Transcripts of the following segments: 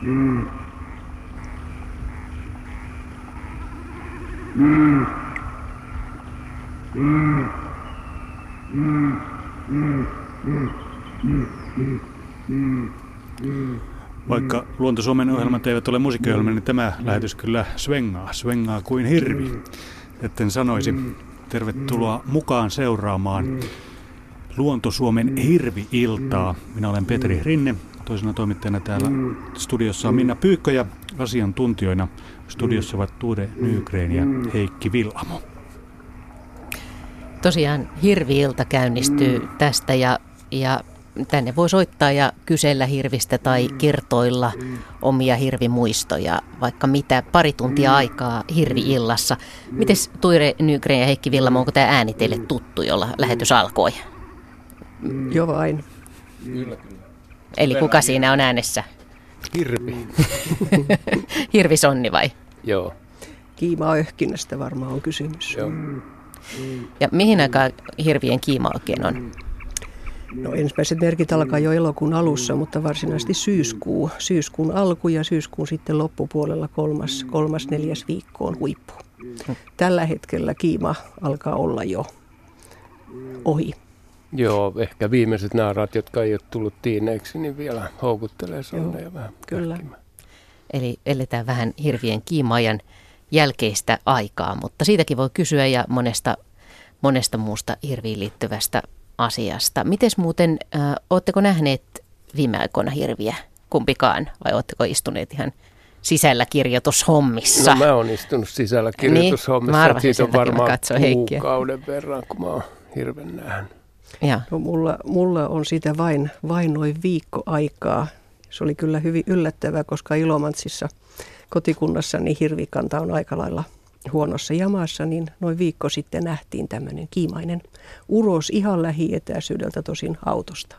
Vaikka Luonto Suomen ohjelmat eivät ole musiikkiohjelmia, niin tämä lähetys kyllä svengaa kuin hirvi, etten sanoisi. Tervetuloa mukaan seuraamaan Luonto Suomen hirvi-iltaa. Minä olen Petri Rinne, toisena toimittajana täällä studiossa on Minna Pyykkö ja asiantuntijoina studiossa ovat Ture Nygren ja Heikki Villamo. Tosiaan hirvi-ilta käynnistyy tästä ja tänne voi soittaa ja kysellä hirvistä tai kertoilla omia hirvimuistoja, vaikka mitä, pari tuntia aikaa hirvi-illassa. Mites Ture Nygren ja Heikki Villamo, onko tämä ääni teille tuttu, jolla lähetys alkoi? Jo vain. Kyllä. Eli kuka siinä on äänessä? Hirvi. Hirvisonni vai? Joo. Kiima-öhkinnästä varmaan on kysymys. Joo. Ja mihin aikaan hirvien kiima oikein on? No ensimmäiset merkit alkaa jo elokuun alussa, mutta varsinaisesti syyskuun alku ja syyskuun sitten loppupuolella neljäs viikko on huippu. Tällä hetkellä kiima alkaa olla jo ohi. Joo, ehkä viimeiset naaraat, jotka ei ole tullut tiineiksi, niin vielä houkuttelee sonneja vähän. Kyllä. Eli eletään vähän hirvien kiima-ajan jälkeistä aikaa, mutta siitäkin voi kysyä ja monesta muusta hirviin liittyvästä asiasta. Mites muuten, ootteko nähneet viime aikoina hirviä kumpikaan vai ootteko istuneet ihan sisällä kirjoitushommissa? No mä oon istunut sisällä kirjoitushommissa, niin, siitä on varmaan kuukauden verran, kun mä oon hirven nähnyt. No, mulla on sitä vain noin viikko aikaa. Se oli kyllä hyvin yllättävää, koska Ilomantsissa kotikunnassani hirvikanta on aika lailla huonossa jamassa, niin noin viikko sitten nähtiin tämmöinen kiimainen uros ihan lähietäisyydeltä, tosin autosta.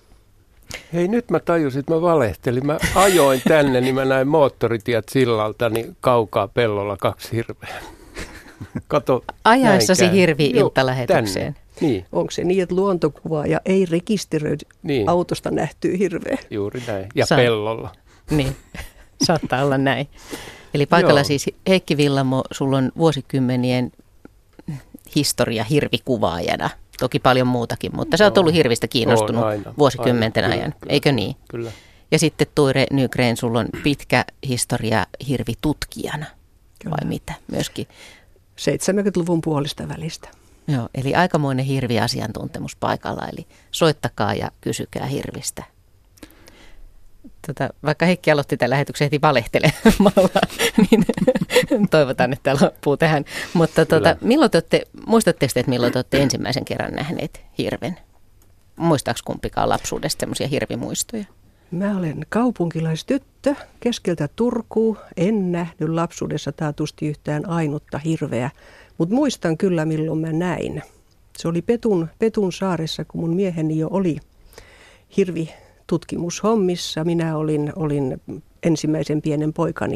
Hei, nyt mä tajusin, että mä valehtelin. Mä ajoin tänne, niin mä näin moottoritiet sillalta, niin kaukaa pellolla 2 hirveä. Kato, ajaessasi hirvi-iltalähetykseen. Niin. Onko se niin, että luontokuvaaja ei rekisteröi autosta nähtyä hirveä? Juuri näin. Ja pellolla. Niin, saattaa olla näin. Eli paikalla siis Heikki Villamo, sulla on vuosikymmenien historia hirvikuvaajana. Toki paljon muutakin, mutta sä oot ollut hirvistä kiinnostunut vuosikymmenten ajan, kyllä, eikö niin? Kyllä. Ja sitten Ture Nygren, sulla on pitkä historia hirvitutkijana, vai mitä myöskin? 70-luvun puolesta välistä. Joo, eli aikamoinen hirviasiantuntemus paikalla, eli soittakaa ja kysykää hirvistä. Vaikka Heikki aloitti tämän lähetyksen heti valehtelemalla, niin toivotaan, että tämä loppuu tähän. Mutta muistatteko te, että milloin te olette ensimmäisen kerran nähneet hirven? Muistaako kumpikaan lapsuudesta sellaisia hirvimuistoja? Mä olen kaupunkilaistyttö keskeltä Turkuun. En nähnyt lapsuudessa taatusti yhtään ainutta hirveä, mutta muistan kyllä milloin mä näin. Se oli Petun saaressa, kun mun mieheni jo oli hirvitutkimushommissa. Minä olin ensimmäisen pienen poikani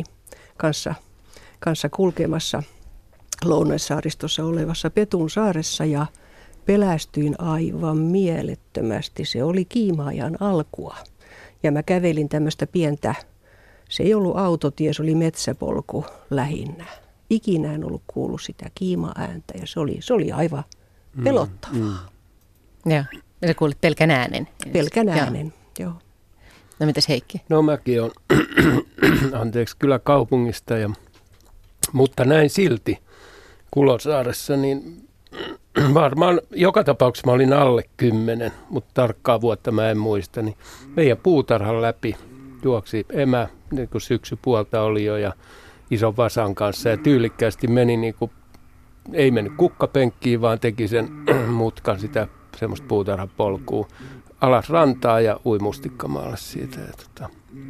kanssa kulkemassa Lounais-saaristossa olevassa Petun saaressa ja pelästyin aivan mielettömästi. Se oli kiima-ajan alkua. Ja mä kävelin tämmöistä pientä, se ei ollut autotie, se oli metsäpolku lähinnä. Ikinä en ollut kuullut sitä kiima-ääntä ja se oli aivan pelottavaa. Joo, ja kuulit pelkän äänen. Pelkän äänen, joo. No mitäs Heikki? No mäkin olen, kyllä kaupungista, mutta näin silti Kulosaaressa, niin varmaan joka tapauksessa mä olin alle 10, mutta tarkkaa vuotta mä en muista, niin meidän puutarhan läpi juoksi emä, niin kuin syksypuolta oli jo ja ison vasan kanssa ja tyylikkäästi meni niin kuin, ei mennyt kukkapenkkiin, vaan teki sen mutkan sitä semmoista puutarhan polkua alas rantaa ja ui mustikkamaalle siitä. Ja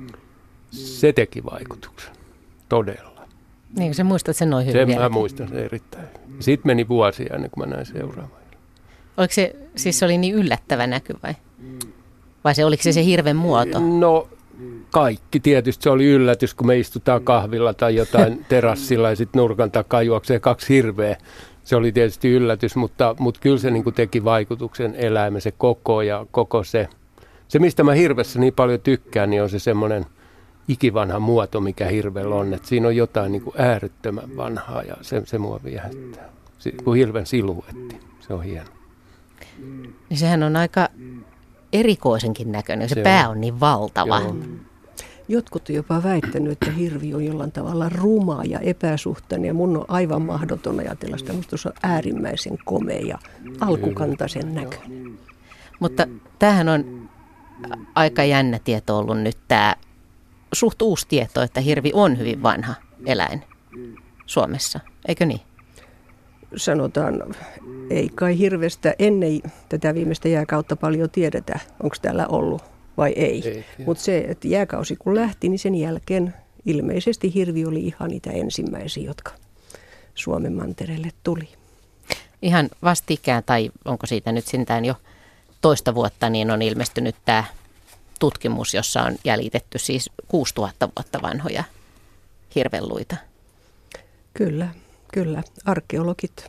se teki vaikutuksen, todella. Niin, sä muistat sen noin hyvin vielä? Mä muistan sen erittäin hyvin. Sitten meni vuosia ennen kuin mä näin seuraavan. Oliko se oli niin yllättävä näky vai? Vai oliko se hirven muoto? No kaikki tietysti. Se oli yllätys, kun me istutaan kahvilla tai jotain terassilla ja sitten nurkan takaa juoksee 2 hirveä. Se oli tietysti yllätys, mutta kyllä se niin kuin teki vaikutuksen eläimen, se koko ja koko se. Se, mistä mä hirvessä niin paljon tykkään, niin on se semmoinen ikivanha muoto, mikä hirvellä on. Että siinä on jotain niin kuin äärettömän vanhaa ja se mua viehättää. Kuin hirven siluetti. Se on hieno. Niin sehän on aika erikoisenkin näköinen. Se pää on niin valtava. Joo. Jotkut on jopa väittänyt, että hirvi on jollain tavalla ruma ja epäsuhtainen. Ja mun on aivan mahdoton ajatella sitä. Musta se on äärimmäisen komea ja alkukantaisen näköinen. Mutta tämähän on aika jännä tieto ollut nyt tämä suht uusi tieto, että hirvi on hyvin vanha eläin Suomessa, eikö niin? Sanotaan, ei kai hirvestä ennen tätä viimeistä jääkautta paljon tiedetä, onko täällä ollut vai ei. Mutta se, että jääkausi kun lähti, niin sen jälkeen ilmeisesti hirvi oli ihan niitä ensimmäisiä, jotka Suomen mantereelle tuli. Ihan vastikään, tai onko siitä nyt sentään jo toista vuotta, niin on ilmestynyt tämä tutkimus, jossa on jäljitetty siis 6000 vuotta vanhoja hirvenluita. Kyllä. Arkeologit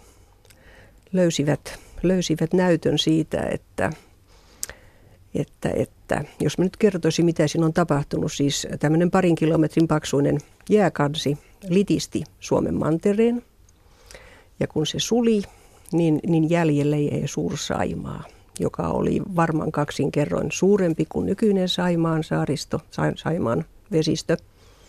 löysivät näytön siitä, että jos mä nyt kertoisin, mitä siinä on tapahtunut, siis tämmöinen 2 kilometrin paksuinen jääkansi litisti Suomen mantereen, ja kun se suli, niin jäljelle jäi Suur-Saimaa, joka oli varmaan 2 kerroin suurempi kuin nykyinen Saimaan saaristo, Saimaan vesistö.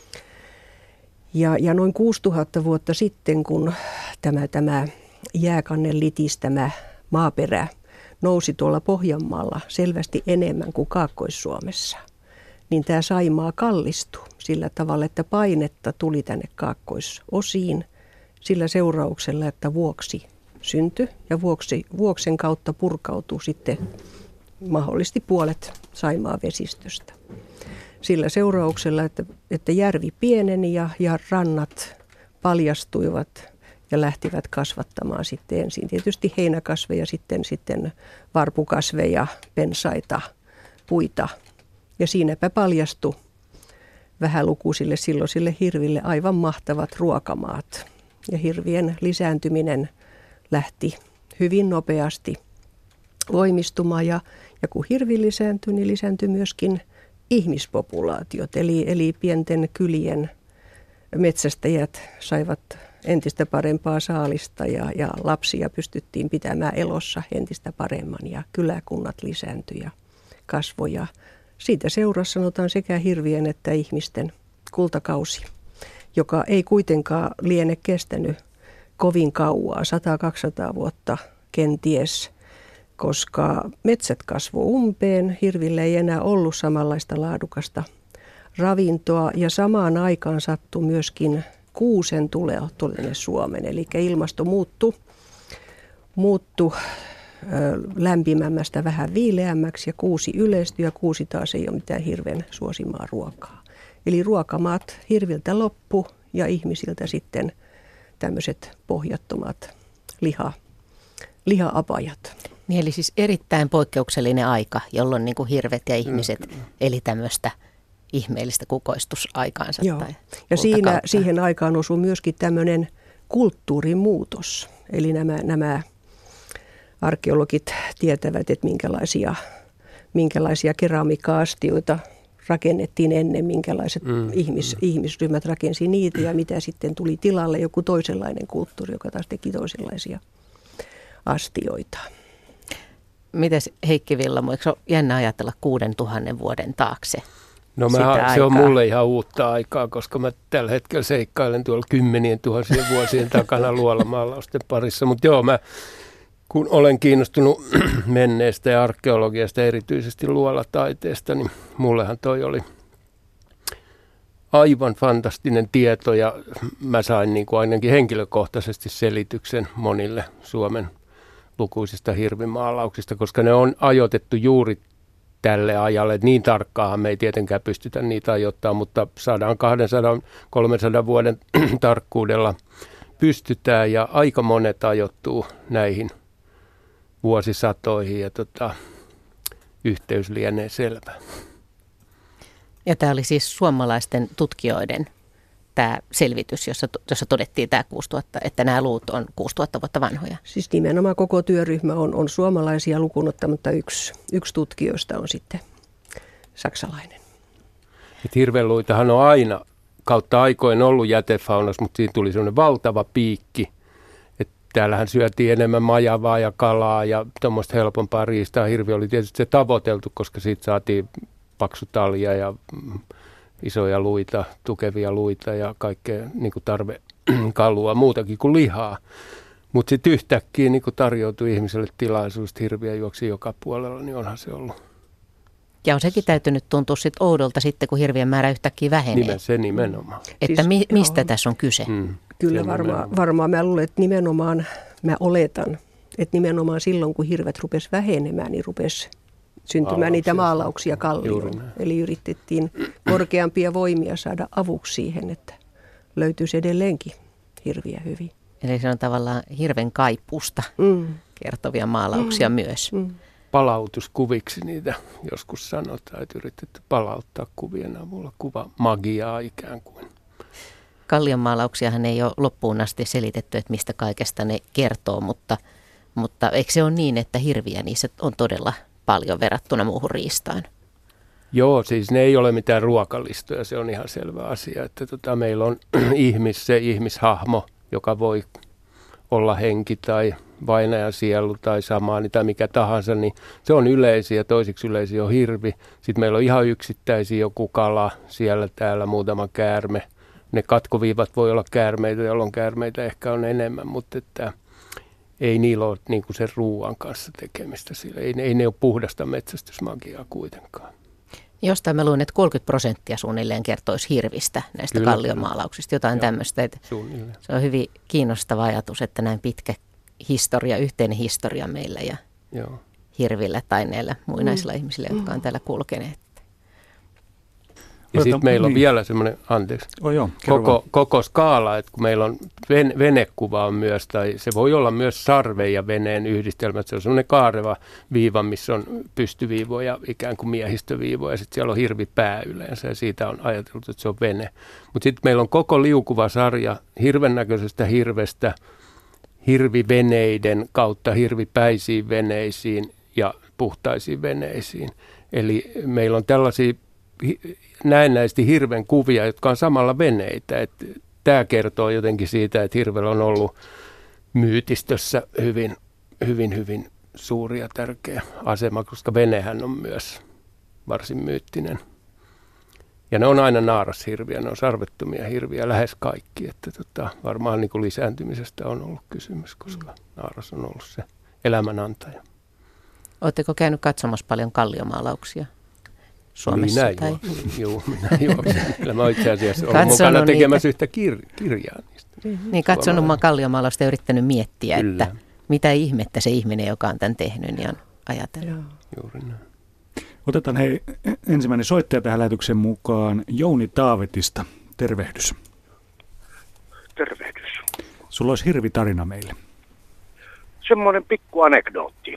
Ja noin 6000 vuotta sitten, kun tämä jääkannen litistämä maaperä nousi tuolla Pohjanmaalla selvästi enemmän kuin Kaakkois-Suomessa, niin tämä Saimaa kallistui sillä tavalla, että painetta tuli tänne kaakkoisosiin sillä seurauksella, että vuoksi syntyi ja vuoksen kautta purkautui sitten mahdollisesti puolet Saimaan vesistöstä. Sillä seurauksella, että järvi pieneni ja rannat paljastuivat ja lähtivät kasvattamaan sitten ensin tietysti heinäkasveja, sitten varpukasveja, pensaita, puita. Ja siinäpä paljastui vähälukuisille silloisille hirville aivan mahtavat ruokamaat. Ja hirvien lisääntyminen lähti hyvin nopeasti voimistumaan ja kun hirvi lisääntyi, niin lisääntyi myöskin ihmispopulaatiot, eli pienten kylien metsästäjät saivat entistä parempaa saalista ja lapsia pystyttiin pitämään elossa entistä paremman ja kyläkunnat lisääntyi ja kasvoja. Siitä seurasi sanotaan sekä hirvien että ihmisten kultakausi, joka ei kuitenkaan liene kestänyt kovin kauaa, 100-200 vuotta kenties, koska metsät kasvoi umpeen, hirvillä ei enää ollut samanlaista laadukasta ravintoa ja samaan aikaan sattui myöskin kuusen tulea tänne Suomeen. Eli ilmasto muuttui lämpimämmästä vähän viileämmäksi ja kuusi yleistyi ja kuusi taas ei ole mitään hirven suosimaa ruokaa. Eli ruokamaat hirviltä loppu ja ihmisiltä sitten tämmöiset pohjattomat liha-apajat. Niin eli siis erittäin poikkeuksellinen aika, jolloin niin kuin hirvet ja ihmiset eli tämmöistä ihmeellistä kukoistusaikaansa. Joo. Tai ja siihen aikaan osui myöskin tämmöinen kulttuurimuutos. Eli nämä arkeologit tietävät, että minkälaisia keramiikka-astioita rakennettiin ennen, minkälaiset ihmisryhmät rakensi niitä ja mitä sitten tuli tilalle joku toisenlainen kulttuuri, joka taas teki toisenlaisia astioita. Mites Heikki Villamo, eikö se ole jännä ajatella 6000 vuoden taakse? No se on mulle ihan uutta aikaa, koska mä tällä hetkellä seikkailen tuolla 10 000 vuosien takana luolamaalausten parissa. Mutta joo, mä kun olen kiinnostunut menneestä ja arkeologiasta, erityisesti luolataiteesta, niin mullehan toi oli aivan fantastinen tieto ja mä sain niin kuin ainakin henkilökohtaisesti selityksen monille Suomen lukuisista hirvimaalauksista, koska ne on ajoitettu juuri tälle ajalle. Et niin tarkkaahan me ei tietenkään pystytä niitä ajoittamaan, mutta 100-200-300 vuoden tarkkuudella pystytään ja aika monet ajoittuu näihin vuosisatoihin ja yhteys lienee selvä. Ja tämä oli siis suomalaisten tutkijoiden tämä selvitys, jossa todettiin tämä 6000, että nämä luut on 6000 vuotta vanhoja. Siis nimenomaan koko työryhmä on suomalaisia lukuun ottamatta yksi tutkijoista on sitten saksalainen. Hirvenluitahan on aina kautta aikoin ollut jätefaunassa, mutta siinä tuli semmoinen valtava piikki. Että täällähän syötiin enemmän majavaa ja kalaa ja tuommoista helpompaa riistaa. Hirvi oli tietysti se tavoiteltu, koska siitä saatiin paksu talja ja isoja luita, tukevia luita ja kaikkea niin kuin tarvekalua, muutakin kuin lihaa. Mutta sitten yhtäkkiä niin kun tarjoutui ihmiselle tilaisuus, hirviä juoksi joka puolella, niin onhan se ollut. Ja on sekin täytynyt tuntua sit oudolta sitten, kun hirvien määrä yhtäkkiä vähenee. Se nimenomaan. Että mistä tässä on kyse? Kyllä varmaan mä luulen, että nimenomaan, mä oletan, että nimenomaan silloin, kun hirvet rupesi vähenemään, niin rupesi syntymään niitä maalauksia kallioon. Eli yritettiin korkeampia voimia saada avuksi siihen, että löytyisi edelleenkin hirviä hyvin. Eli se on tavallaan hirven kaipuusta kertovia maalauksia myös. Palautuskuviksi niitä joskus sanotaan, että yritetty palauttaa kuvien avulla kuvamagiaa ikään kuin. Kallion maalauksiahan ei ole loppuun asti selitetty, että mistä kaikesta ne kertoo, mutta eikö se ole niin, että hirviä niissä on todella paljon verrattuna muuhun riistaan? Joo, siis ne ei ole mitään ruokalistoja, se on ihan selvä asia, että meillä on se ihmishahmo, joka voi olla henki tai vainajan sielu tai samaani tai mikä tahansa, niin se on yleisiä. Toisiksi yleisiä on hirvi. Sitten meillä on ihan yksittäisiä joku kala, siellä täällä muutama käärme. Ne katkoviivat voi olla käärmeitä, jolloin käärmeitä ehkä on enemmän, mutta että ei niillä ole niin kuin sen ruuan kanssa tekemistä. Ei ne ole puhdasta metsästysmagiaa kuitenkaan. Jostain mä luin, että 30% suunnilleen kertoisi hirvistä näistä kalliomaalauksista, jotain tämmöistä. Se on hyvin kiinnostava ajatus, että näin pitkä historia, yhteinen historia meillä ja hirvillä tai näillä muinaisilla ihmisillä, jotka on täällä kulkeneet. Ja sitten meillä on vielä semmoinen, koko skaala, että kun meillä on venekuva on myös, tai se voi olla myös sarven ja veneen yhdistelmä, se on semmoinen kaareva viiva, missä on pystyviivoja, ikään kuin miehistöviivoja, ja sitten siellä on hirvipää yleensä, ja siitä on ajateltu, että se on vene. Mutta sitten meillä on koko liukuva sarja hirven näköisestä hirvestä, hirviveneiden kautta hirvipäisiin veneisiin ja puhtaisiin veneisiin. Eli meillä on tällaisia näennäisesti hirven kuvia, jotka on samalla veneitä. Tämä kertoo jotenkin siitä, että hirvellä on ollut myytistössä hyvin suuri ja tärkeä asema, koska venehän on myös varsin myyttinen. Ja ne on aina naarashirviä, ne on sarvettomia hirviä, lähes kaikki. Että varmaan niin kuin lisääntymisestä on ollut kysymys, koska naaras on ollut se elämänantaja. Oletteko käynyt katsomassa paljon kalliomaalauksia Suomessa? Minä juoksin. Kyllä mä itse asiassa olen mukana tekemässä yhtä kirjaa niistä. Niin, katsonut mä kalliomaalausta ja yrittänyt miettiä, kyllä, että mitä ihmettä se ihminen, joka on tämän tehnyt, niin on ajatellut. Juuri näin. Otetaan ensimmäinen soittaja tähän lähetyksen mukaan, Jouni Taavetista. Tervehdys. Tervehdys. Sulla olisi hirvitarina meille. Semmoinen pikku anekdootti.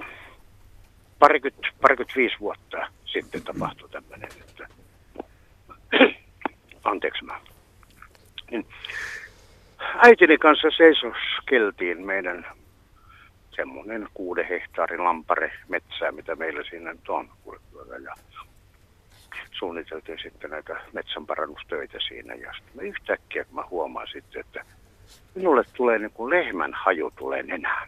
25 vuotta sitten tapahtui tämmöinen, että anteeksi mä. Äitini kanssa seisoskeltiin meidän semmoinen 6 hehtaarin lampare metsää, mitä meillä siinä nyt on. Ja suunniteltiin sitten näitä metsänparannustöitä siinä. Ja sitten mä yhtäkkiä mä huomaan sitten, että minulle tulee niin kuin lehmän haju tulee nenään.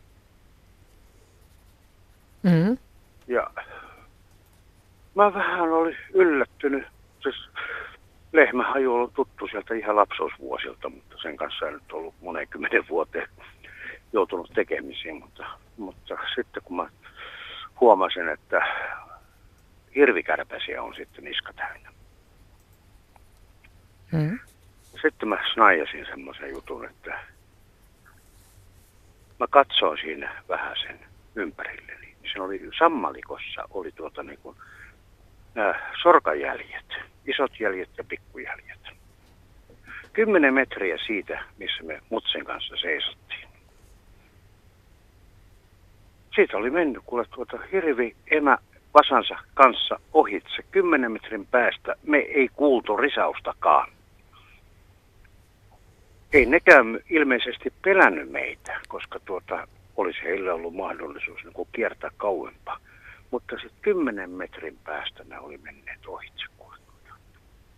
Mm-hmm. Ja mä vähän olin yllättynyt. Siis lehmähaju on ollut tuttu sieltä ihan lapsuusvuosilta, mutta sen kanssa ei nyt ollut monen 10 vuoteen joutunut tekemisiin. Mutta sitten kun mä huomasin, että hirvikärpäsiä on sitten niska täynnä. Mm. Sitten mä snaijasin semmoisen jutun, että mä katsoin siinä vähän sen ympärilleni. Se oli sammalikossa oli sorkajäljet, isot jäljet ja pikkujäljet. 10 metriä siitä, missä me mutsen kanssa seisottiin. Siitä oli mennyt hirvi emä vasansa kanssa ohitse. 10 metrin päästä me ei kuultu risaustakaan. Ei nekään ilmeisesti pelännyt meitä, koska olisi heillä ollut mahdollisuus niin kiertää kauempaa. Mutta sitten 10 metrin päästä ne oli menneet ohitse.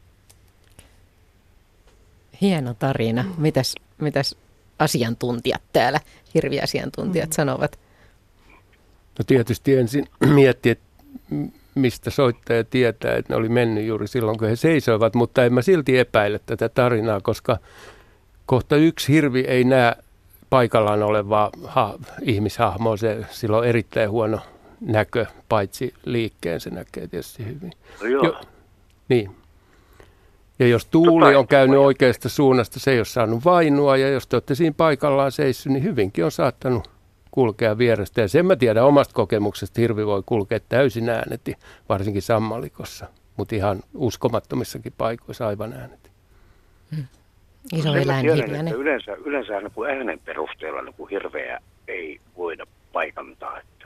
Hieno tarina. Mitäs asiantuntijat täällä, hirviasiantuntijat sanovat? No tietysti ensin mietti, että mistä soittaja tietää, että ne oli mennyt juuri silloin, kun he seisoivat, mutta en mä silti epäile tätä tarinaa, koska kohta yksi hirvi ei näe paikallaan olevaa ihmishahmoa. Sillä on erittäin huono näkö, paitsi liikkeen se näkee tietysti hyvin. Niin. Ja jos tuuli on käynyt oikeasta suunnasta, se ei ole saanut vainua, ja jos te olette siinä paikallaan seissyt, niin hyvinkin on saattanut kulkea vierestä. Ja sen mä tiedän omasta kokemuksesta, hirvi voi kulkea täysin ääneti, varsinkin sammalikossa, mutta ihan uskomattomissakin paikoissa aivan ääneti. Iso eläinhirviäinen. Yleensä niin äänen perusteella niin hirveä ei voida paikantaa. Että.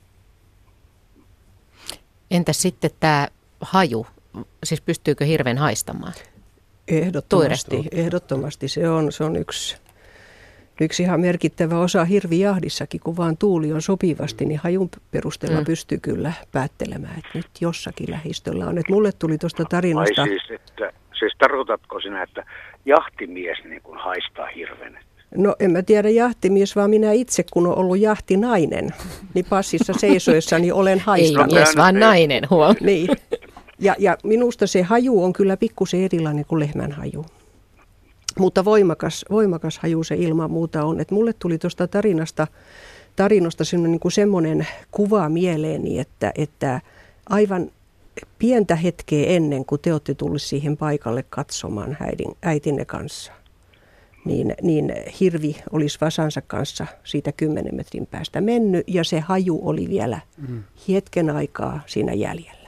Entäs sitten tämä haju? Siis pystyykö hirven haistamaan? Ehdottomasti. Se on yksi ihan merkittävä osa hirvijahdissakin, kun vaan tuuli on sopivasti, niin hajun perusteella pystyy kyllä päättelemään, että nyt jossakin lähistöllä on. Että mulle tuli tuosta tarinasta. Siis tarkoitatko sinä, että jahtimies niin kuin haistaa hirven? No en mä tiedä jahtimies, vaan minä itse, kun olen ollut jahtinainen, niin passissa seisoessani olen haistanut. Ei mies, vaan nainen, huom. Niin. Ja minusta se haju on kyllä pikkusen erilainen kuin lehmän haju. Mutta voimakas haju se ilman muuta on. Et mulle tuli tuosta tarinasta semmoinen kuva mieleeni, että aivan pientä hetkeä ennen kuin te olette tulleet siihen paikalle katsomaan äitinne kanssa, niin hirvi olisi vasansa kanssa siitä 10 metrin päästä mennyt ja se haju oli vielä hetken aikaa siinä jäljellä.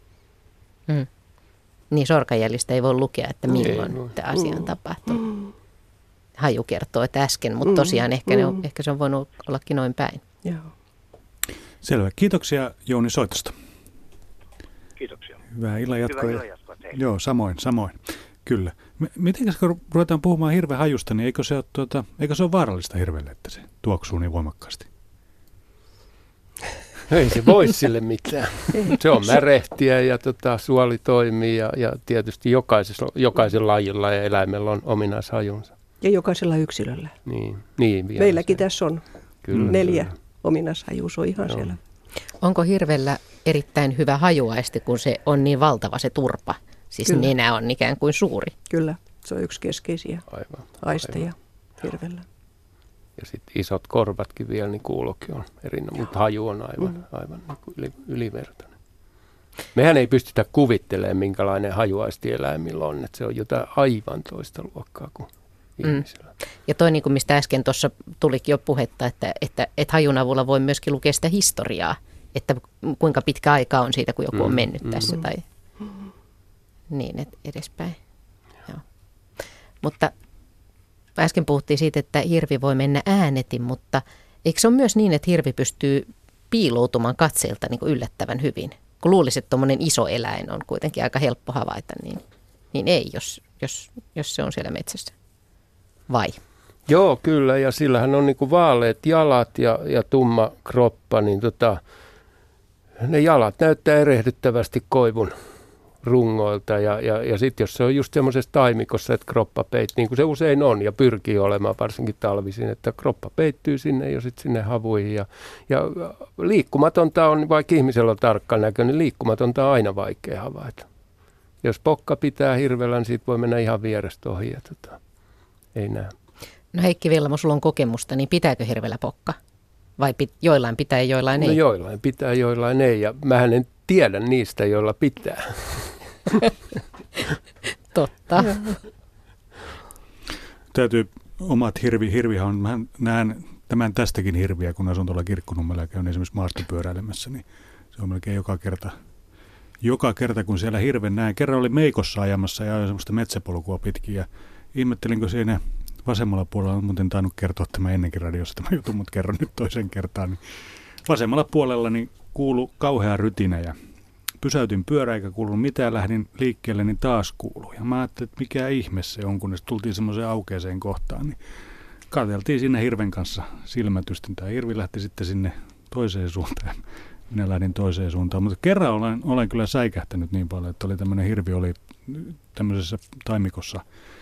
Niin sorkajäljistä ei voi lukea, että milloin tämä asia on tapahtunut. Haju kertoo, että äsken, mutta tosiaan ehkä se on voinut ollakin noin päin. Joo. Selvä. Kiitoksia Jouni soitosta. Kiitoksia. Hyvää illan jatkoa. Hyvää illan jatkoa teille. Joo, samoin. Kyllä. Mitenkäs kun ruvetaan puhumaan hirven hajusta, niin eikö se ole vaarallista hirvelle, että se tuoksuu niin voimakkaasti? Ei se voi sille mitään. Se on märehtiä ja suoli toimii ja tietysti jokaisella lajilla ja eläimellä on ominaishajunsa. Ja jokaisella yksilöllä. Niin meilläkin tässä on kyllä, 4 ominaishajuus on ihan siellä. Onko hirvellä erittäin hyvä hajuaisti, kun se on niin valtava se turpa? Siis kyllä. Nenä on ikään kuin suuri. Kyllä, se on yksi keskeisiä aisteja hirvellä. Ja sitten isot korvatkin vielä, niin kuulokin on erinomainen, mutta haju on aivan niin ylivertainen. Mehän ei pystytä kuvittelemaan, minkälainen hajuaisti eläimillä on, että se on jotain aivan toista luokkaa kuin ihmisellä. Ja toi, niin kuin mistä äsken tuossa tulikin jo puhetta, että hajun avulla voi myöskin lukea sitä historiaa, että kuinka pitkä aika on siitä, kun joku on mennyt tässä tai niin edespäin. Joo. Mutta äsken puhuttiin siitä, että hirvi voi mennä ääneti, mutta eikö se ole myös niin, että hirvi pystyy piiloutumaan katseelta niin kuin yllättävän hyvin? Kun luulisi, että tuommoinen iso eläin on kuitenkin aika helppo havaita, niin ei, jos se on siellä metsässä. Vai? Joo, kyllä, ja sillähän on niin kuin vaaleat jalat ja tumma kroppa, niin ne jalat näyttää erehdyttävästi koivun rungoilta ja sitten jos se on just semmoisessa taimikossa, että kroppa peittyy, niin kuin se usein on ja pyrkii olemaan varsinkin talvisin, että kroppa peittyy sinne ja sitten sinne havuihin ja liikkumatonta on, vaikka ihmisellä on tarkka näkö, niin liikkumatonta on aina vaikea havaita. Jos pokka pitää hirvellä, niin siitä voi mennä ihan vierestä ohi ja ei näe. No Heikki Villamo, sulla on kokemusta, niin pitääkö hirvellä pokka? Vai joillain pitää ja joillain ei? No joillain pitää, joillain ei ja mähän en tiedä niistä, joilla pitää. Totta. Täytyy omat hirvihan, mä näen tämän tästäkin hirviä, kun asun tuolla Kirkkonummella ja käyn esimerkiksi maastopyöräilemässä, niin se on melkein joka kerta, kun siellä hirven näen. Kerran oli Meikossa ajamassa ja ajoin semmoista metsäpolkua pitkin ja ihmettelinkö siinä vasemmalla puolella, on muuten tainnut kertoa tämä ennenkin radiossa tämä juttu, mutta kerron nyt toisen kertaan. Niin vasemmalla puolella niin kuului kauhea rytinä ja pysäytin pyörä eikä kuulunut mitään, lähdin liikkeelle, niin taas kuului. Ja mä ajattelin, että mikä ihme se on, kunnes tultiin semmoiseen aukeaseen kohtaan, niin katseltiin sinne hirven kanssa silmätysten. Tämä hirvi lähti sitten sinne toiseen suuntaan. Minä lähdin toiseen suuntaan, mutta kerran olen kyllä säikähtänyt niin paljon, että oli tämmöinen hirvi, oli tämmöisessä taimikossa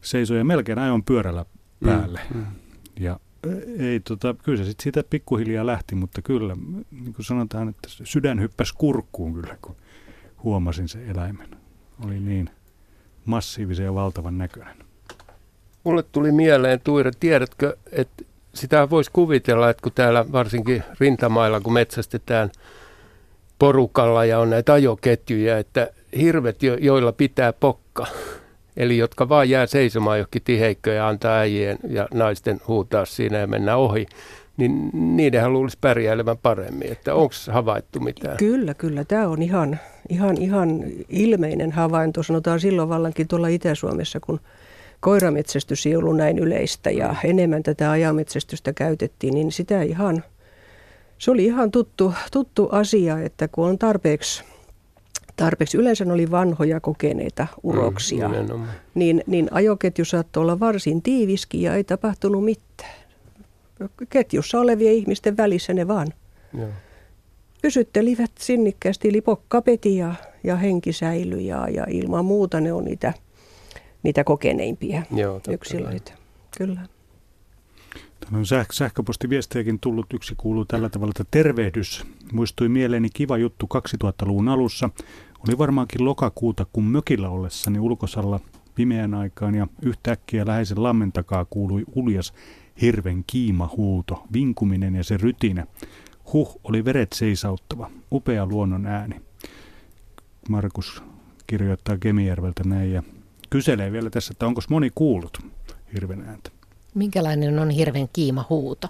seisoi ja melkein ajoin pyörällä päälle. Ja ei, kyllä se sitten siitä pikkuhiljaa lähti, mutta kyllä, niin kuin sanotaan, että sydän hyppäsi kurkkuun kyllä, kun huomasin sen eläimen. Oli niin massiivisen ja valtavan näköinen. Mulle tuli mieleen, Tuire, tiedätkö, että sitä voisi kuvitella, että kun täällä varsinkin rintamailla, kun metsästetään porukalla ja on näitä ajoketjuja, että hirvet, joilla pitää pokka, eli jotka vaan jää seisomaan johonkin tiheikköön ja antaa äijien ja naisten huutaa siinä ja mennä ohi, niin niidenhän luulisi pärjäilevän paremmin. Että onko havaittu mitään? Kyllä. Tämä on ihan ilmeinen havainto. Sanotaan silloin vallankin tuolla Itä-Suomessa, kun koirametsästys ei ollut näin yleistä ja enemmän tätä ajametsästystä käytettiin, niin se oli ihan tuttu asia, että kun on tarpeeksi yleensä oli vanhoja kokeneita uroksia, niin ajoketju saattoi olla varsin tiiviskin ja ei tapahtunut mitään. Ketjussa olevien ihmisten välissä ne vaan pysyttelivät sinnikkäästi, eli pokka peti ja henki säilyi ja ilman muuta ne on niitä kokeneimpia yksilöitä. Kyllä. Täällä on sähköpostiviestejäkin tullut. Yksi kuuluu tällä tavalla, että tervehdys. Muistui mieleeni kiva juttu 2000-luvun alussa. Oli varmaankin lokakuuta, kun mökillä ollessani ulkosalla pimeän aikaan ja yhtäkkiä läheisen lammen takaa kuului uljas hirven kiimahuuto, vinkuminen ja se rytinä. Oli veret seisauttava, upea luonnon ääni. Markus kirjoittaa Kemijärveltä näin ja kyselee vielä tässä, että onko moni kuullut hirven ääntä. Minkälainen on hirven kiimahuuto?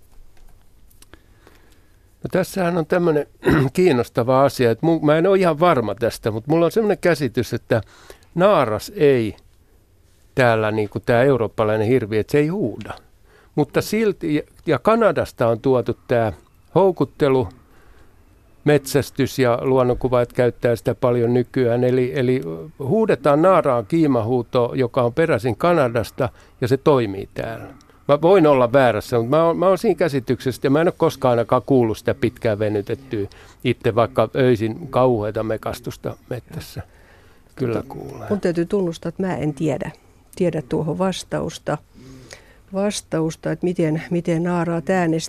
No tässähän on tämmöinen kiinnostava asia, että mä en ole ihan varma tästä, mutta mulla on semmoinen käsitys, että naaras ei täällä niin kuin tämä eurooppalainen hirvi, että se ei huuda. Mutta silti, ja Kanadasta on tuotu tämä houkuttelu, metsästys ja luonnonkuvaajat käyttää sitä paljon nykyään. Eli huudetaan naaraan kiimahuuto, joka on peräisin Kanadasta ja se toimii täällä. Mä voin olla väärässä, mutta mä oon siinä käsityksessä ja mä en ole koskaan ainakaan kuullut sitä pitkään venytettyä itse vaikka öisin kauheita mekastusta mettässä. Kyllä kuulee. Mun täytyy tunnustaa, että mä en tiedä tuohon vastausta, että miten naaraat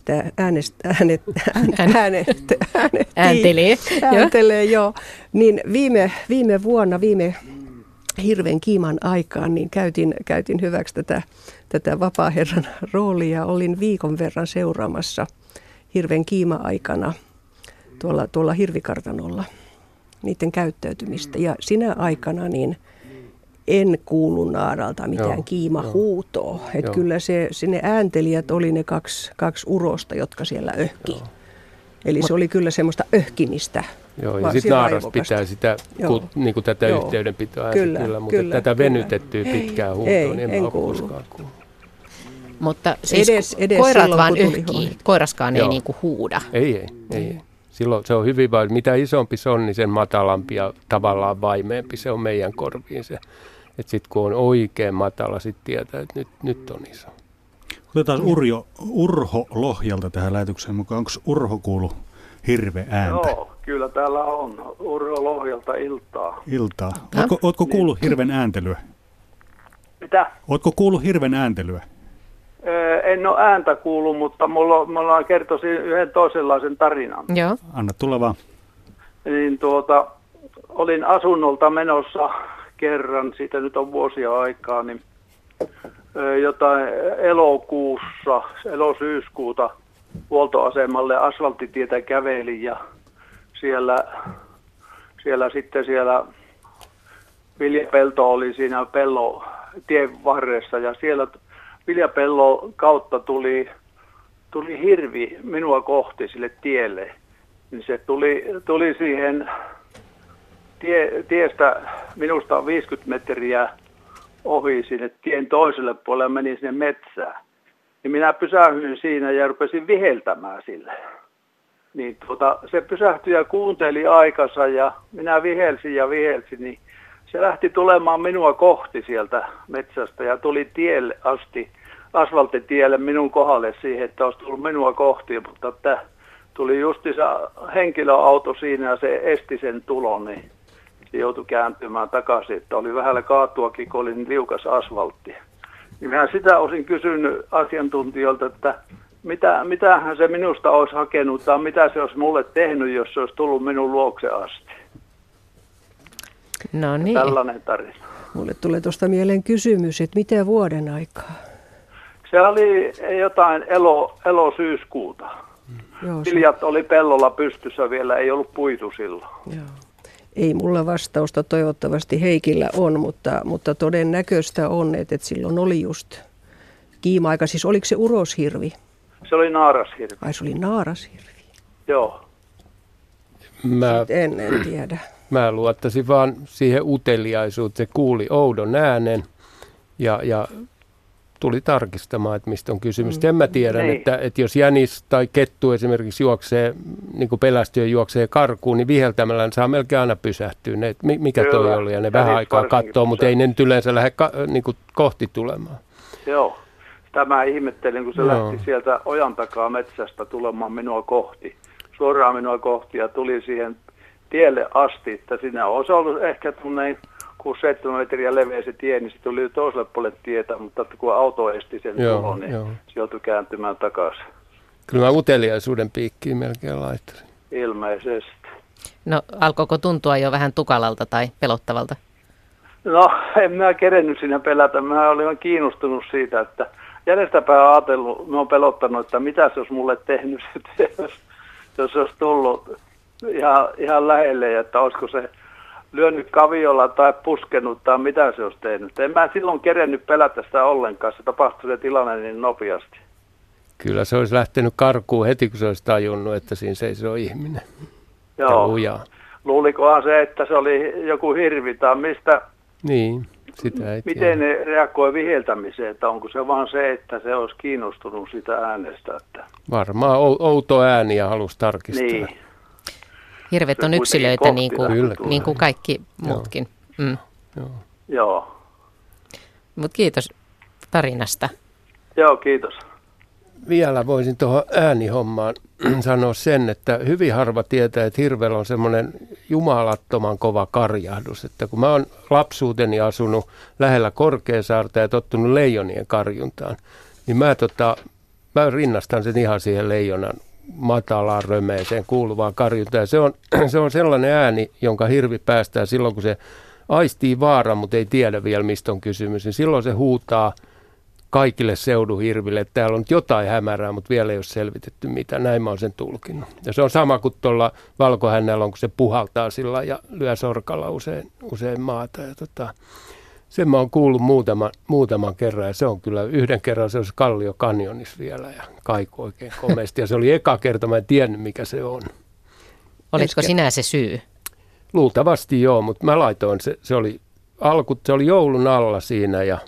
ääntelee, joo. Niin viime vuonna, hirven kiiman aikaan, niin käytin hyväksi tätä vapaaherran roolia. Olin viikon verran seuraamassa hirven kiima-aikana tuolla hirvikartanolla niiden käyttäytymistä. Ja sinä aikana niin en kuullut naaralta mitään kiimahuutoa. Että kyllä sinne ääntelijät oli ne kaksi urosta, jotka siellä öhki. Eli se oli kyllä semmoista öhkimistä. Joo, ja sitten naaras pitää sitä, niin kuin tätä yhteydenpitoa. Kyllä, mutta tätä venytettyä pitkää huutoa, niin en ole koskaan kuullut. Mutta siis edes koirat vaan öhkii, koiraskaan ei niinku huuda. Ei. Silloin se on hyvin vain, mitä isompi se on, niin sen matalampi ja tavallaan vaimeempi se on meidän korviin se. Että sitten kun on oikein matala, sitten tietää, että nyt on iso. Otetaan Urho Lohjalta tähän lähetykseen mukaan. Onko Urho kuullut hirve ääntä? Joo, kyllä täällä on. Urho Lohjalta iltaa. Ootko kuullut hirven ääntelyä? Mitä? Ootko kuullut hirven ääntelyä? En ole ääntä kuullut, mutta mulla kertoisin yhden toisenlaisen tarinan. Joo. Anna tulla vaan. Niin olin asunnolta menossa kerran, siitä nyt on vuosia aikaa, niin jotain elosyyskuuta huoltoasemalle asfalttitietä kävelin ja siellä viljapelto oli siinä tien varressa ja siellä viljapellon kautta tuli hirvi minua kohti sille tielle. Niin se tuli siihen tiestä minusta 50 metriä ohi sinne tien toiselle puolelle ja menin sinne metsään. Niin minä pysähdyin siinä ja rupesin viheltämään sille. Niin se pysähtyi ja kuunteli aikansa ja minä vihelsin, niin se lähti tulemaan minua kohti sieltä metsästä ja tuli tielle asti, asfalttitielle minun kohdalle siihen, että olisi tullut minua kohti, mutta että tuli justiinsa henkilöauto siinä ja se esti sen tulon, niin ja joutui kääntymään takaisin, että oli vähällä kaatuakin, kun oli niin liukas asfaltti. Niin minä sitä olisin kysynyt asiantuntijoilta, että mitähän se minusta olisi hakenut tai mitä se olisi mulle tehnyt, jos se olisi tullut minun luokse asti. No niin. Tällainen tarina. Mulle tulee tuosta mieleen kysymys, että miten vuoden aikaa? Se oli jotain elo-syyskuuta. Viljat oli pellolla pystyssä vielä, ei ollut puitu silloin. Joo. Ei mulla vastausta, toivottavasti Heikillä on, mutta todennäköistä on, että silloin oli just kiima-aika. Siis oliko se uroshirvi? Se oli naarashirvi. Ai se oli naarashirvi? Joo. En tiedä. Mä luottaisin vaan siihen uteliaisuuteen, se kuuli oudon äänen ja tuli tarkistamaan, että mistä on kysymys. En mä tiedän, että jos jänis tai kettu esimerkiksi juoksee, niin kuin pelästyy juoksee karkuun, niin viheltämällä ne saa melkein aina pysähtyä. Ne, mikä kyllä, toi oli, ja ne vähän aikaa katsoo, mutta ei ne nyt yleensä lähde niin kuin kohti tulemaan. Joo, tämä ihmettelin, kun se lähti sieltä ojan takaa metsästä tulemaan minua kohti, suoraan minua kohti, ja tuli siihen tielle asti, että siinä olisi ollut ehkä 6-7 metriä leveä se tie, niin se tuli toiselle puolelle tietä, mutta kun auto esti sen tulon, niin se joutui kääntymään takaisin. Kyllä mä uteliaisuuden piikkiin melkein laittaisin. Ilmeisesti. No alkoiko tuntua jo vähän tukalalta tai pelottavalta? No en mä kerennyt siinä pelätä. Mä olin kiinnostunut siitä, että jäljestäpäin ajatellut, mä oon pelottanut, että mitä se olisi mulle tehnyt, jos se olisi tullut ihan lähelle, että olisiko se lyönyt kaviolla tai puskenut tai mitä se olisi tehnyt. En mä silloin kerennyt pelätä sitä ollenkaan. Se tapahtui se tilanne niin nopeasti. Kyllä se olisi lähtenyt karkuun heti, kun se olisi tajunnut, että siinä seisoo ihminen. Joo. Luulikohan se, että se oli joku hirvi tai mistä? Niin, sitä ei miten tiedä. Ne reagoi viheltämiseen? Että onko se vaan se, että se olisi kiinnostunut sitä äänestä? Että varmaan outo ääni ja halusi tarkistaa. Niin. Hirvet on yksilöitä niin kuin kaikki muutkin. Joo. Mutta kiitos tarinasta. Joo, kiitos. Vielä voisin tuohon äänihommaan sanoa sen, että hyvin harva tietää, että hirvellä on semmoinen jumalattoman kova karjahdus. Että kun mä oon lapsuuteni asunut lähellä Korkeasaarta ja tottunut leijonien karjuntaan, niin mä rinnastan sen ihan siihen leijonan matalaan römeeseen kuuluvaan karjuntaan. Se on sellainen ääni, jonka hirvi päästää silloin, kun se aistii vaaran, mutta ei tiedä vielä, mistä on kysymys. Niin silloin se huutaa kaikille seuduhirville, että täällä on jotain hämärää, mutta vielä ei ole selvitetty mitä. Näin mä oon sen tulkinnut. Ja se on sama kuin tuolla valkohännällä, kun se puhaltaa sillä ja lyö sorkalla usein maata. Ja sen mä oon kuullut muutaman kerran, ja se on kyllä yhden kerran se olisi Kallio Kanjonissa vielä ja kaiku oikein komeasti. Ja se oli eka kerta, mä en tiennyt mikä se on. Olisiko sinä se syy? Luultavasti joo, mutta mä laitoin, se oli joulun alla siinä ja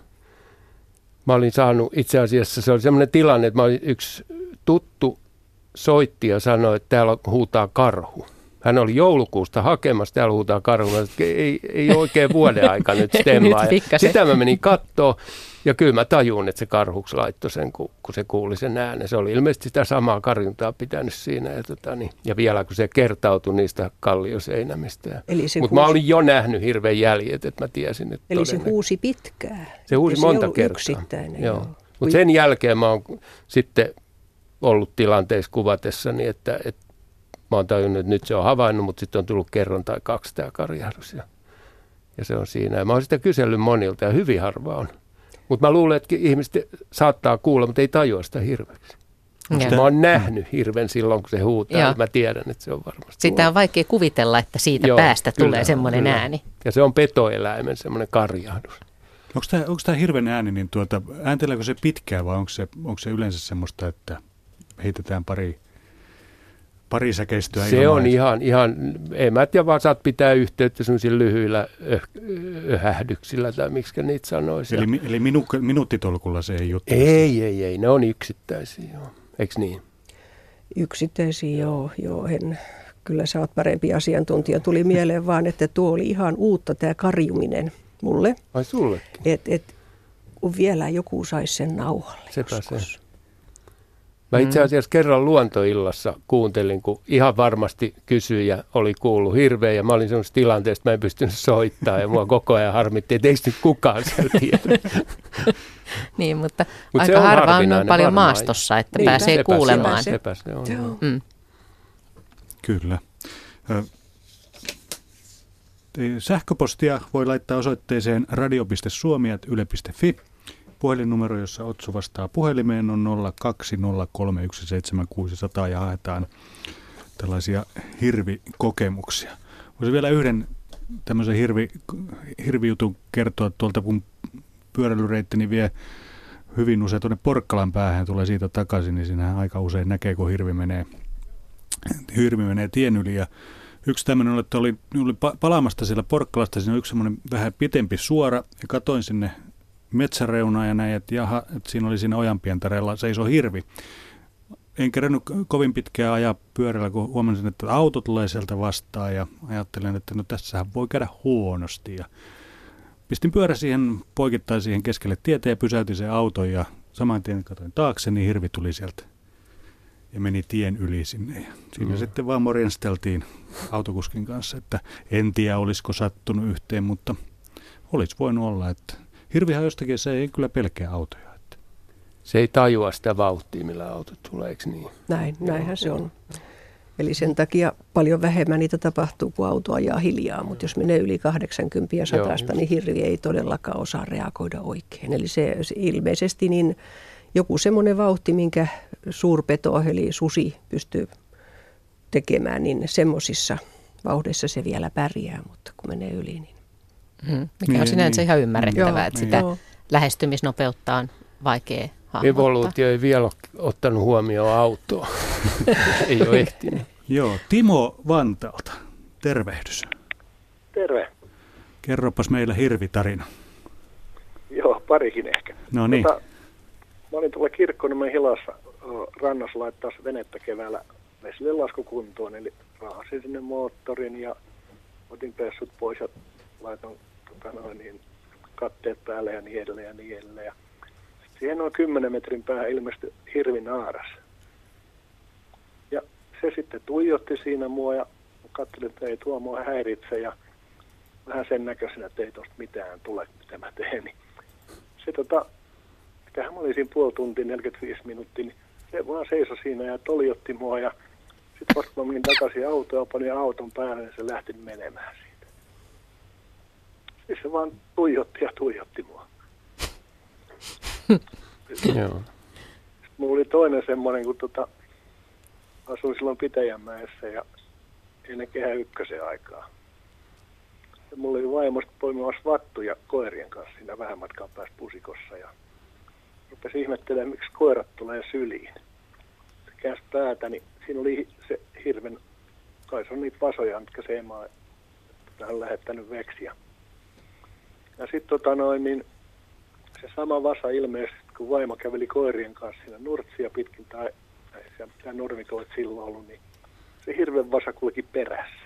mä olin saanut, itse asiassa se oli semmoinen tilanne, että yksi tuttu soitti ja sanoi, että täällä huutaa karhu. Hän oli joulukuusta hakemassa, täällä huutaa karhu. Ei oikein vuoden aika nyt stemmaa. Sitä mä menin kattoo ja kyllä mä tajun, että se karhuksi laittoi sen, kun se kuuli sen äänen. Se oli ilmeisesti sitä samaa karjuntaa pitänyt siinä. Ja vielä kun se kertautui niistä kallioseinämistä. Mutta mä olin jo nähnyt hirveän jäljet, että mä tiesin. Että eli se huusi pitkään. Se huusi monta kertaa. Yksittäinen. Joo. Mutta sen jälkeen mä oon sitten ollut tilanteessa kuvatessani, että mä oon tajunnut, että nyt se on havainnut, mutta sitten on tullut kerran tai kaksi tämä karjahdus. Ja se on siinä. Ja mä oon sitä kysellyt monilta ja hyvin harva on. Mutta mä luulen, että ihmiset saattaa kuulla, mutta ei tajua sitä hirveäksi. Mä oon nähnyt hirven silloin, kun se huutaa. Ja mä tiedän, että se on varmasti. Sitä on vaikea kuvitella, että siitä päästä tulee semmoinen ääni. Ja se on petoeläimen semmoinen karjahdus. Onko tämä hirven ääni, niin äänteleekö se pitkään vai onko se yleensä semmoista, että heitetään pari säkeistöä se on ihan, ei mä tiedä, vaan saat pitää yhteyttä semmoisilla lyhyillä öhähdyksillä tai miksi niitä sanoisi. Eli minuuttitolkulla se ei juttu? Ei, ne on yksittäisiä, joo. Eikö niin? Yksittäisiä, joo. Kyllä sä oot parempi asiantuntija. Tuli mieleen vaan, että tuo oli ihan uutta tämä karjuminen mulle. Ai sullekin? Et vielä joku saisi sen nauhalle sepä joskus. Se. Mä itse asiassa kerran luontoillassa kuuntelin, kun ihan varmasti kysyjä oli kuullut hirveä ja mä olin semmoisessa tilanteessa, että mä en pystynyt soittamaan ja mua koko ajan harmitti, että eikö nyt kukaan siellä tiedä. Niin, mutta aika harva on paljon varmaan maastossa, että niin, pääsee kuulemaan. Sepä se on. Kyllä. Sähköpostia voi laittaa osoitteeseen radio.suomi@yle.fi. Puhelinnumero, jossa Otsu vastaa puhelimeen, on 020317600 ja haetaan tällaisia hirvikokemuksia. Voisin vielä yhden tämmöisen hirvijutun kertoa tuolta, kun pyöräilyreittini vie hyvin usein tuonne Porkkalan päähän ja tulee siitä takaisin, niin siinähän aika usein näkee, kun hirvi menee tien yli. Ja yksi tämmöinen, että oli palaamasta siellä Porkkalasta, siinä on yksi semmoinen vähän pitempi suora ja katoin sinne metsäreunaan ja näin, että siinä oli siinä ojanpientareella seisoi hirvi. En kerännyt kovin pitkään ajaa pyörällä, kun huomasin, että auto tulee sieltä vastaan ja ajattelin, että no tässähän voi käydä huonosti. Ja pistin pyörä poikittain siihen keskelle tietä ja pysäytin sen auton ja saman tien katsoin taakse, niin hirvi tuli sieltä ja meni tien yli sinne. Ja siinä sitten vaan morjensteltiin autokuskin kanssa, että en tiedä olisiko sattunut yhteen, mutta olisi voinut olla, että hirvihän jostakin se ei kyllä pelkää autoja. Että. Se ei tajua sitä vauhtia, millä auto tulee, eikö niin? Näinhän se on. Eli sen takia paljon vähemmän niitä tapahtuu, kun auto ajaa hiljaa, mutta jos menee yli 80 ja 100, niin hirvi ei todellakaan osaa reagoida oikein. Eli se ilmeisesti niin joku semmoinen vauhti, minkä suurpeto eli susi pystyy tekemään, niin semmoisissa vauhdissa se vielä pärjää, mutta kun menee yli, niin... Mikä on sinänsä ihan ymmärrettävää, että sitä lähestymisnopeutta on vaikea hahmottaa. Evoluutio ei vielä ole ottanut huomioon autoa. Ei ole ehtinyt. Joo, Timo Vantaalta. Tervehdys. Terve. Kerropas meillä hirvitarina. Joo, parikin ehkä. No niin. Mä olin tuolla Kirkkoniemen hilassa rannassa laittaa venettä keväällä vesille laskukuntoon, eli raahasin sinne moottorin ja otin pessut pois ja laitoin katteet päälle ja niin edelleen ja niin edelleen. Ja siihen noin 10 metrin päähän ilmestyi hirvinaaras. Ja se sitten tuijotti siinä mua ja katselin, että ei tuo mua häiritse ja vähän sen näköisenä, että ei tuosta mitään tule, mitä mä teen. Niin se mitähän mä olin siinä puoli tuntia, 45 minuuttia, niin se vaan seisoi siinä ja toljotti mua ja sitten vasta mä menin takaisin autoon ja panin auton päälle ja se lähti menemään siitä. Siis se vaan tuijotti mua. Joo. Mulla oli toinen semmoinen, kun asuin silloin Pitäjänmäessä ja ennen Kehä Ykkösen aikaa. Ja mulla oli vaimosta poimimassa vattuja koirien kanssa siinä vähän matkaa päässä pusikossa ja rupesi ihmettelemään, miksi koirat tulee syliin. Se käänsi päätä, niin siinä oli se hirven, kai se on niitä vasoja, mitkä se ema on lähettänyt veksiä. Ja sitten niin se sama vasa ilmeisesti, kun vaimo käveli koirien kanssa siinä nurtsia pitkin, tai mitä nurmit olet silloin ollut, niin se hirven vasa kulki perässä.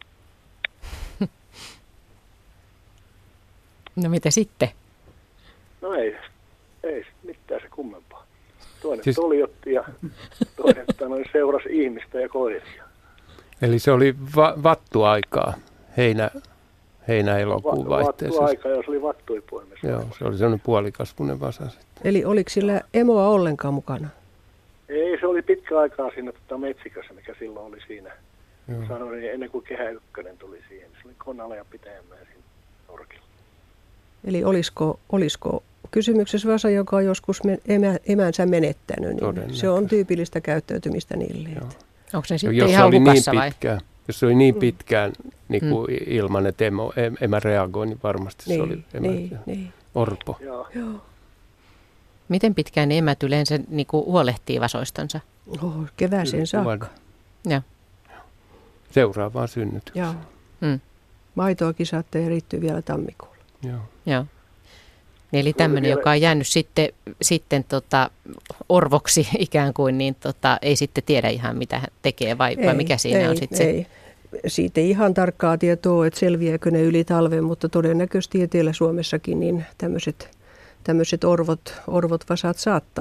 No mitä sitten? No ei mitään se kummempaa. Toinen toljotti ja toinen seurasi ihmistä ja koiria. Eli se oli vattuaikaa, heinä-elokuun vaihteessa. Vattuaikaa, jos oli vattuipoimessa. Joo, se oli sellainen puolikasvuinen vasa sitten. Eli oliko sillä emoa ollenkaan mukana? Ei, se oli pitkä aikaa siinä metsikössä, mikä silloin oli siinä. Sanoin, niin ennen kuin Kehä Ykkönen tuli siihen. Se oli Konala ja Pitäjänmäen siinä nurkilla. Eli olisiko kysymyksessä vasa, joka on joskus emänsä menettänyt, niin se on tyypillistä käyttäytymistä niille. Onko se sitten ihan hukassa vai? Jos se oli niin pitkään niin kuin ilman, että emä reagoi, niin varmasti se oli orpo. Joo. Miten pitkään ne emät yleensä niin kuin huolehtii vasoistansa? Kevääseen saakka. Joo. Seuraavaan synnytykseen. Joo. Maitoakin saatte erittyä vielä tammikuulla. Joo. Eli tämmöinen, joka on jäänyt sitten orvoksi ikään kuin, niin ei sitten tiedä ihan mitä hän tekee vai mikä siinä on sitten se? Siitä ei ihan tarkkaa tietoa, että selviääkö ne yli talven, mutta todennäköisesti Etelä-Suomessakin niin tämmöiset orvot vasat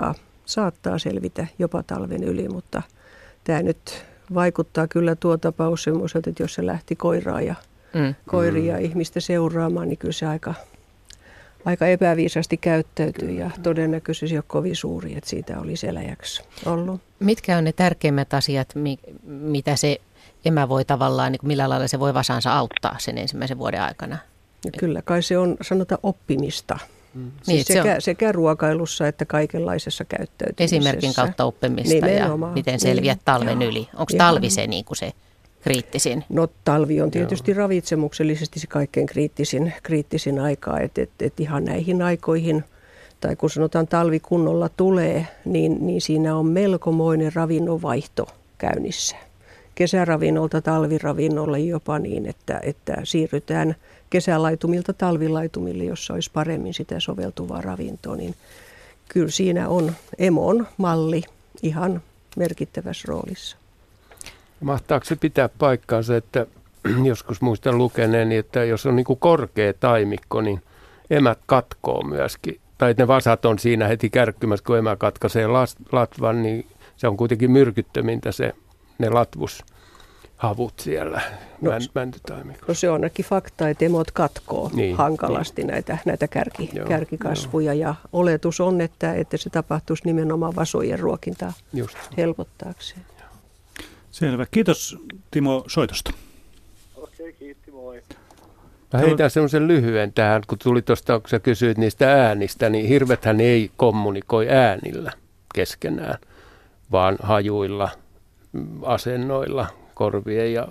saattaa selvitä jopa talven yli, mutta tämä nyt vaikuttaa kyllä tuo tapaus semmoiselta, että jos se lähti koiria ihmistä seuraamaan, niin kyllä se aika epäviisasti käyttäytyy ja todennäköisesti ei ole kovin suuri, että siitä oli seläjäksi ollut. Mitkä on ne tärkeimmät asiat, mitä se emä voi tavallaan, niin millä lailla se voi vasansa auttaa sen ensimmäisen vuoden aikana? Ja kyllä kai se on, sanotaan, oppimista. Niin, Siis sekä ruokailussa että kaikenlaisessa käyttäytymisessä. Esimerkin kautta oppimista nimenomaan. Ja miten selviät talven yli. Onko talvi se, niin kuin se kriittisin? No talvi on tietysti ravitsemuksellisesti se kaikkein kriittisin aika, että ihan näihin aikoihin, tai kun sanotaan talvi kunnolla tulee, niin siinä on melkomoinen ravinnonvaihto käynnissä. Kesäravinnolta talviravinnolle jopa niin, että siirrytään kesälaitumilta talvilaitumille, jossa olisi paremmin sitä soveltuvaa ravintoa, niin kyllä siinä on emon malli ihan merkittävässä roolissa. Mahtaako se pitää paikkaansa, että joskus muistan lukeneeni, että jos on niin kuin korkea taimikko, niin emät katkoo myöskin. Tai että ne vasat on siinä heti kärkkymässä, kun emä katkaisee latvan, niin se on kuitenkin myrkyttömintä ne latvushavut siellä mäntytaimikossa. No se on ainakin fakta, että emot katkoo hankalasti näitä kärkikasvuja ja oletus on, että se tapahtuisi nimenomaan vasojen ruokintaa helpottaakseen. Selvä. Kiitos Timo soitosta. Okei, kiitti, moi. Mä heitän semmoisen lyhyen tähän, kun tuli tuosta, kun sä kysyit niistä äänistä, niin hirvethän ei kommunikoi äänillä keskenään, vaan hajuilla, asennoilla, korvien ja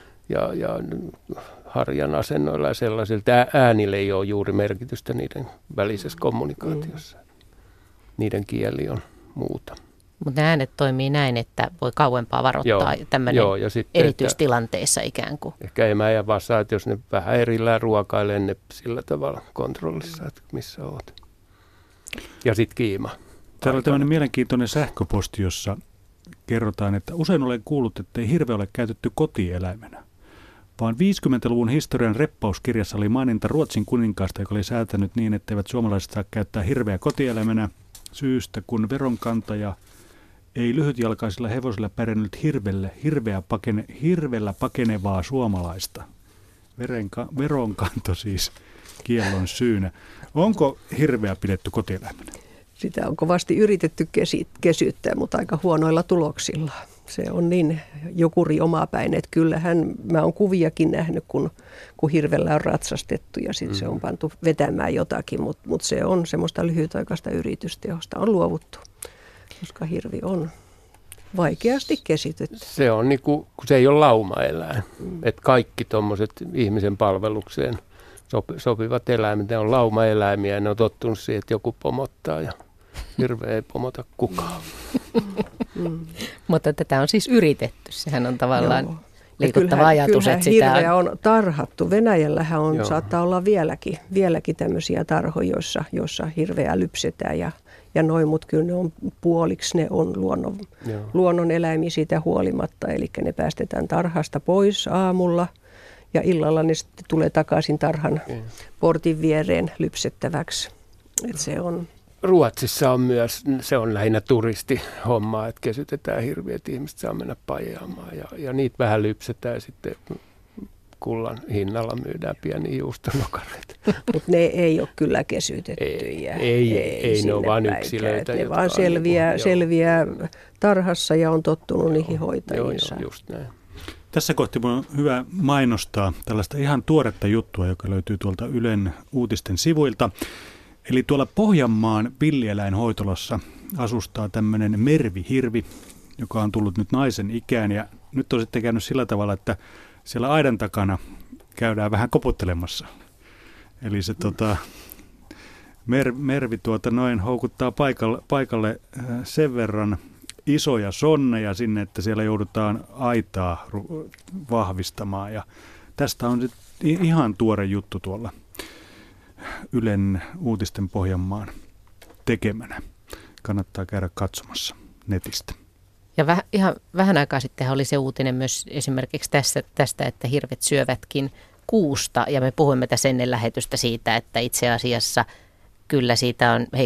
harjan asennoilla ja sellaisilla. Äänille ei ole juuri merkitystä niiden välisessä kommunikaatiossa. Niiden kieli on muuta. Mutta ne äänet toimii näin, että voi kauempaa varoittaa tämmöinen erityistilanteessa ikään kuin. Ehkä emä ja vasa, että jos ne vähän erillään ruokailee, ne sillä tavalla kontrollissa, että missä oot. Ja sitten kiima. Täällä on tämmöinen mielenkiintoinen sähköposti, jossa kerrotaan, että usein olen kuullut, että ei hirveä ole käytetty kotieläimenä. Vaan 50-luvun historian reppauskirjassa oli maininta Ruotsin kuninkaasta, joka oli säätänyt niin, etteivät suomalaiset saa käyttää hirveä kotieläimenä syystä, kun veronkantaja ei lyhytjalkaisilla hevosilla pärjännyt hirvellä pakenevaa suomalaista. Veronkanto siis kiellon syynä. Onko hirveä pidetty kotieläimenä? Sitä on kovasti yritetty kesyttää, mutta aika huonoilla tuloksilla. Se on niin jokuri omapäin, että kyllähän mä oon kuviakin nähnyt, kun hirvellä on ratsastettu ja sitten se on pantu vetämään jotakin, mutta se on semmoista lyhytaikaista yritystehosta on luovuttu, koska hirvi on vaikeasti kesytetty. Se on niin kuin, kun se ei ole laumaeläin, että kaikki tuommoiset ihmisen palvelukseen sopivat eläimet, ne on laumaeläimiä ja ne on tottunut siihen, että joku pomottaa ja hirveä ei pomota kukaan. Mutta tätä on siis yritetty. Sehän on tavallaan liikuttava ajatus. Kyllähän hirveä on tarhattu. Venäjällähän saattaa olla vieläkin tämmöisiä tarhoja, joissa hirveä lypsetään ja noin, mutta kyllä ne on puoliksi, ne on luonnon eläimiä siitä huolimatta. Eli ne päästetään tarhasta pois aamulla ja illalla ne sitten tulee takaisin tarhan portin viereen lypsettäväksi. Et se on... Ruotsissa on myös, se on lähinnä turistihommaa, että kesytetään hirviä, että ihmiset saa mennä pajaamaan ja niitä vähän lypsetään ja sitten kullan hinnalla myydään pieniä juustonokareita. Mutta ne ei ole kyllä kesytettyjä. Ei ne ole vain yksilöitä. Ne vaan selviää tarhassa ja on tottunut niihin hoitajiinsa. Joo, just näin. Tässä kohti on hyvä mainostaa tällaista ihan tuoretta juttua, joka löytyy tuolta Ylen uutisten sivuilta. Eli tuolla Pohjanmaan villieläinhoitolassa asustaa tämmöinen mervihirvi, joka on tullut nyt naisen ikään. Ja nyt on sitten käynyt sillä tavalla, että siellä aidan takana käydään vähän koputtelemassa. Eli se mervi noin houkuttaa paikalle sen verran isoja sonneja sinne, että siellä joudutaan aitaa vahvistamaan. Ja tästä on ihan tuore juttu tuolla Ylen uutisten Pohjanmaan tekemänä. Kannattaa käydä katsomassa netistä. Ja ihan vähän aikaa sitten oli se uutinen myös esimerkiksi tästä, että hirvet syövätkin kuusta. Ja me puhuimme tässä ennen lähetystä siitä, että itse asiassa kyllä siitä on Heikki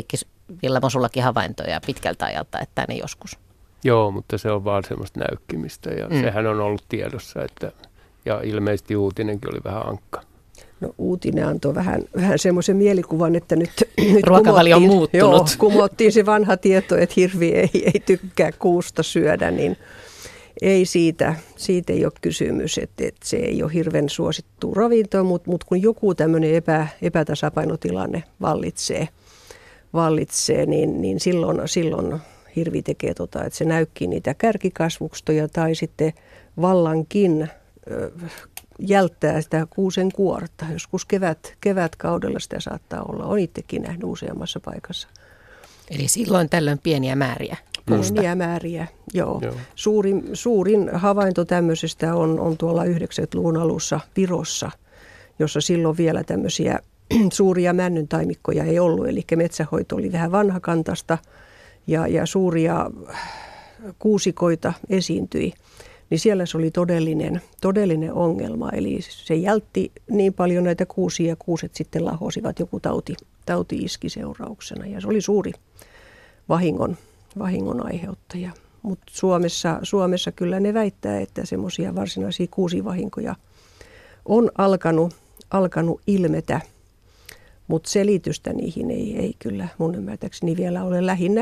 Villamo sullakin havaintoja pitkältä ajalta, että ne joskus. Joo, mutta se on vaan semmoista näykkimistä ja sehän on ollut tiedossa, ja ilmeisesti uutinenkin oli vähän ankka. No uutinen antoi vähän semmoisen mielikuvan, että nyt ruokavalio on muuttunut. Kumottiin se vanha tieto, että hirvi ei tykkää kuusta syödä, niin ei siitä ei ole kysymys, että se ei ole hirveän suosittu ravinto, mutta kun joku tämmöinen epätasapainotilanne vallitsee niin silloin hirvi tekee että se näykkii niitä kärkikasvustoja tai sitten vallankin jälttää sitä kuusen kuorta. Joskus kevätkaudella sitä saattaa olla. Olen itsekin nähnyt useammassa paikassa. Eli silloin tällöin pieniä määriä kuusta. Pieniä määriä, joo. Suurin havainto tämmöisestä on tuolla 90-luvun alussa Virossa, jossa silloin vielä tämmöisiä suuria männyntaimikkoja ei ollut. Eli metsähoito oli vähän vanhakantasta ja suuria kuusikoita esiintyi. Niin siellä se oli todellinen ongelma. Eli se jältti niin paljon näitä kuusia ja kuuset sitten lahosivat, joku tauti iski seurauksena. Ja se oli suuri vahingon aiheuttaja. Mutta Suomessa kyllä ne väittää, että semmoisia varsinaisia kuusivahinkoja on alkanut ilmetä. Mutta selitystä niihin ei kyllä mun ymmärtääkseni vielä ole, lähinnä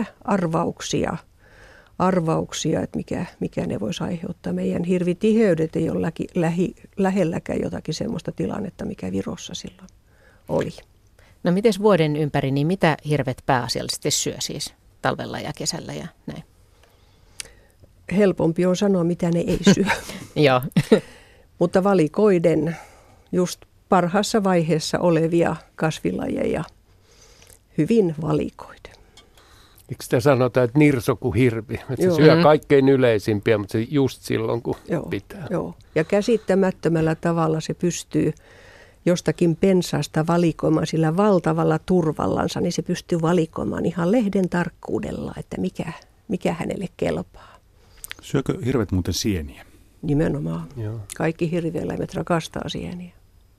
arvauksia, että mikä ne voisi aiheuttaa. Meidän hirvitiheydet ei ole lähelläkään jotakin sellaista tilannetta, mikä Virossa silloin oli. No mites vuoden ympäri, niin mitä hirvet pääasiallisesti syö siis talvella ja kesällä ja näin? Helpompi on sanoa, mitä ne ei syö. Joo. Mutta valikoiden just parhaassa vaiheessa olevia kasvilajeja hyvin valikoiden. Eikö sitä sanota, että nirso kuin hirvi? Että se syö kaikkein yleisimpiä, mutta se just silloin, kun pitää. Joo, ja käsittämättömällä tavalla se pystyy jostakin pensaasta valikoimaan sillä valtavalla turvallansa, niin se pystyy valikoimaan ihan lehden tarkkuudella, että mikä hänelle kelpaa. Syökö hirvet muuten sieniä? Nimenomaan. Joo. Kaikki hirvieläimet rakastaa sieniä.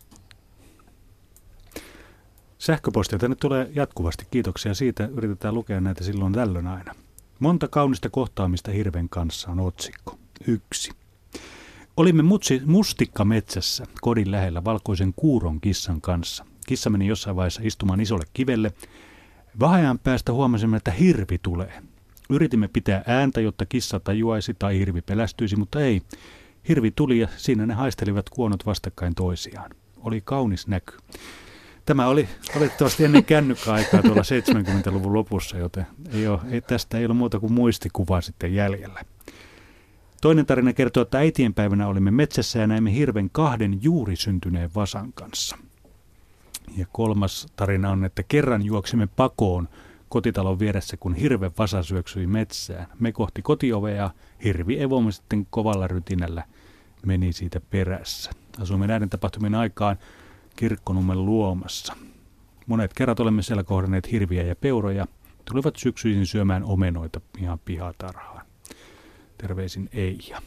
Sähköpostia tänne tulee jatkuvasti. Kiitoksia siitä. Yritetään lukea näitä silloin tällöin aina. Monta kaunista kohtaamista hirven kanssa on otsikko. 1. Olimme mustikkametsässä kodin lähellä valkoisen kuuron kissan kanssa. Kissa meni jossain vaiheessa istumaan isolle kivelle. Vähän päästä huomasimme, että hirvi tulee. Yritimme pitää ääntä, jotta kissa tajuaisi tai hirvi pelästyisi, mutta ei. Hirvi tuli ja siinä ne haistelivat kuonot vastakkain toisiaan. Oli kaunis näky. Tämä oli valitettavasti ennen kännykkäaikaa tuolla 70-luvun lopussa, joten tästä ei ole muuta kuin muistikuva sitten jäljellä. Toinen tarina kertoo, että äitienpäivänä olimme metsässä ja näimme hirven 2 juuri syntyneen vasan kanssa. Ja kolmas tarina on, että kerran juoksimme pakoon kotitalon vieressä, kun hirven vasa syöksyi metsään. Me kohti kotiovea, hirvi evomme sitten kovalla rytinällä meni siitä perässä. Asuimme näiden tapahtumien aikaan Kirkkonummen Luomassa. Monet kerrat olemme siellä kohdanneet hirviä ja peuroja. Tulivat syksyisin syömään omenoita ihan pihatarhaan. Terveisin Eija.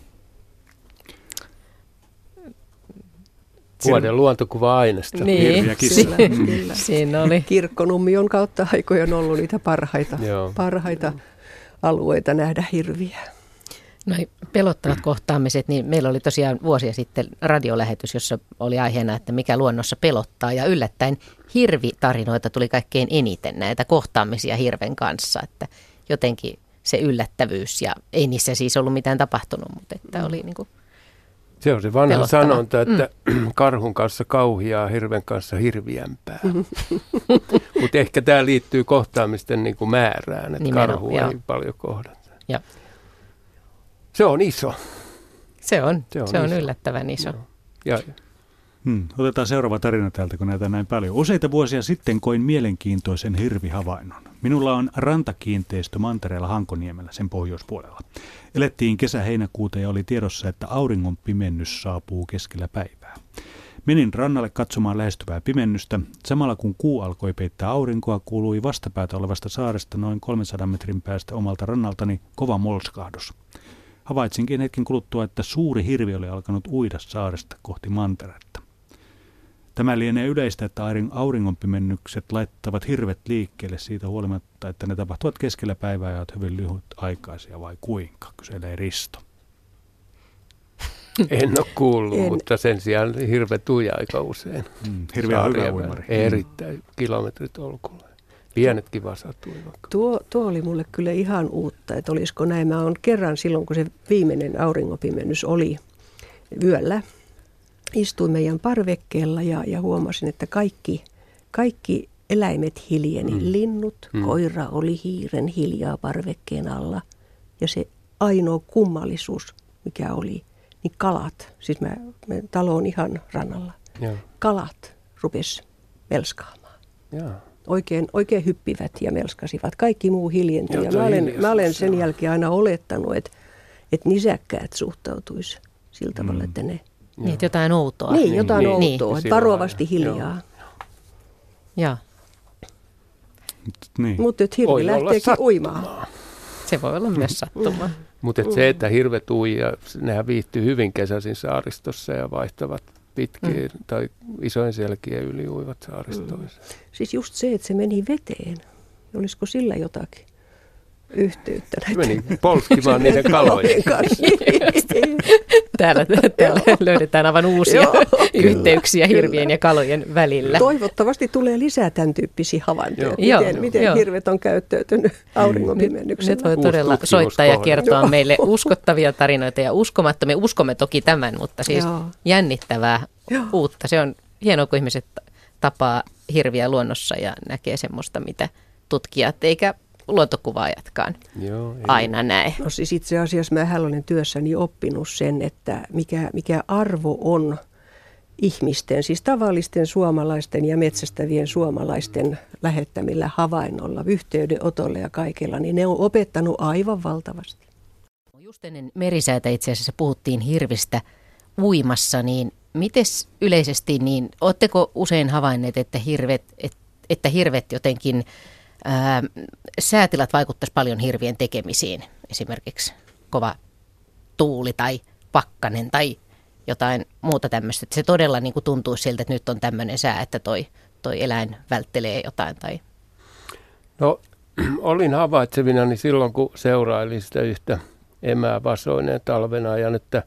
Vuoden luontokuva-aineesta. Niin, Hirviä kissa. Kyllä. Siinä oli. Kirkkonummi on kautta aikojen ollut niitä parhaita alueita nähdä hirviä. No pelottavat kohtaamiset, niin meillä oli tosiaan vuosia sitten radiolähetys, jossa oli aiheena, että mikä luonnossa pelottaa. Ja yllättäen hirvitarinoita tuli kaikkein eniten näitä kohtaamisia hirven kanssa, että jotenkin se yllättävyys ja ei niissä siis ollut mitään tapahtunut, mutta että oli niin kuin se on se vanha pelottava sanonta, että karhun kanssa kauhiaa, hirven kanssa hirviämpää. Mutta ehkä tämä liittyy kohtaamisten niin kuin määrään, että karhua ei paljon kohdata. Ja. Se on iso. Se on iso. yllättävän iso. Ja. Otetaan seuraava tarina täältä, kun näitä näin paljon. Useita vuosia sitten koin mielenkiintoisen hirvihavainnon. Minulla on rantakiinteistö Mantereella Hankoniemellä, sen pohjoispuolella. Elettiin kesä-heinäkuuta ja oli tiedossa, että auringon pimennys saapuu keskellä päivää. Menin rannalle katsomaan lähestyvää pimennystä. Samalla kun kuu alkoi peittää aurinkoa, kuului vastapäätä olevasta saaresta noin 300 metrin päästä omalta rannaltani kova molskahdus. Havaitsinkin hetken kuluttua, että suuri hirvi oli alkanut uida saaresta kohti manteretta. Tämä lienee yleistä, että auringonpimennykset laittavat hirvet liikkeelle siitä huolimatta, että ne tapahtuvat keskellä päivää ja ovat hyvin lyhytaikaisia, vai kuinka, kyselee Risto. En ole kuullut, mutta sen sijaan hirvet uija aika usein. Hirveä hyvä uimari. Erittäin kilometritolkulla. Pienetkin vasat uivat. Tuo oli mulle kyllä ihan uutta, että olisiko näin. Mä oon kerran silloin, kun se viimeinen auringonpimennys oli yöllä, istuin meidän parvekkeella ja huomasin, että kaikki eläimet hiljeni. Linnut, koira oli hiiren hiljaa parvekkeen alla. Ja se ainoa kummallisuus, mikä oli, niin kalat, siis talo on ihan rannalla, kalat rupes melskaamaan. Oikein hyppivät ja melskasivat. Kaikki muu hiljentyi. Ja mä olen sen jälkeen aina olettanut, että nisäkkäät suhtautuisi sillä tavalla, että ne... Niin, että jotain outoa. Niin, jotain outoa, että varovasti hiljaa. Joo. Niin. Mutta että hirvi lähteekin uimaan. Se voi olla myös sattumaa. Mutta se, että hirvet uijaa, nehän viihtyy hyvin kesäisin saaristossa ja vaihtavat pitkiä tai isojen selkien yli uivat saaristoissa. Siis just se, että se meni veteen. Olisiko sillä jotakin yhteyttä? Meni polskimaan niiden kalojen kanssa. Täällä löydetään aivan uusia yhteyksiä hirvien ja kalojen välillä. Toivottavasti tulee lisää tämän tyyppisiä havaintoja. Miten hirvet on käyttäytynyt auringonpimennyksellä. Nyt voi todella soittaa ja kertoa meille uskottavia tarinoita ja uskomattomia. Uskomme toki tämän, mutta siis jännittävää uutta. Se on hienoa, kun ihmiset tapaa hirviä luonnossa ja näkee semmoista, mitä tutkijat eikä luontokuvaajatkaan aina näe. No siis itse asiassa mä olen työssäni oppinut sen, että mikä arvo on ihmisten, siis tavallisten suomalaisten ja metsästävien suomalaisten lähettämillä havainnolla, yhteydenotolla ja kaikella, niin ne on opettanut aivan valtavasti. Just ennen merisäätä itse asiassa puhuttiin hirvistä uimassa, niin mites yleisesti, niin ootteko usein havainneet, että hirvet jotenkin säätilat vaikuttaisi paljon hirvien tekemisiin, esimerkiksi kova tuuli tai pakkanen tai jotain muuta tämmöistä. Että se todella niin kuin tuntuu siltä, että nyt on tämmöinen sää, että toi eläin välttelee jotain. Tai... No olin havaitsevinani silloin, kun seurailin sitä yhtä emää vasoineen talven ajan, että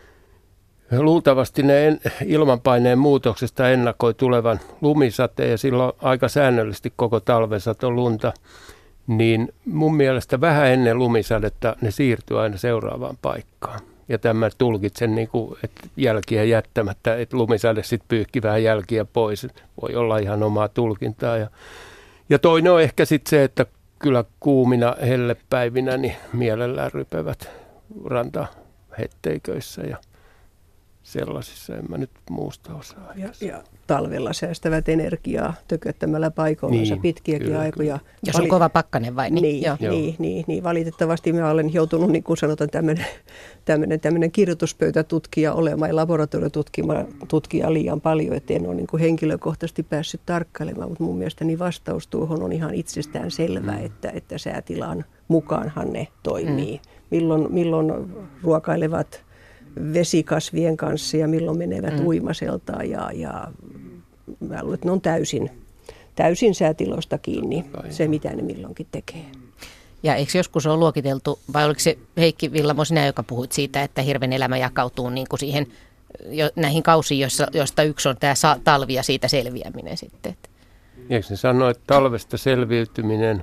luultavasti ne ilmanpaineen muutoksesta ennakoi tulevan lumisateen ja silloin aika säännöllisesti koko talven sato lunta, niin mun mielestä vähän ennen lumisadetta ne siirtyy aina seuraavaan paikkaan. Ja tämä tulkitsen niin kuin, että jälkiä jättämättä, että lumisade sitten pyyhki vähän jälkiä pois. Voi olla ihan omaa tulkintaa. Ja toinen on ehkä sitten se, että kyllä kuumina hellepäivinä niin mielellään rypevät rantahetteiköissä ja sellaisissa, en mä nyt muusta osaa. Ja talvella säästävät energiaa tököttämällä paikoillansa pitkiäkin aikoja. Jos on kova pakkanen vai? Niin, valitettavasti mä olen joutunut, niin kuin sanotaan, tämmöinen kirjoituspöytätutkija olemaan ja laboratoriotutkija liian paljon, että en ole niin kuin henkilökohtaisesti päässyt tarkkailemaan, mutta mun mielestäni vastaus tuohon on ihan itsestään selvä, että säätilan mukaanhan ne toimii. Milloin ruokailevat vesikasvien kanssa ja milloin menevät uimaseltaan ja mä luulen, että ne on täysin säätiloista kiinni, se mitä ne milloinkin tekee. Ja eikö joskus ole luokiteltu, vai oliko se Heikki Villamo sinä, joka puhuit siitä, että hirven elämä jakautuu niin kuin siihen, näihin kausiin, joista yksi on tämä talvi ja siitä selviäminen sitten? Eikö ne sano, että talvesta selviytyminen,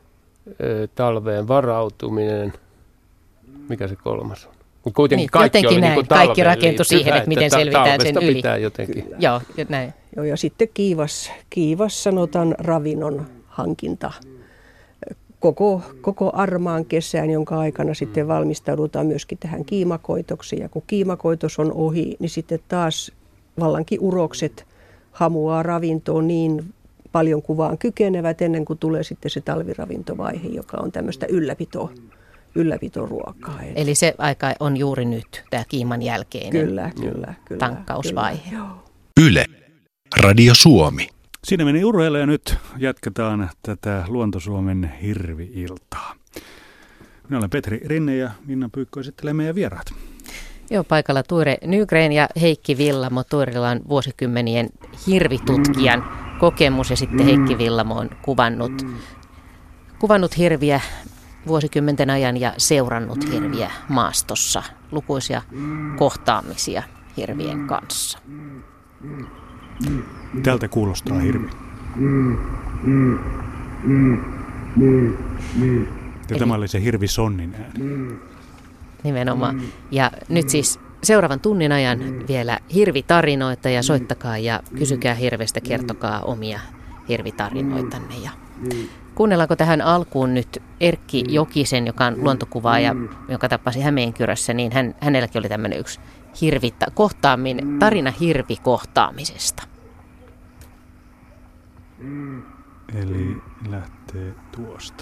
talveen varautuminen, mikä se kolmas on? Kuitenkin kaikki oli niin kuin kaikki rakentui siihen, että miten selvitään sen yli. Pitää jotenkin. Joo, näin. Joo, ja sitten kiivas sanotaan ravinnon hankinta koko armaan kesään, jonka aikana sitten valmistaudutaan myöskin tähän kiimakoitokseen. Ja kun kiimakoitos on ohi, niin sitten taas vallankin urokset hamuaa ravintoon niin paljon kuin vaan kykenevät ennen kuin tulee sitten se talviravintovaihe, joka on tämmöistä ylläpitoruokaa. Eli se aika on juuri nyt, tämä kiiman jälkeinen kyllä, tankkausvaihe. Kyllä. Yle, Radio Suomi. Siinä meni urheilu ja nyt jatketaan tätä Luontosuomen hirvi-iltaa. Minä olen Petri Rinne ja Minna Pyykko esittelee meidän vieraat. Joo, paikalla Ture Nygren ja Heikki Villamo. Turella on vuosikymmenien hirvitutkijan kokemus ja sitten Heikki Villamo on kuvannut hirviä vuosikymmenten ajan ja seurannut hirviä maastossa. Lukuisia kohtaamisia hirvien kanssa. Tältä kuulostaa hirvi. Ja tämä oli se hirvisonnin ääni. Nimenomaan. Ja nyt siis seuraavan tunnin ajan vielä hirvitarinoita ja soittakaa ja kysykää hirvestä, kertokaa omia hirvitarinoitanne. Ja kuunnellaanko tähän alkuun nyt Erkki Jokisen, joka on luontokuvaaja, joka tapasi Hämeenkyrössä, niin hänelläkin oli tämmöinen yksi tarina hirvikohtaamisesta. Eli lähtee tuosta.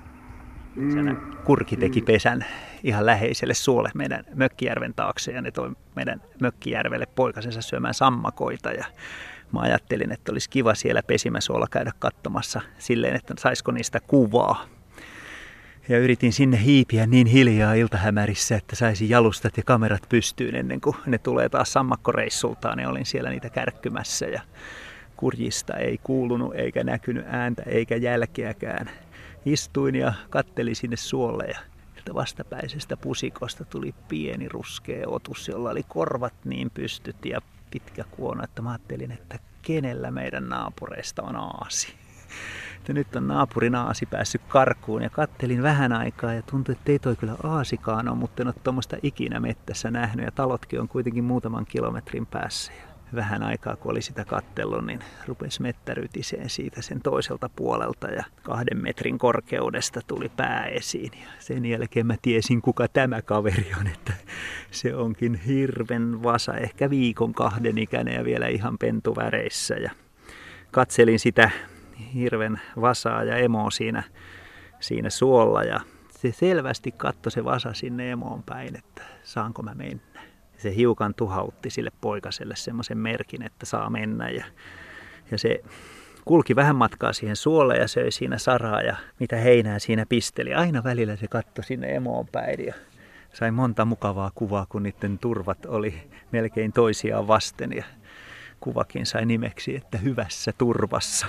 Kurki teki pesän ihan läheiselle suolle meidän mökkijärven taakse ja ne toi meidän mökkijärvelle poikasensa syömään sammakoita ja mä ajattelin, että olisi kiva siellä pesimäsuolla käydä katsomassa silleen, että saisiko niistä kuvaa. Ja yritin sinne hiipiä niin hiljaa iltahämärissä, että saisin jalustat ja kamerat pystyyn ennen kuin ne tulee taas sammakkoreissultaan. Ja olin siellä niitä kärkkymässä ja kurjista ei kuulunut eikä näkynyt ääntä eikä jälkeäkään. Istuin ja kattelin sinne suolle ja vastapäisestä pusikosta tuli pieni ruskea otus, jolla oli korvat niin pystyt ja pitkä kuono, että mä ajattelin, että kenellä meidän naapureista on aasi. Että nyt on naapurin aasi päässyt karkuun ja kattelin vähän aikaa ja tuntui, että ei toi kyllä aasikaan ole, mutta en ole tuommoista ikinä mettässä nähnyt ja talotkin on kuitenkin muutaman kilometrin päässä. Vähän aikaa kun oli sitä kattellut, niin rupesi mettä rytiseen siitä sen toiselta puolelta ja 2 metrin korkeudesta tuli pää esiin. Ja sen jälkeen mä tiesin, kuka tämä kaveri on, että se onkin hirven vasa, ehkä 1-2 viikon ikäinen ja vielä ihan pentuväreissä. Ja katselin sitä hirven vasaa ja emoa siinä suolla ja se selvästi katsoi se vasa sinne emoon päin, että saanko mä mennä. Se hiukan tuhautti sille poikaselle semmoisen merkin, että saa mennä ja se kulki vähän matkaa siihen suolle ja söi siinä saraa ja mitä heinää siinä pisteli. Aina välillä se katsoi sinne emoon päin ja sai monta mukavaa kuvaa, kun niiden turvat oli melkein toisiaan vasten ja kuvakin sai nimeksi, että hyvässä turvassa.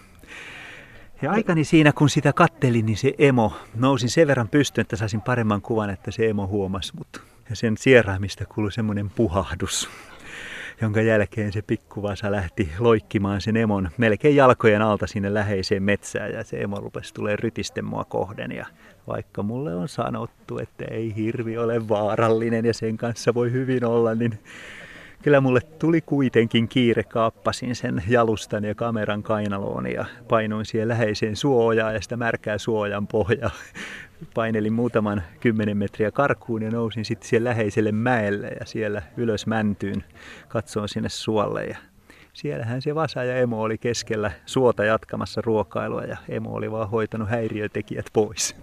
Ja aikani siinä, kun sitä kattelin, niin se emo nousi sen verran pystyyn, että saisin paremman kuvan, että se emo huomasi mut. Ja sen sieraimista kuului semmoinen puhahdus, jonka jälkeen se pikkuvasa lähti loikkimaan sen emon melkein jalkojen alta sinne läheiseen metsään. Ja se emo rupesi tulemaan rytisten mua kohden. Ja vaikka mulle on sanottu, että ei hirvi ole vaarallinen ja sen kanssa voi hyvin olla, niin kyllä mulle tuli kuitenkin kiire, kaappasin sen jalustan ja kameran kainaloon ja painuin siihen läheiseen suojaan ja sitä märkää suojan pohjaa. Painelin muutaman 10 metriä karkuun ja nousin sitten siihen läheiselle mäelle ja siellä ylös mäntyyn katsoin sinne suolle. Ja siellähän se vasa ja emo oli keskellä suota jatkamassa ruokailua ja emo oli vaan hoitanut häiriötekijät pois.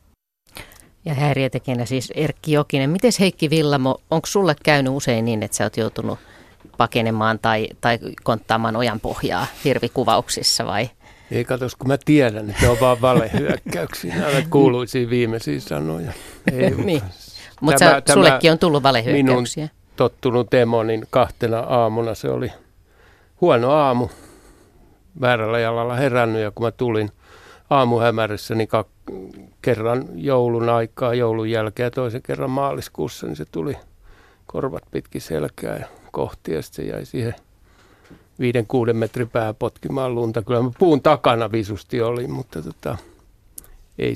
Ja häiriötekijänä siis Erkki Jokinen. Mites Heikki Villamo, onko sulle käynyt usein niin, että sä oot joutunut pakenemaan tai konttaamaan ojan pohjaa hirvikuvauksissa vai? Ei katos, kun mä tiedän, että ne on vaan valehyökkäyksiä. Nämä kuuluisia viimeisiä sanoja. Niin. Mutta sullekin on tullut valehyökkäyksiä. Minun tottunut emo, niin 2 aamuna se oli huono aamu. Väärällä jalalla herännyt ja kun mä tulin aamuhämärissä, niin kerran joulun aikaa, joulun jälkeen ja toisen kerran maaliskuussa, niin se tuli korvat pitkin selkää ja kohti ja sitten se jäi siihen 5-6 metrin päähän potkimaan lunta. Kyllä mä puun takana visusti olin, mutta ei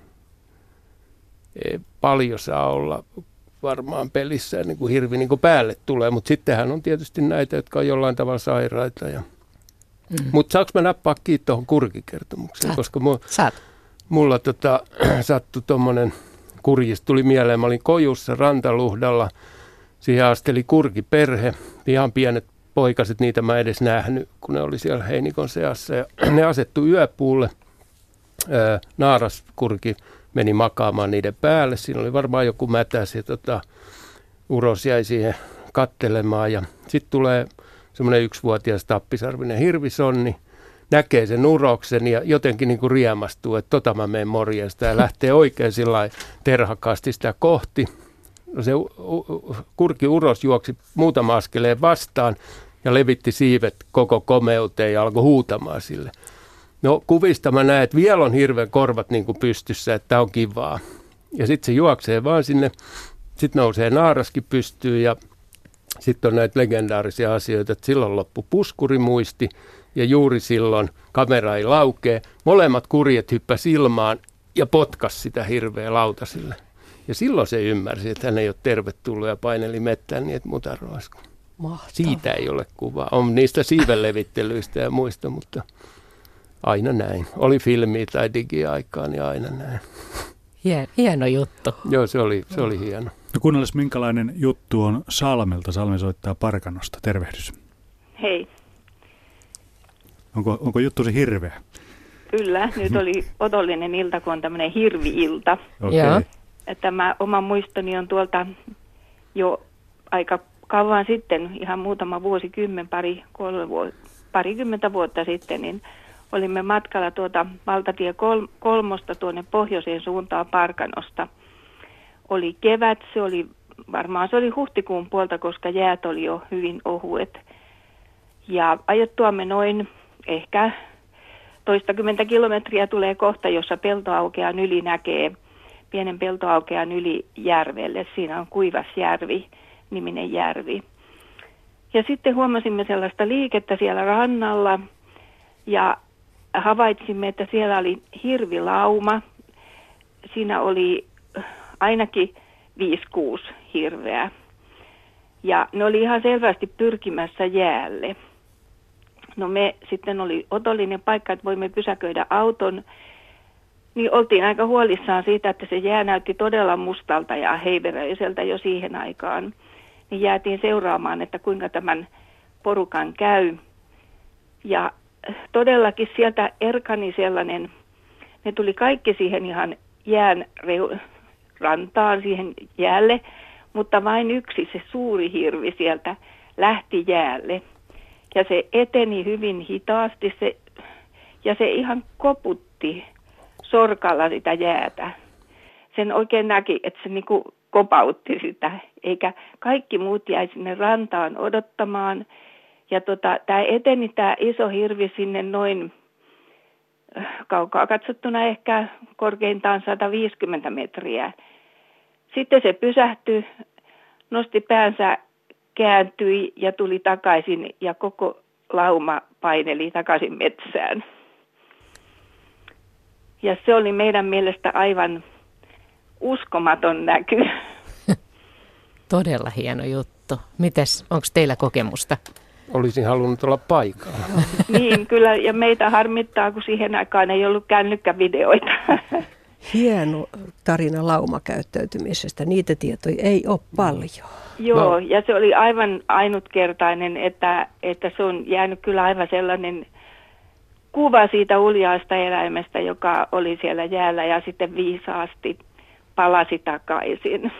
paljon saa olla varmaan pelissä niin kuin hirvi niin kuin päälle tulee, mutta sittenhän on tietysti näitä, jotka on jollain tavalla sairaita. Mutta saanko mä nappaa kiinni tuohon kurkikertomukseen, koska mulla sattui tuommoinen kurjista, tuli mieleen, mä olin Kojussa Rantaluhdalla, siihen asteli kurkiperhe, ihan pienet poikaset, niitä mä edes nähnyt, kun ne oli siellä heinikon seassa ja ne asettui yöpuulle, naaraskurki meni makaamaan niiden päälle, siinä oli varmaan joku mätäs ja uros jäi siihen kattelemaan ja sitten tulee semmoinen 1-vuotias tappisarvinen hirvisonni, näkee sen uroksen ja jotenkin niin kuin riemastuu, että mä menen morjesta ja lähtee oikein sillä terhakkaasti sitä kohti. No se kurkiuros juoksi muutama askeleen vastaan ja levitti siivet koko komeuteen ja alkoi huutamaan sille. No kuvista mä näen, että vielä on hirveän korvat niin kuin pystyssä, että tää on kivaa. Ja sitten se juoksee vaan sinne, sitten nousee naaraskin pystyyn ja sitten on näitä legendaarisia asioita, että silloin loppui puskurimuisti ja juuri silloin kamera ei laukee. Molemmat kurjet hyppäsi ilmaan ja potkas sitä hirveä lautasille. Ja silloin se ymmärsi, että hän ei ole tervetullut ja paineli mettään niin, että muta roiskui. Siitä ei ole kuvaa. On niistä siivenlevittelyistä ja muista, mutta aina näin. Oli filmiä tai digiaikaa, niin aina näin. Hieno juttu. Joo, se oli hieno. No kuunnellaan, minkälainen juttu on Salmelta. Salme soittaa Parkanosta. Tervehdys. Hei. Onko juttusi hirveä? Kyllä, nyt oli otollinen ilta, kun on tämmöinen hirvi-ilta. Okay. Että oma muistoni on tuolta jo aika kauan sitten, ihan muutama vuosikymmen, parikymmentä vuotta sitten, niin olimme matkalla tuota valtatie 3 tuonne pohjoiseen suuntaan Parkanosta. Oli kevät, se oli huhtikuun puolta, koska jäät oli jo hyvin ohuet. Ja ajettuamme noin ehkä toistakymmentä kilometriä tulee kohta, jossa peltoaukean yli näkee, pienen peltoaukean yli järvelle. Siinä on Kuivasjärvi-niminen järvi. Ja sitten huomasimme sellaista liikettä siellä rannalla ja havaitsimme, että siellä oli hirvilauma. Siinä oli ainakin 5-6 hirveä. Ja ne oli ihan selvästi pyrkimässä jäälle. No me sitten oli otollinen paikka, että voimme pysäköidä auton. Niin oltiin aika huolissaan siitä, että se jää näytti todella mustalta ja heiveröiseltä jo siihen aikaan. Niin jäätiin seuraamaan, että kuinka tämän porukan käy. Ja todellakin sieltä erkani sellainen, ne tuli kaikki siihen ihan jään rantaan, siihen jäälle, mutta vain yksi, se suuri hirvi sieltä lähti jäälle. Ja se eteni hyvin hitaasti ja se ihan koputti sorkalla sitä jäätä. Sen oikein näki, että se niinku kopautti sitä, eikä kaikki muut jäi sinne rantaan odottamaan. Ja tämä eteni tämä iso hirvi sinne noin kaukaa katsottuna ehkä korkeintaan 150 metriä. Sitten se pysähtyi, nosti päänsä, kääntyi ja tuli takaisin ja koko lauma paineli takaisin metsään. Ja se oli meidän mielestä aivan uskomaton näky. Todella hieno juttu. Mites, onko teillä kokemusta? Olisin halunnut olla paikalla. Niin, kyllä, ja meitä harmittaa, kun siihen aikaan ei ollut kännykkävideoita. Hieno tarina laumakäyttäytymisestä. Niitä tietoja ei ole paljon. Joo, ja se oli aivan ainutkertainen, että se on jäänyt kyllä aivan sellainen kuva siitä uljaasta eläimestä, joka oli siellä jäällä ja sitten viisaasti palasi takaisin.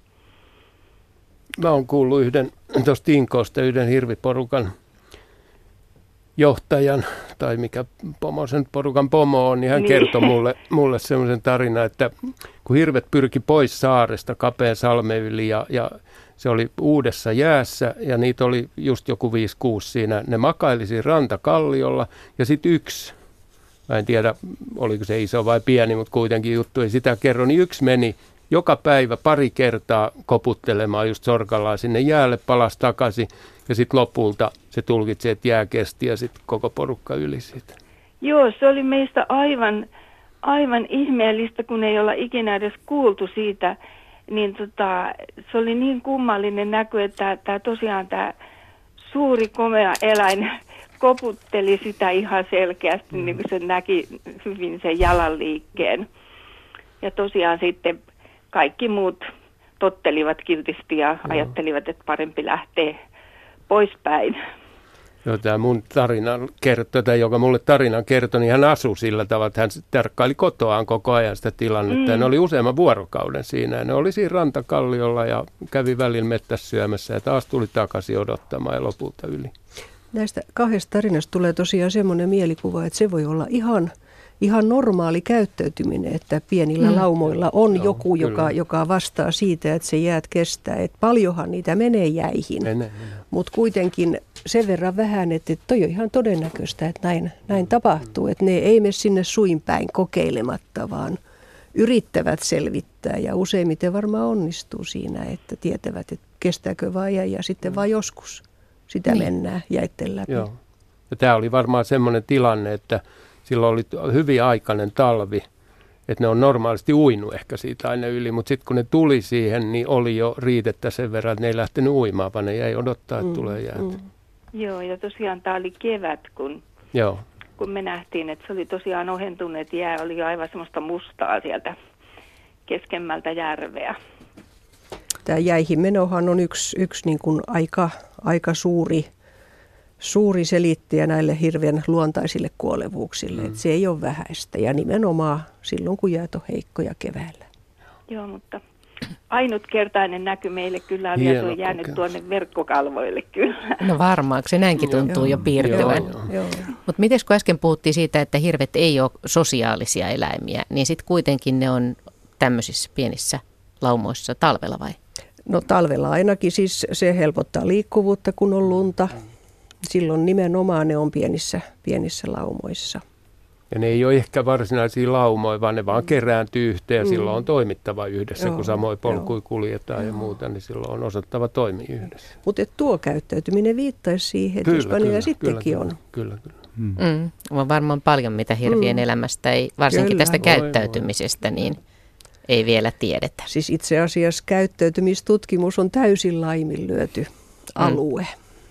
Mä oon kuullut tuosta Inkoosta yhden hirviporukan johtajan, tai mikä sen porukan pomo on, niin hän kertoi mulle semmoisen tarinan, että kun hirvet pyrki pois saaresta Kapean salmen yli ja se oli uudessa jäässä ja niitä oli just joku 5-6 siinä, ne makaili siinä rantakalliolla ja sitten yksi, mä en tiedä oliko se iso vai pieni, mutta kuitenkin juttu ei sitä kerro, niin yksi meni joka päivä pari kertaa koputtelemaan just sorkallaan sinne jäälle, palasi takaisin ja sitten lopulta se tulkitsi, että jää kesti ja sitten koko porukka yli siitä. Joo, se oli meistä aivan ihmeellistä, kun ei olla ikinä edes kuultu siitä, niin se oli niin kummallinen näky, että tämä suuri komea eläin koputteli sitä ihan selkeästi, niin kuin se näki hyvin sen jalan liikkeen. Ja tosiaan sitten kaikki muut tottelivat kiltisti ja ajattelivat, että parempi lähtee poispäin. Joo, tämä mun tarinan kertoja, joka mulle tarinan kertoi, niin hän asui sillä tavalla, että hän tarkkaili kotoaan koko ajan sitä tilannetta. Ja ne oli useamman vuorokauden siinä ja ne oli siinä rantakalliolla ja kävi välillä mettässä syömässä ja taas tuli takaisin odottamaan ja lopulta yli. Näistä kahdesta tarinasta tulee tosiaan semmoinen mielikuva, että se voi olla ihan ihan normaali käyttäytyminen, että pienillä laumoilla on joku, joka vastaa siitä, että se jäät kestää. Että paljonhan niitä menee jäihin, mutta kuitenkin sen verran vähän, että toi on ihan todennäköistä, että näin tapahtuu. Että ne ei mene sinne suinpäin kokeilematta, vaan yrittävät selvittää ja useimmiten varmaan onnistuu siinä, että tietävät, että kestääkö vai ei ja sitten vaan joskus sitä mennään jäitten läpi. Joo. Ja tämä oli varmaan semmoinen tilanne, että silloin oli hyvin aikainen talvi, että ne on normaalisti uinut ehkä siitä aina yli, mutta sitten kun ne tuli siihen, niin oli jo riitettä sen verran, että ne ei lähtenyt uimaan, vaan ne jäi odottaa, että tulee jäätä. Joo, ja tosiaan tämä oli kevät, kun me nähtiin, että se oli tosiaan ohentunut, että jää oli jo aivan semmoista mustaa sieltä keskemmältä järveä. Tämä jäihin menohan on yksi niin kuin aika suuri selittäjä näille hirveän luontaisille kuolevuuksille. Että se ei ole vähäistä ja nimenomaan silloin, kun jäät on heikkoja keväällä. Joo, mutta ainutkertainen näky meille kyllä oli, ja se on jäänyt tuonne verkkokalvoille kyllä. No varmaan, se näinkin tuntuu jo piirtyvän. Mutta miten kun äsken puhuttiin siitä, että hirvet ei ole sosiaalisia eläimiä, niin sitten kuitenkin ne on tämmöisissä pienissä laumoissa talvella vai? No talvella ainakin, siis se helpottaa liikkuvuutta, kun on lunta. Silloin nimenomaan ne on pienissä laumoissa. Ja ne ei ole ehkä varsinaisia laumoja, vaan ne vaan kerääntyy yhteen ja silloin on toimittava yhdessä, kun samoin polkuja kuljetaan ja muuta, niin silloin on osattava toimia yhdessä. Mutta tuo käyttäytyminen viittaisi siihen, että jos ja sittenkin on. Kyllä. On varmaan paljon, mitä hirvien elämästä ei, varsinkin tästä käyttäytymisestä, niin ei vielä tiedetä. Siis itse asiassa käyttäytymistutkimus on täysin laiminlyöty alue.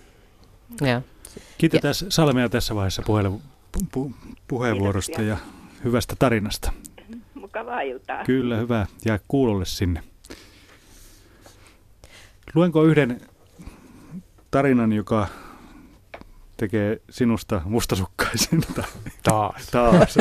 Kiitetään Salmea tässä vaiheessa puheenvuorosta ja hyvästä tarinasta. Mukavaa iltaa. Kyllä, hyvä. Jää kuulolle sinne. Luenko yhden tarinan, joka tekee sinusta mustasukkaisen? Taas.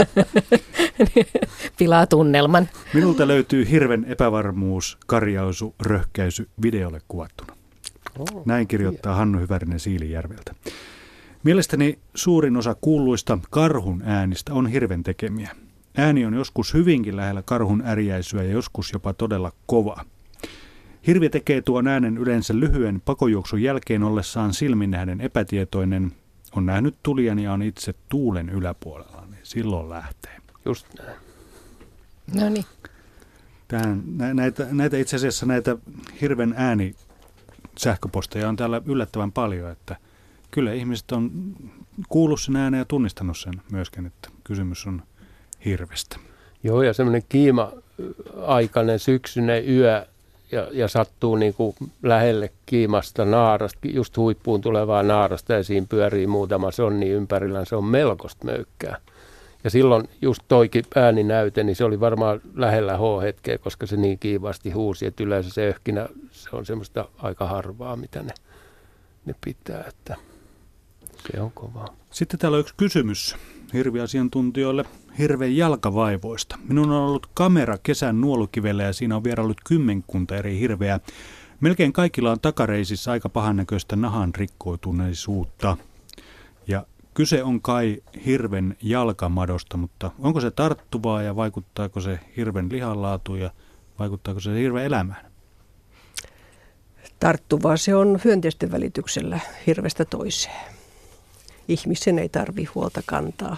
Pilaa tunnelman. Minulta löytyy hirven epävarmuus, karjaisu, röhkäisy videolle kuvattuna. Näin kirjoittaa Hannu Hyvärinen Siilinjärveltä. Mielestäni suurin osa kuuluista karhun äänistä on hirven tekemiä. Ääni on joskus hyvinkin lähellä karhun ärjäisyä ja joskus jopa todella kova. Hirvi tekee tuon äänen yleensä lyhyen pakojuoksun jälkeen ollessaan silmin nähden epätietoinen. On nähnyt tulijan ja on itse tuulen yläpuolella, niin silloin lähtee. Just näin. No niin. Näitä itse asiassa näitä hirven äänisähköposteja on täällä yllättävän paljon, että kyllä ihmiset on kuullut sen ääneen ja tunnistanut sen myöskin, että kysymys on hirvestä. Joo, ja semmoinen kiima-aikainen syksyinen yö ja sattuu niin kuin lähelle kiimasta naarasta, just huippuun tulevaa naarasta ja siinä pyörii muutama sonni ympärillä, se on melkoista möykkää. Ja silloin just toikin ääninäyte, niin se oli varmaan lähellä H-hetkeä, koska se niin kiivaasti huusi, että yleensä se öhkinä, se on semmoista aika harvaa, mitä ne pitää, että se on kovaa. Sitten täällä on yksi kysymys hirviasiantuntijoille hirveän jalkavaivoista. Minun on ollut kamera kesän Nuolukivellä ja siinä on vieraillut 10 eri hirveää. Melkein kaikilla on takareisissä aika pahannäköistä nahan rikkoutuneisuutta. Ja kyse on kai hirven jalkamadosta, mutta onko se tarttuvaa ja vaikuttaako se hirven lihanlaatuun ja vaikuttaako se hirven elämään? Tarttuvaa se on hyönteisten välityksellä hirvestä toiseen. Ihmisen ei tarvitse huolta kantaa.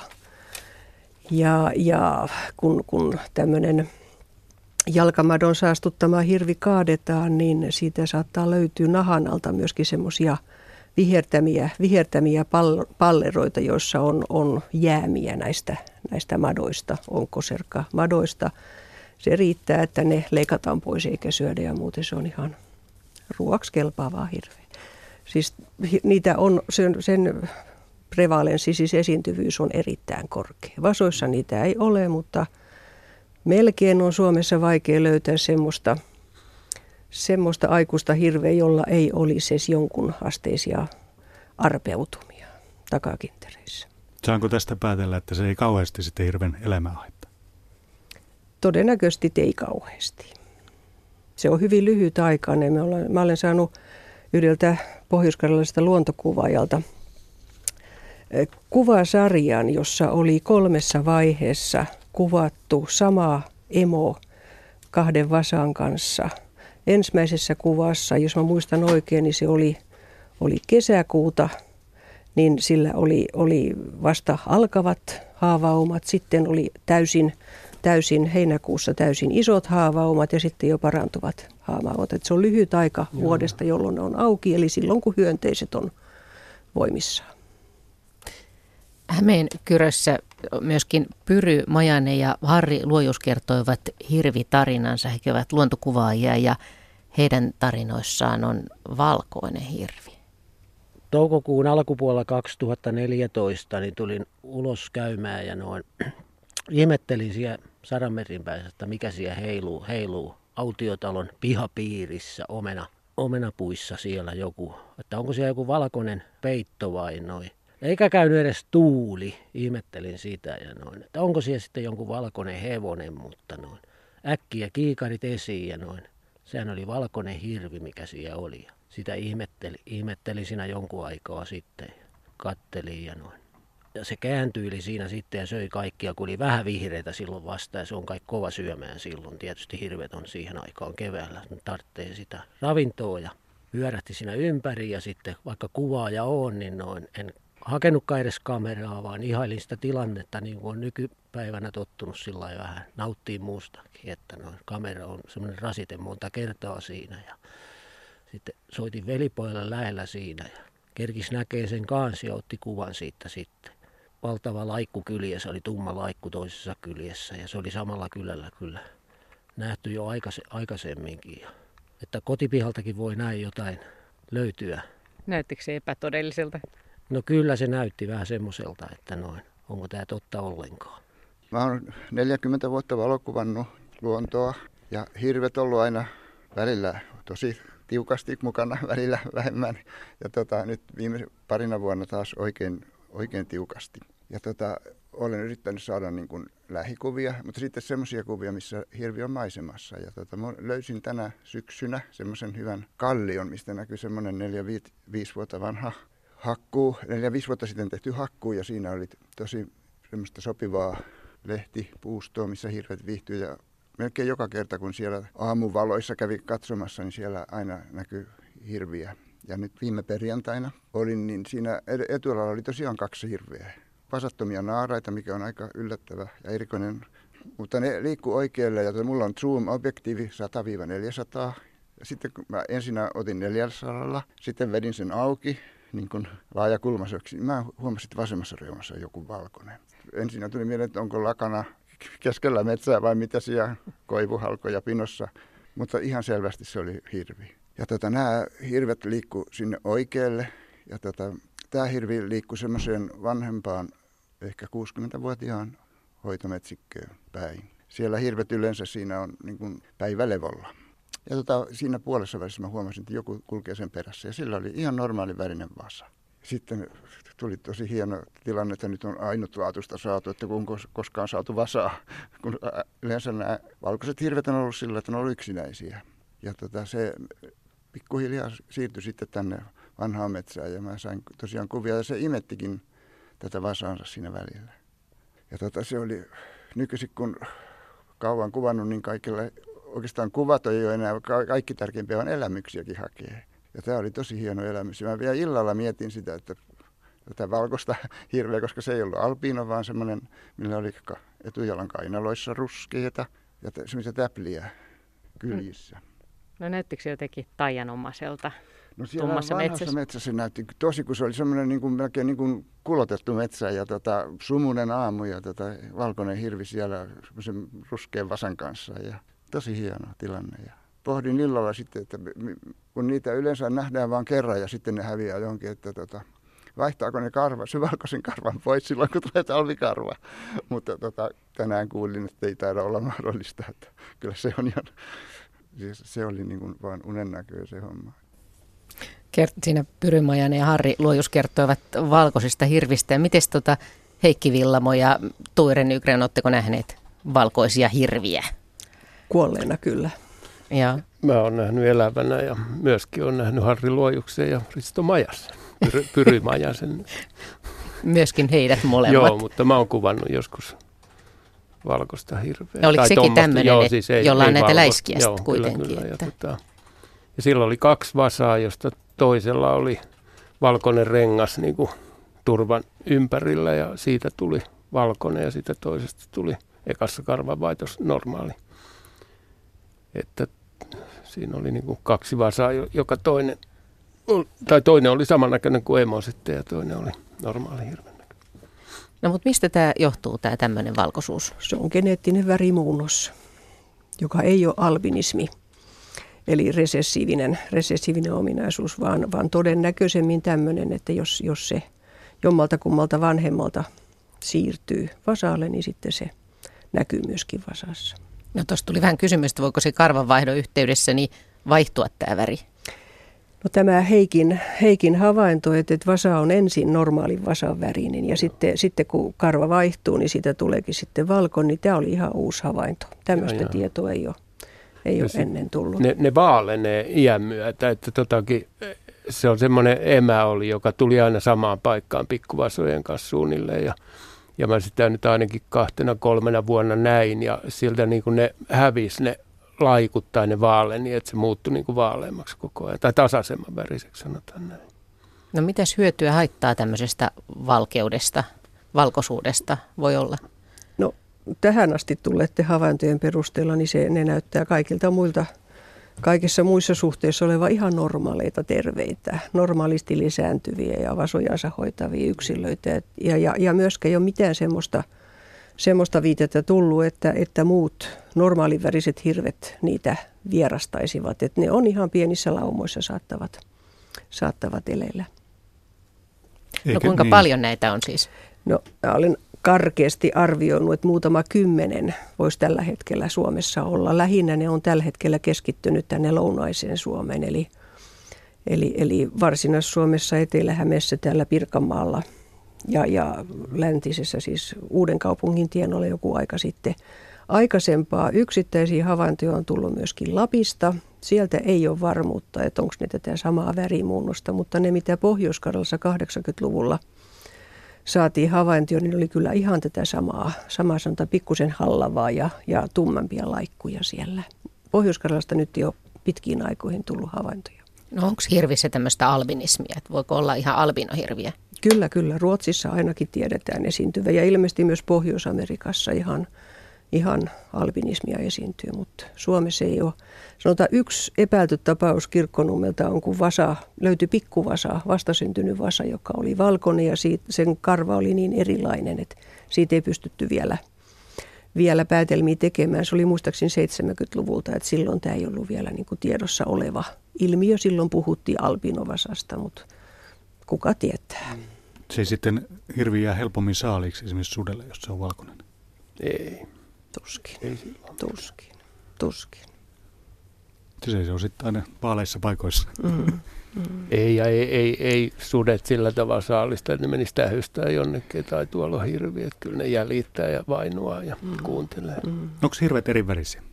Ja kun tämmöinen jalkamadon saastuttama hirvi kaadetaan, niin siitä saattaa löytyä nahan alta myöskin semmoisia vihertämiä palleroita, joissa on jäämiä näistä madoista, onkoserkka-madoista. Se riittää, että ne leikataan pois eikä syödä ja muuten se on ihan ruoaksi kelpaavaa hirveä. Siis niitä on sen prevalenssi, siis esiintyvyys on erittäin korkea. Vasoissa niitä ei ole, mutta melkein on Suomessa vaikea löytää semmoista aikuista hirveä, jolla ei olisi edes jonkun asteisia arpeutumia takakintereissä. Saanko tästä päätellä, että se ei kauheasti sitten hirven elämää haittaa? Todennäköisesti ei kauheasti. Se on hyvin lyhytaikainen. Mä olen saanut yhdeltä pohjoiskarjalaiselta luontokuvaajalta kuvasarjan, jossa oli 3 vaiheessa kuvattu sama emo 2 vasan kanssa. Ensimmäisessä kuvassa, jos mä muistan oikein, niin se oli kesäkuuta, niin sillä oli vasta alkavat haavaumat, sitten oli täysin heinäkuussa täysin isot haavaumat ja sitten jo parantuvat haavaumat. Et se on lyhyt aika vuodesta, jolloin ne on auki, eli silloin kun hyönteiset on voimissaan. Hämeenkyrössä myöskin Pyry Majanen ja Harri Luojus kertoivat hirvitarinansa. He ovat luontokuvaajia ja heidän tarinoissaan on valkoinen hirvi. Toukokuun alkupuolella 2014 niin tulin ulos käymään ja ihmettelin siellä 100 metrin päässä, että mikä siellä heiluu autiotalon pihapiirissä omenapuissa siellä joku. Että onko siellä joku valkoinen peitto vai noin. Eikä käynyt edes tuuli, ihmettelin sitä ja noin. Että onko siellä sitten jonkun valkoinen hevonen, mutta äkkiä kiikarit esiin ja noin. Sehän oli valkoinen hirvi, mikä siellä oli. Sitä ihmetteli siinä jonkun aikaa sitten. Kattelin ja noin. Ja se kääntyi siinä sitten ja söi kaikkia, kun oli vähän vihreitä silloin vasta. Ja se on kai kova syömään silloin. Tietysti hirvet on siihen aikaan keväällä. Tarvitsee sitä ravintoa ja pyörähti siinä ympäri. Ja sitten vaikka kuvaaja on, niin en hakenutkaan edes kameraa, vaan ihailin sitä tilannetta, niin kuin on nykypäivänä tottunut sillä lailla vähän nauttii muustakin, että kamera on semmoinen rasite monta kertaa siinä. Ja sitten soitin velipojalle lähellä siinä ja kerkis näkee sen kanssa ja otti kuvan siitä sitten. Valtava laikku kyljessä, oli tumma laikku toisessa kyljessä ja se oli samalla kylällä kyllä nähty jo aikaisemminkin. Että kotipihaltakin voi näin jotain löytyä. Näyttikö se epätodelliselta? No kyllä se näytti vähän semmoiselta, että onko tämä totta ollenkaan. Mä oon 40 vuotta valokuvannut luontoa ja hirvet ollut aina välillä tosi tiukasti mukana, välillä vähemmän. Ja nyt viime parina vuonna taas oikein tiukasti. Ja olen yrittänyt saada niin kuin lähikuvia, mutta sitten semmoisia kuvia, missä hirvi on maisemassa. Ja löysin tänä syksynä semmoisen hyvän kallion, mistä näkyy semmoinen 4-5 vuotta vanha hakkuu, 4-5 vuotta sitten tehty hakkuu ja siinä oli tosi semmoista sopivaa lehtipuustoa, missä hirvet viihtyy ja melkein joka kerta kun siellä aamuvaloissa kävi katsomassa, niin siellä aina näkyi hirviä. Ja nyt viime perjantaina olin, niin siinä etualalla oli tosiaan 2 hirveä. Vasattomia naaraita, mikä on aika yllättävä ja erikoinen, mutta ne liikkuu oikealle ja mulla on zoom-objektiivi 100-400. Ja sitten kun mä ensin otin 400, sitten vedin sen auki, niin kuin laajakulmaiseksi. Mä huomasin, että vasemmassa reunassa on joku valkoinen. Ensin tuli mieleen, että onko lakana keskellä metsää vai mitä siellä, koivuhalkoja pinossa. Mutta ihan selvästi se oli hirvi. Ja nämä hirvet liikkuu sinne oikealle. Ja tämä hirvi liikkuu semmoiseen vanhempaan, ehkä 60-vuotiaan hoitometsikköön päin. Siellä hirvet yleensä siinä on niin kuin päivälevolla. Ja siinä puolessa välissä mä huomasin, että joku kulkee sen perässä ja sillä oli ihan normaali värinen vasa. Sitten tuli tosi hieno tilanne, että nyt on ainutlaatuista saatu, että kun koskaan saatu vasaa. Kun yleensä nämä valkoiset hirvet on ollut sillä, että ne on ollut yksinäisiä. Ja se pikkuhiljaa siirtyi sitten tänne vanhaan metsään ja mä sain tosiaan kuvia ja se imettikin tätä vasaansa siinä välillä. Ja se oli nykyisin kun kauan kuvannut, niin kaikille oikeastaan kuvat ei ole enää kaikki tärkeimpiä, vaan elämyksiäkin hakee. Ja tämä oli tosi hieno elämys. Ja mä vielä illalla mietin sitä, että tätä valkoista hirveä, koska se ei ollut albiino, vaan semmoinen, millä oli etujalan kainaloissa ruskeita ja semmoisia täpliä kyljissä. No näyttikö se jotenkin taianomaiselta? No siellä vanhassa metsässä näytti tosi, kun se oli semmoinen melkein niin kuin kulotettu metsä ja sumunen aamu ja valkoinen hirvi siellä semmoisen ruskean vasan kanssa ja tosi hieno tilanne. Ja pohdin illalla sitten, että kun niitä yleensä nähdään vain kerran ja sitten ne häviää johonkin, että vaihtaako ne se valkoisen karvan pois silloin, kun tulee talvikarva. Mutta tänään kuulin, että ei taida olla mahdollista, että kyllä se on ihan, se oli niin kuin vaan unennäköä se homma. Siinä Pyry Majanen ja Harri Luojus kertoivat valkoisista hirvistä. Miten Heikki Villamo ja Tuire Nygren, oletteko nähneet valkoisia hirviä? Kuolleena kyllä. Ja. Mä oon nähnyt elävänä ja myöskin on nähnyt Harri Luojuksen ja Risto Majasen, Pyry Majasen. myöskin heidät molemmat. Joo, mutta mä oon kuvannut joskus valkoista hirveä. Oliko sekin tämmöinen, siis jolla on näitä läiskiä kuitenkin? Kyllä. Ja silloin oli 2 vasaa, josta toisella oli valkoinen rengas niin kuin turvan ympärillä ja siitä tuli valkoinen ja siitä toisesta tuli ekassa karvanvaihtos normaali. Että siinä oli niin kuin 2 vasaa, joka toinen oli samannäköinen kuin emo sitten ja toinen oli normaali hirven näköinen. No mutta mistä tämä johtuu, tämä tämmöinen valkoisuus? Se on geneettinen värimuunnos, joka ei ole albinismi, eli resessiivinen ominaisuus, vaan todennäköisemmin tämmöinen, että jos se jommalta kummalta vanhemmalta siirtyy vasaalle, niin sitten se näkyy myöskin vasassa. No tuossa tuli vähän kysymys, että voiko se karvanvaihdon yhteydessä niin vaihtua tämä väri? No tämä Heikin havainto, että vasa on ensin normaalin vasan värinen ja sitten kun karva vaihtuu, niin siitä tuleekin sitten valko, niin tämä oli ihan uusi havainto. Tämmöistä tietoa ei ole ennen tullut. Ne vaalenee iän myötä, että se on semmoinen emä oli, joka tuli aina samaan paikkaan pikkuvasojen kanssa suunnilleen ja mä sitä nyt ainakin 2-3 vuonna näin ja siltä niin kuin ne hävisi ne laikut tai ne vaaleni, että se muuttui niin kuin vaaleammaksi koko ajan tai tasaisemman väriseksi sanotaan näin. No mitäs hyötyä haittaa tämmöisestä valkoisuudesta voi olla? No tähän asti tulleiden havaintojen perusteella niin ne näyttää kaikissa muissa suhteissa oleva ihan normaaleita, terveitä, normaalisti lisääntyviä ja vasojansa hoitavia yksilöitä. Ja myöskään ei ole mitään semmoista viitettä tullut, että muut normaaliväriset hirvet niitä vierastaisivat. Että ne on ihan pienissä laumoissa saattavat eleillä. No kuinka paljon näitä on siis? No olen karkeasti arvioinut, että muutama 10 voisi tällä hetkellä Suomessa olla. Lähinnä ne on tällä hetkellä keskittynyt tänne lounaiseen Suomeen, eli Varsinais-Suomessa, Etelä-Hämeessä, täällä Pirkanmaalla ja läntisessä siis Uudenkaupungin tienoilla joku aika sitten. Aikaisempaa yksittäisiä havaintoja on tullut myöskin Lapista. Sieltä ei ole varmuutta, että onko ne tätä samaa värimuunnosta, mutta ne mitä Pohjois-Karjalassa 80-luvulla saatiin havaintoja, niin oli kyllä ihan tätä samaa sanotaan pikkusen hallavaa ja tummampia laikkuja siellä. Pohjois-Karjalasta nyt jo pitkiin aikoihin tullut havaintoja. No onko hirvissä tämmöistä albinismia, että voiko olla ihan albinohirviä? Kyllä. Ruotsissa ainakin tiedetään esiintyvä ja ilmeisesti myös Pohjois-Amerikassa ihan albinismia esiintyy, mutta Suomessa ei ole. Sanotaan yksi epäilty tapaus Kirkkonummelta on, kun löytyi pikkuvasa, vastasyntynyt vasa, joka oli valkoinen ja sen karva oli niin erilainen, että siitä ei pystytty vielä päätelmiä tekemään. Se oli muistaakseni 70-luvulta, että silloin tämä ei ollut vielä niin kuin tiedossa oleva ilmiö. Silloin puhuttiin albinovasasta, mutta kuka tietää. Se ei sitten hirvi jää helpommin saaliiksi esimerkiksi sudelle, jos se on valkoinen? Ei. Tuskin. Se on sitten aina vaaleissa paikoissa. Ei sudet sillä tavalla saalista, että ne menisi tähystää jonnekin tai tuolla on hirviä. Että kyllä ne jäljittää ja vainuaa ja kuuntelee. Onko hirvet eri värisiä?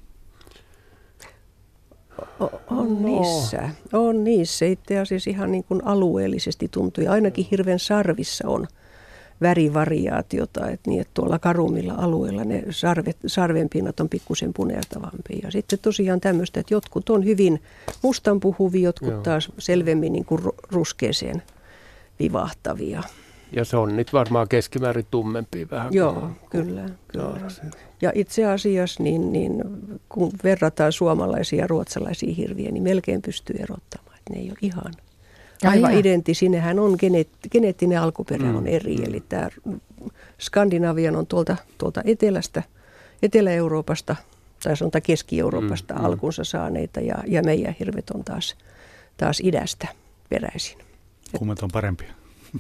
On niissä. Itse asiassa ihan niin kuin alueellisesti tuntuu. Ja ainakin hirven sarvissa on värivariaatiota, että tuolla karummilla alueilla ne sarvenpinnat on pikkusen punertavampia. Ja sitten tosiaan tämmöistä, että jotkut on hyvin mustanpuhuvia, jotkut taas selvemmin niin kuin ruskeeseen vivahtavia. Ja se on nyt varmaan keskimäärin tummempia vähän. Joo, kyllä. Ja itse asiassa niin kun verrataan suomalaisia ja ruotsalaisia hirviä, niin melkein pystyy erottamaan, että ne ei ole ihan aivan identtisiä. Nehän on geneettinen alkuperä on eri, eli tämä Skandinavian on tuolta Etelä-Euroopasta, tai sanotaan Keski-Euroopasta alkunsa saaneita, ja meidän hirvet on taas idästä peräisin. Kummat on parempia?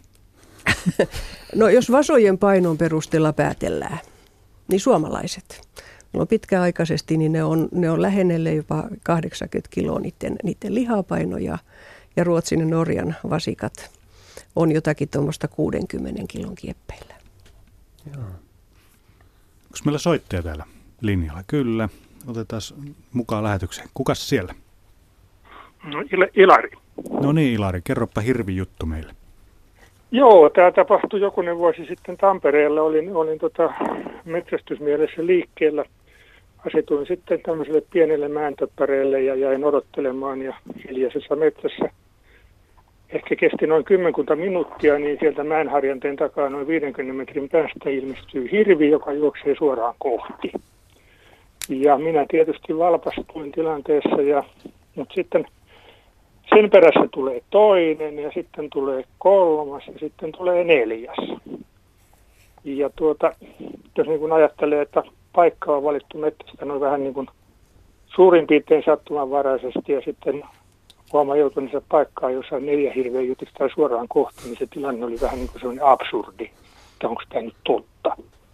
No jos vasojen painon perusteella päätellään, niin suomalaiset. No pitkäaikaisesti niin ne on lähennelle jopa 80 kiloa niiden lihapaino ja Ruotsin ja Norjan vasikat on jotakin tuommoista 60 kilon kieppeillä. Onko meillä soittaja täällä linjalla? Kyllä. Otetaan mukaan lähetykseen. Kukas siellä? No Ilari. No niin Ilari, kerropa hirvijuttu meille. Joo, tämä tapahtui jokunen vuosi sitten Tampereella. Olin metsästysmielessä liikkeellä. Asetuin sitten tämmöiselle pienelle mäentöppäreelle ja jäin odottelemaan ja hiljaisessa metsässä. Ehkä kesti noin 10 minuuttia, niin sieltä mäenharjanteen takaa noin 50 metrin päästä ilmestyy hirvi, joka juoksee suoraan kohti. Ja minä tietysti valpastuin tilanteessa, mutta sitten sen perässä tulee toinen ja sitten tulee kolmas ja sitten tulee 4. Ja jos niin kuin ajattelee, että paikka on valittu metsästä noin vähän niin kuin suurin piirtein sattumanvaraisesti ja sitten huomaa joutuneensa paikkaan, jossa 4 hirveä jutistaa suoraan kohti, niin se tilanne oli vähän niin kuin sellainen absurdi, että onko tämä nyt totta.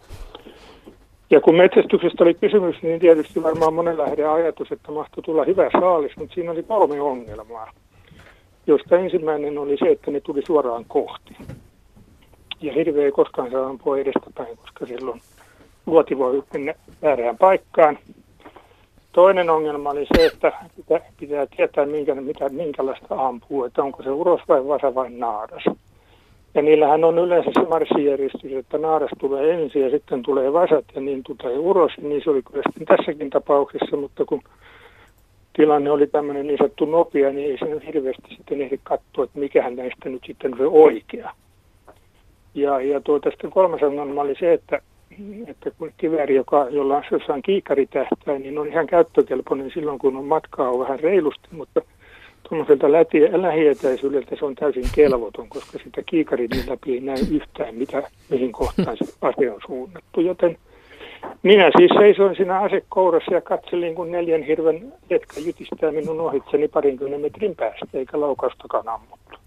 Ja kun metsästyksestä oli kysymys, niin tietysti varmaan monella heidän ajatus, että mahtoi tulla hyvä saalis, mutta siinä oli 3 ongelmaa, josta ensimmäinen oli se, että ne tuli suoraan kohti. Ja hirveä ei koskaan saa ampua edestäpäin, koska silloin luoti voi mennä väärään paikkaan. Toinen ongelma oli se, että pitää tietää, minkälaista ampuu, että onko se uros vai vasa vai naaras. Ja niillähän on yleensä se marssijärjestys, että naaras tulee ensin ja sitten tulee vasat ja niin tulee uros. Ja niin se oli kyllä sitten tässäkin tapauksessa, mutta kun tilanne oli tämmöinen niin sanottu nopea, niin ei sen hirveästi sitten ehdi katsoa, että mikähän näistä nyt sitten on se oikea. Ja sitten 3. ongelma oli se, että kun kivääri, jolla on kiikaritähtäin, niin on ihan käyttökelpoinen silloin, kun on matkaa on vähän reilusti, mutta tuommoiselta lähietäisyydeltä se on täysin kelvoton, koska sitä kiikarin läpi ei näy yhtään, mihin kohtaan se ase on suunnattu. Joten minä siis seisoin siinä asekourassa ja katselin, kun 4 hirven letka jytistää minun ohitseni 20 metrin päästä, eikä laukaustakaan ammuttu.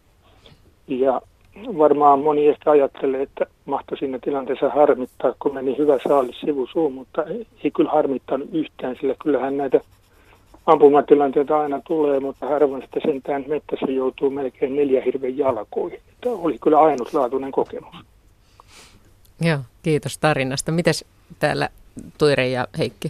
Ja varmaan moni ehkä ajattelee, että mahtoi siinä tilanteessa harmittaa, kun meni hyvä saalis sivusuun, mutta ei kyllä harmittanut yhtään, sillä kyllähän näitä ampumatilanteita aina tulee, mutta harvoin sitä sentään mettässä joutuu melkein 4 hirven jalkoihin. Tämä oli kyllä ainutlaatuinen kokemus. Joo, kiitos tarinasta. Mites täällä Toire ja Heikki?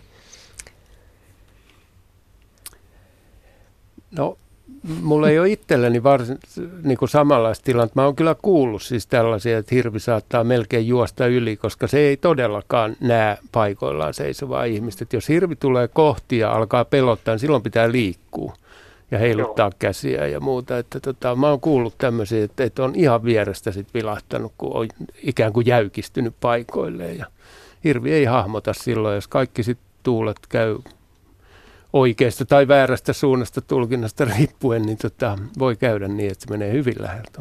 No, mulla ei ole itselläni varsin niin kuin samanlaista tilannetta. Mä oon kyllä kuullut siis tällaisia, että hirvi saattaa melkein juosta yli, koska se ei todellakaan näe paikoillaan seisovaa ihmistä. Että jos hirvi tulee kohti ja alkaa pelottaa, niin silloin pitää liikkua ja heiluttaa käsiä ja muuta. Että mä oon kuullut tämmöisiä, että on ihan vierestä sit vilahtanut, kun on ikään kuin jäykistynyt paikoilleen. Ja hirvi ei hahmota silloin, jos kaikki sit tuulet käy oikeasta tai väärästä suunnasta tulkinnasta riippuen, niin voi käydä niin, että se menee hyvin läheltä.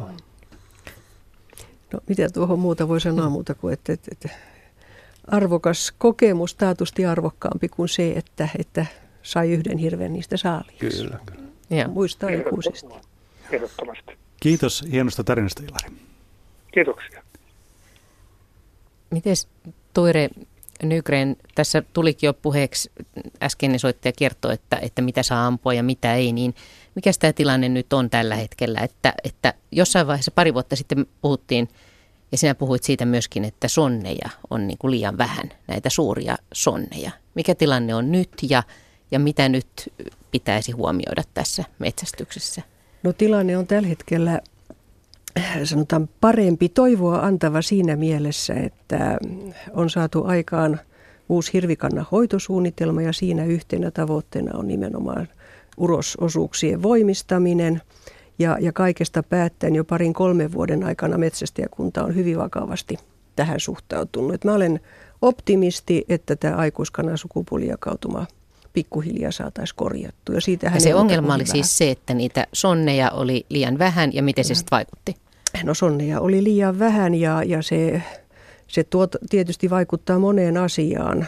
No mitä tuohon muuta voi sanoa muuta kuin, että arvokas kokemus taatusti arvokkaampi kuin se, että sai 1 hirven niistä saaliiksi. Kyllä. Ja muistaa ikuisesti. Ehdottomasti. Kiitos hienosta tarinasta, Ilari. Kiitoksia. Mites Toire Nygren, tässä tulikin jo puheeksi, äskeinen soittaja kertoi, että mitä saa ampua ja mitä ei, niin mikä tämä tilanne nyt on tällä hetkellä, että jossain vaiheessa 2 vuotta sitten puhuttiin, ja sinä puhuit siitä myöskin, että sonneja on niin kuin liian vähän, näitä suuria sonneja. Mikä tilanne on nyt ja mitä nyt pitäisi huomioida tässä metsästyksessä? No tilanne on tällä hetkellä sanotaan parempi, toivoa antava siinä mielessä, että on saatu aikaan uusi hirvikannan hoitosuunnitelma ja siinä yhtenä tavoitteena on nimenomaan urososuuksien voimistaminen ja kaikesta päättäen jo 2-3 vuoden aikana metsästäjäkunta on hyvin vakavasti tähän suhtautunut. Mä olen optimisti, että tämä aikuiskannan sukupuolijakautuma pikkuhiljaa saataisiin korjattua. Ja se ongelma oli siis se, että niitä sonneja oli liian vähän ja miten se sitten vaikutti? No sonneja oli liian vähän ja se tietysti vaikuttaa moneen asiaan.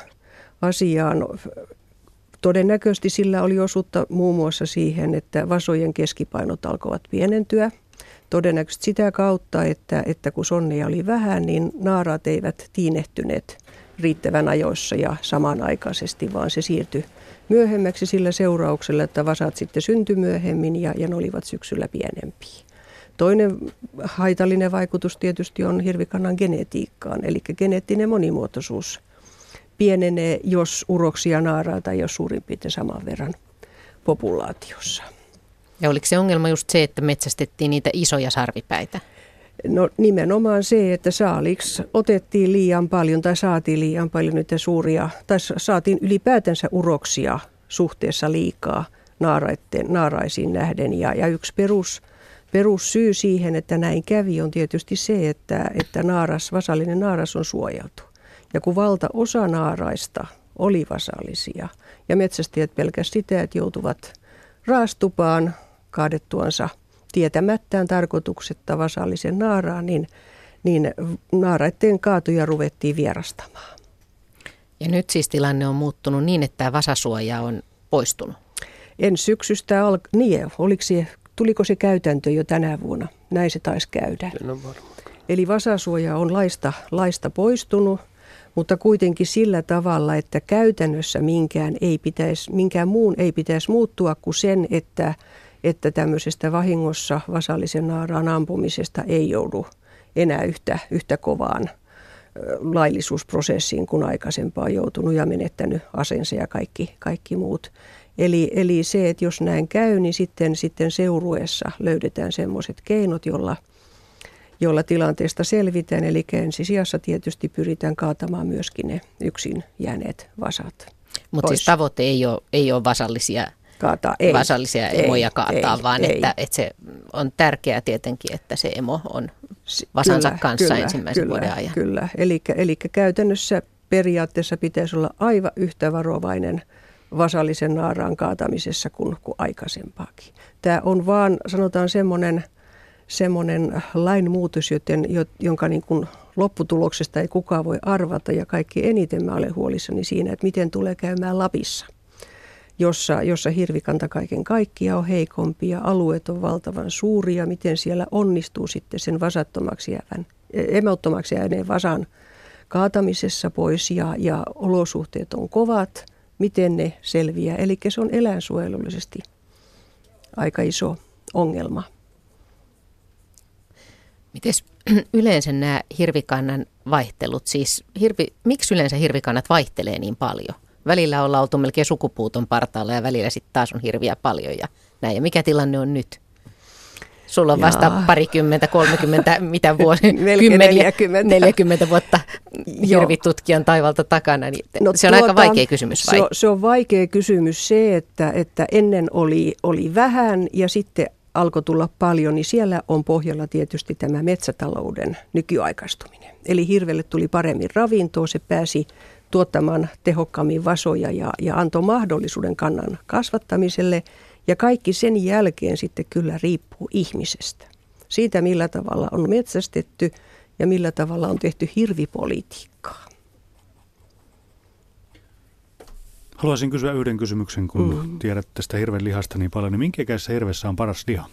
Todennäköisesti sillä oli osuutta muun muassa siihen, että vasojen keskipainot alkoivat pienentyä. Todennäköisesti sitä kautta, että kun sonneja oli vähän, niin naaraat eivät tiinehtyneet riittävän ajoissa ja samanaikaisesti, vaan se siirtyi myöhemmäksi sillä seurauksella, että vasat sitten syntyi myöhemmin ja ne olivat syksyllä pienempiä. Toinen haitallinen vaikutus tietysti on hirvikannan genetiikkaan, eli geneettinen monimuotoisuus pienenee, jos uroksia naaraata ei ole suurin piirtein saman verran populaatiossa. Ja oliko se ongelma just se, että metsästettiin niitä isoja sarvipäitä? No nimenomaan se, että saaliksi otettiin liian paljon tai saatiin liian paljon niitä suuria, tai saatiin ylipäätänsä uroksia suhteessa liikaa naaraisiin nähden. Ja yksi perussyy siihen, että näin kävi, on tietysti se, että vasallinen naaras on suojeltu. Ja kun valtaosa naaraista oli vasallisia ja metsästäjät pelkästään sitä, että joutuvat raastupaan kaadettuansa tietämättään tarkoituksetta vasallisen naaraan, niin naaraiden kaatoja ruvettiin vierastamaan. Ja nyt siis tilanne on muuttunut niin, että tämä vasasuoja on poistunut. Ensi syksystä tuliko se käytäntö jo tänä vuonna? Näin se taisi käydä. Eli vasasuoja on laista poistunut, mutta kuitenkin sillä tavalla, että käytännössä minkään muun ei pitäisi muuttua kuin sen, että tämmöisestä vahingossa vasallisen naaraan ampumisesta ei joudu enää yhtä kovaan laillisuusprosessiin kuin aikaisempaa joutunut ja menettänyt aseensa ja kaikki muut. Eli se, että jos näin käy, niin sitten seurueessa löydetään semmoiset keinot, jolla tilanteesta selvitään. Eli ensisijassa tietysti pyritään kaatamaan myöskin ne yksin jääneet vasat. Mutta siis tavoite ei ole vasallisia emoja kaataa, vaan että se on tärkeää tietenkin, että se emo on vasansa kanssa ensimmäisen vuoden ajan. Kyllä, eli käytännössä periaatteessa pitäisi olla aivan yhtä varovainen vasallisen naaraan kaatamisessa kuin aikaisempaakin. Tämä on vaan, sanotaan semmoinen lainmuutos, jonka niin kuin lopputuloksesta ei kukaan voi arvata, ja kaikki eniten mä olen huolissani siinä, että miten tulee käymään Lapissa, jossa hirvikanta kaiken kaikkiaan on heikompi ja alueet on valtavan suuria, miten siellä onnistuu sitten sen emottomaksi jääneen vasan kaatamisessa pois ja olosuhteet on kovat, miten ne selviää. Eli se on eläinsuojelullisesti aika iso ongelma. Mites yleensä nämä hirvikannan vaihtelut, siis miksi yleensä hirvikannat vaihtelee niin paljon? Välillä ollaan oltu melkein sukupuuton partaalla ja välillä sitten taas on hirviä paljon ja näin. Ja mikä tilanne on nyt? Sulla on vasta 20, 30, mitä vuosi, 40 vuotta hirvitutkijan taivalta takana. Niin se on aika vaikea kysymys vai? Se on vaikea kysymys se, että ennen oli vähän ja sitten alkoi tulla paljon, niin siellä on pohjalla tietysti tämä metsätalouden nykyaikaistuminen. Eli hirvelle tuli paremmin ravintoa, se pääsi tuottamaan tehokkaammin vasoja ja antoi mahdollisuuden kannan kasvattamiselle. Ja kaikki sen jälkeen sitten kyllä riippuu ihmisestä. Siitä, millä tavalla on metsästetty ja millä tavalla on tehty hirvipolitiikkaa. Haluaisin kysyä yhden kysymyksen, kun tiedät tästä hirven lihasta niin paljon. Niin minkä ikäisessä hirvessä on paras liha?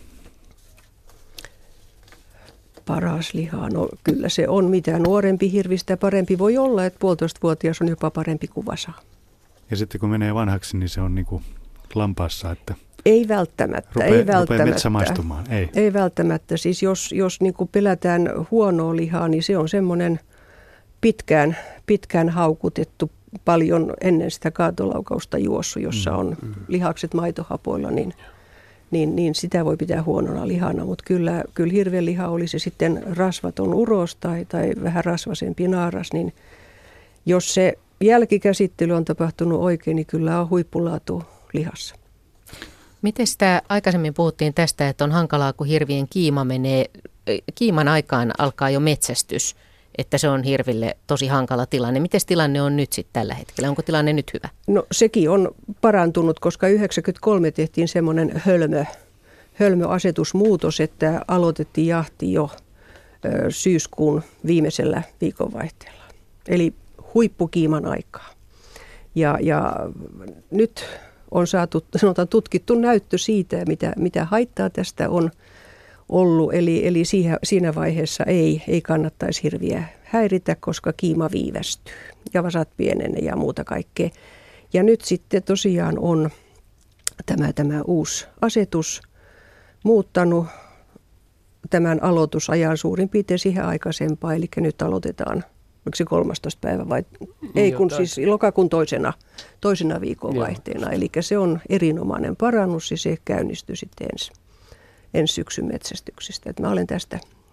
Paras liha, no kyllä se on. Mitä nuorempi hirvistä parempi voi olla, että 1,5-vuotias on jopa parempi kuin vasa. Ja sitten kun menee vanhaksi, niin se on niin kuin lampaassa, että ei välttämättä. Rupeaa metsä maistumaan. Ei välttämättä. Siis jos niin kuin pelätään huonoa lihaa, niin se on semmoinen pitkään haukutettu, paljon ennen sitä kaatolaukausta juossut, jossa on lihakset maitohapoilla, niin sitä voi pitää huonona lihana. Mutta kyllä hirven liha, oli se sitten rasvaton uros tai vähän rasvasempi naaras, niin jos se jälkikäsittely on tapahtunut oikein, niin kyllä on huippulaatu lihassa. Miten sitä aikaisemmin puhuttiin tästä, että on hankalaa, kun hirvien kiiman aikaan alkaa jo metsästys, että se on hirville tosi hankala tilanne. Miten tilanne on nyt sitten tällä hetkellä? Onko tilanne nyt hyvä? No sekin on parantunut, koska 1993 tehtiin semmoinen hölmöasetusmuutos, että aloitettiin jahti jo syyskuun viimeisellä viikonvaihteella. Eli huippukiiman aikaa. Ja nyt on saatu, sanotaan, tutkittu näyttö siitä, mitä haittaa tästä on ollut. Eli siinä vaiheessa ei kannattaisi hirviä häiritä, koska kiima viivästyy ja vasat pienenee ja muuta kaikkea. Ja nyt sitten tosiaan on tämä uusi asetus muuttanut tämän aloitusajan suurin piirtein siihen aikaisempaan. Eli nyt aloitetaan, oliko se 13. päivä vai ei, kun siis lokakuun toisena viikonvaihteena. Eli se on erinomainen parannus ja se käynnistyy sitten ensi syksyn metsästyksestä. Et mä olen tästä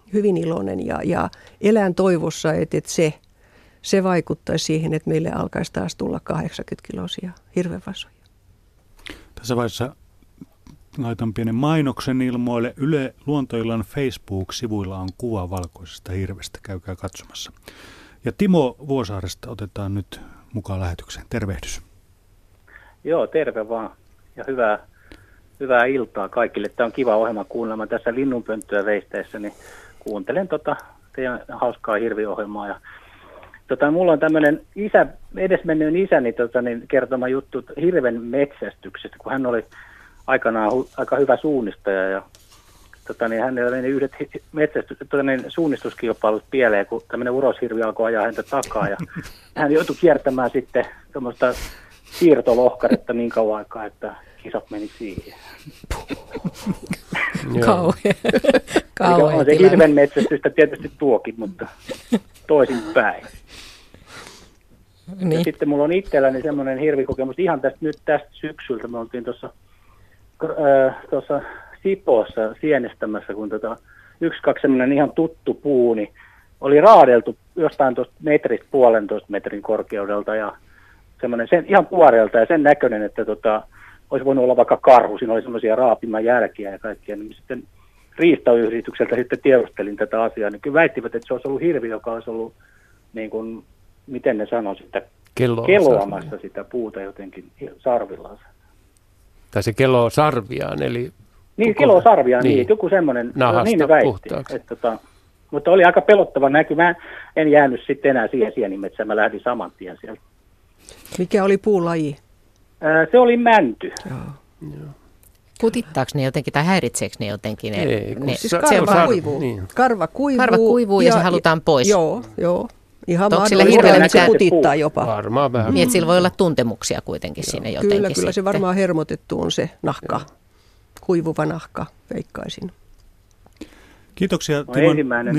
hyvin iloinen ja elän toivossa, että se vaikuttaisi siihen, että meille alkaisi taas tulla 80-kiloisia hirvenvasoja. Tässä vaiheessa laitan pienen mainoksen ilmoille. Yle Luontoillan Facebook-sivuilla on kuva valkoisesta hirvestä. Käykää katsomassa. Ja Timo Vuosaaresta otetaan nyt mukaan lähetykseen. Tervehdys. Joo, terve vaan. Ja hyvää iltaa kaikille. Tämä on kiva ohjelma kuunnelma. Tässä linnunpönttöä veisteessä, niin kuuntelen teidän hauskaa hirviohjelmaa. Ja, mulla on tämmöinen edesmenneen isäni niin kertoma juttu hirven metsästyksestä, kun hän oli aikanaan aika hyvä suunnistaja ja hänellä meni yhdet suunnistuskilpailut pieleen, kun tämmöinen uroshirvi alkoi ajaa häntä takaa ja hän joutui kiertämään sitten tuommoista siirtolohkaretta niin kauan aikaa, että kisat meni siihen. Kauhean on se hirven metsästystä tietysti tuokin, mutta toisinpäin. Niin. Ja sitten mulla on itselläni semmoinen hirvikokemus ihan tästä syksyltä. Me oltiin tuossa Sipoossa sienestämässä, kun 1-2 semmoinen ihan tuttu puu, niin oli raadeltu jostain tuosta metristä 1,5 metrin korkeudelta ja semmoinen ihan tuoreelta ja sen näköinen, että olisi voinut olla vaikka karhu. Siinä oli semmoisia raapimajälkiä ja kaikkia. Niin sitten riistayhdistykseltä sitten tiedustelin tätä asiaa, niin kyllä väittivät, että se olisi ollut hirvi, joka olisi ollut niin kuin, miten ne sanoo sitä, keloamassa sitä puuta jotenkin sarvillansa. Tai se keloo sarviaan, eli... Niin, keloo sarviaan, niin joku semmoinen, niin ne väitti. Mutta oli aika pelottava näky. Mä en jäänyt sitten enää siihen sienimetsään, mä lähdin saman tien sieltä. Mikä oli puulaji? Se oli mänty. Joo. Kutittaako ne jotenkin tai häiritseekö ne jotenkin? Siis karva kuivuu. Niin. Karva kuivuu ja se halutaan pois. Joo. Ihan mahdollista, että se kutittaa jopa. Varmaan vähän. Niin, että sillä voi olla tuntemuksia kuitenkin siinä jotenkin. Kyllä se varmaan hermotettu on se nahka. Kuivuva nahka, veikkaisin. Kiitoksia. Ensimmäinen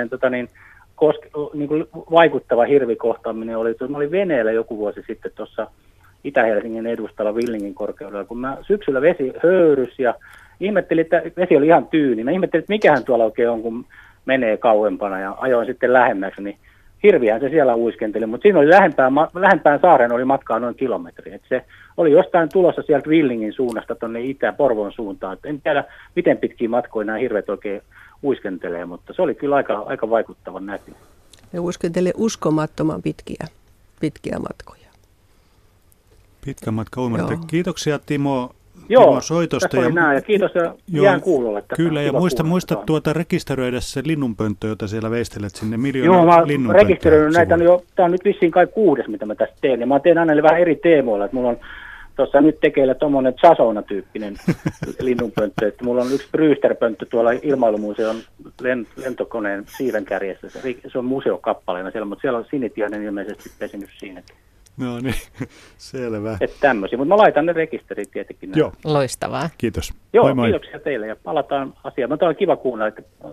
niin kuin vaikuttava hirvikohtaaminen oli, että mä olin veneellä joku vuosi sitten tuossa Itä-Helsingin edustalla Villingin korkeudella, kun mä syksyllä vesi höyrys ja ihmettelin, että vesi oli ihan tyyni. Mä ihmettelin, että mikähän tuolla oikein on, kun menee kauempana ja ajoin sitten lähemmäksi, niin hirviään se siellä uiskenteli, mutta siinä oli lähempään saareen oli matkaa noin kilometri. Et se oli jostain tulossa sieltä Villingin suunnasta tuonne Itä-Porvoon suuntaan. Et en tiedä, miten pitkiä matkoja nämä hirvet oikein uiskentelee, mutta se oli kyllä aika vaikuttava näky. Ne uiskentelee uskomattoman pitkiä matkoja. Pitkä matka uimatta. Kiitoksia Timo soitosta. Joo, ja kiitos ja jään kuulolle. Kyllä, ja muista rekisteröidä se linnunpönttö, jota siellä veistelet sinne Joo, mä oon rekisteröinyt näitä, tämä on nyt vissiin kai 6, mitä mä tästä teen, ja mä teen aina vähän eri teemoilla, että mulla on tuossa nyt tekeillä tommonen Chasona-tyyppinen linnunpönttö, että mulla on yksi Brewster-pönttö tuolla Ilmailumuseon lentokoneen siivenkärjessä, se on museokappaleena siellä, mutta siellä on Sinitiainen ilmeisesti pesinyt siinä. No niin, selvä. Että tämmöisiä, mutta mä laitan ne rekisterit tietenkin. Joo. Loistavaa. Kiitos. Joo, moi. Kiitoksia teille ja palataan asiaan. Tämä on kiva kuunnella,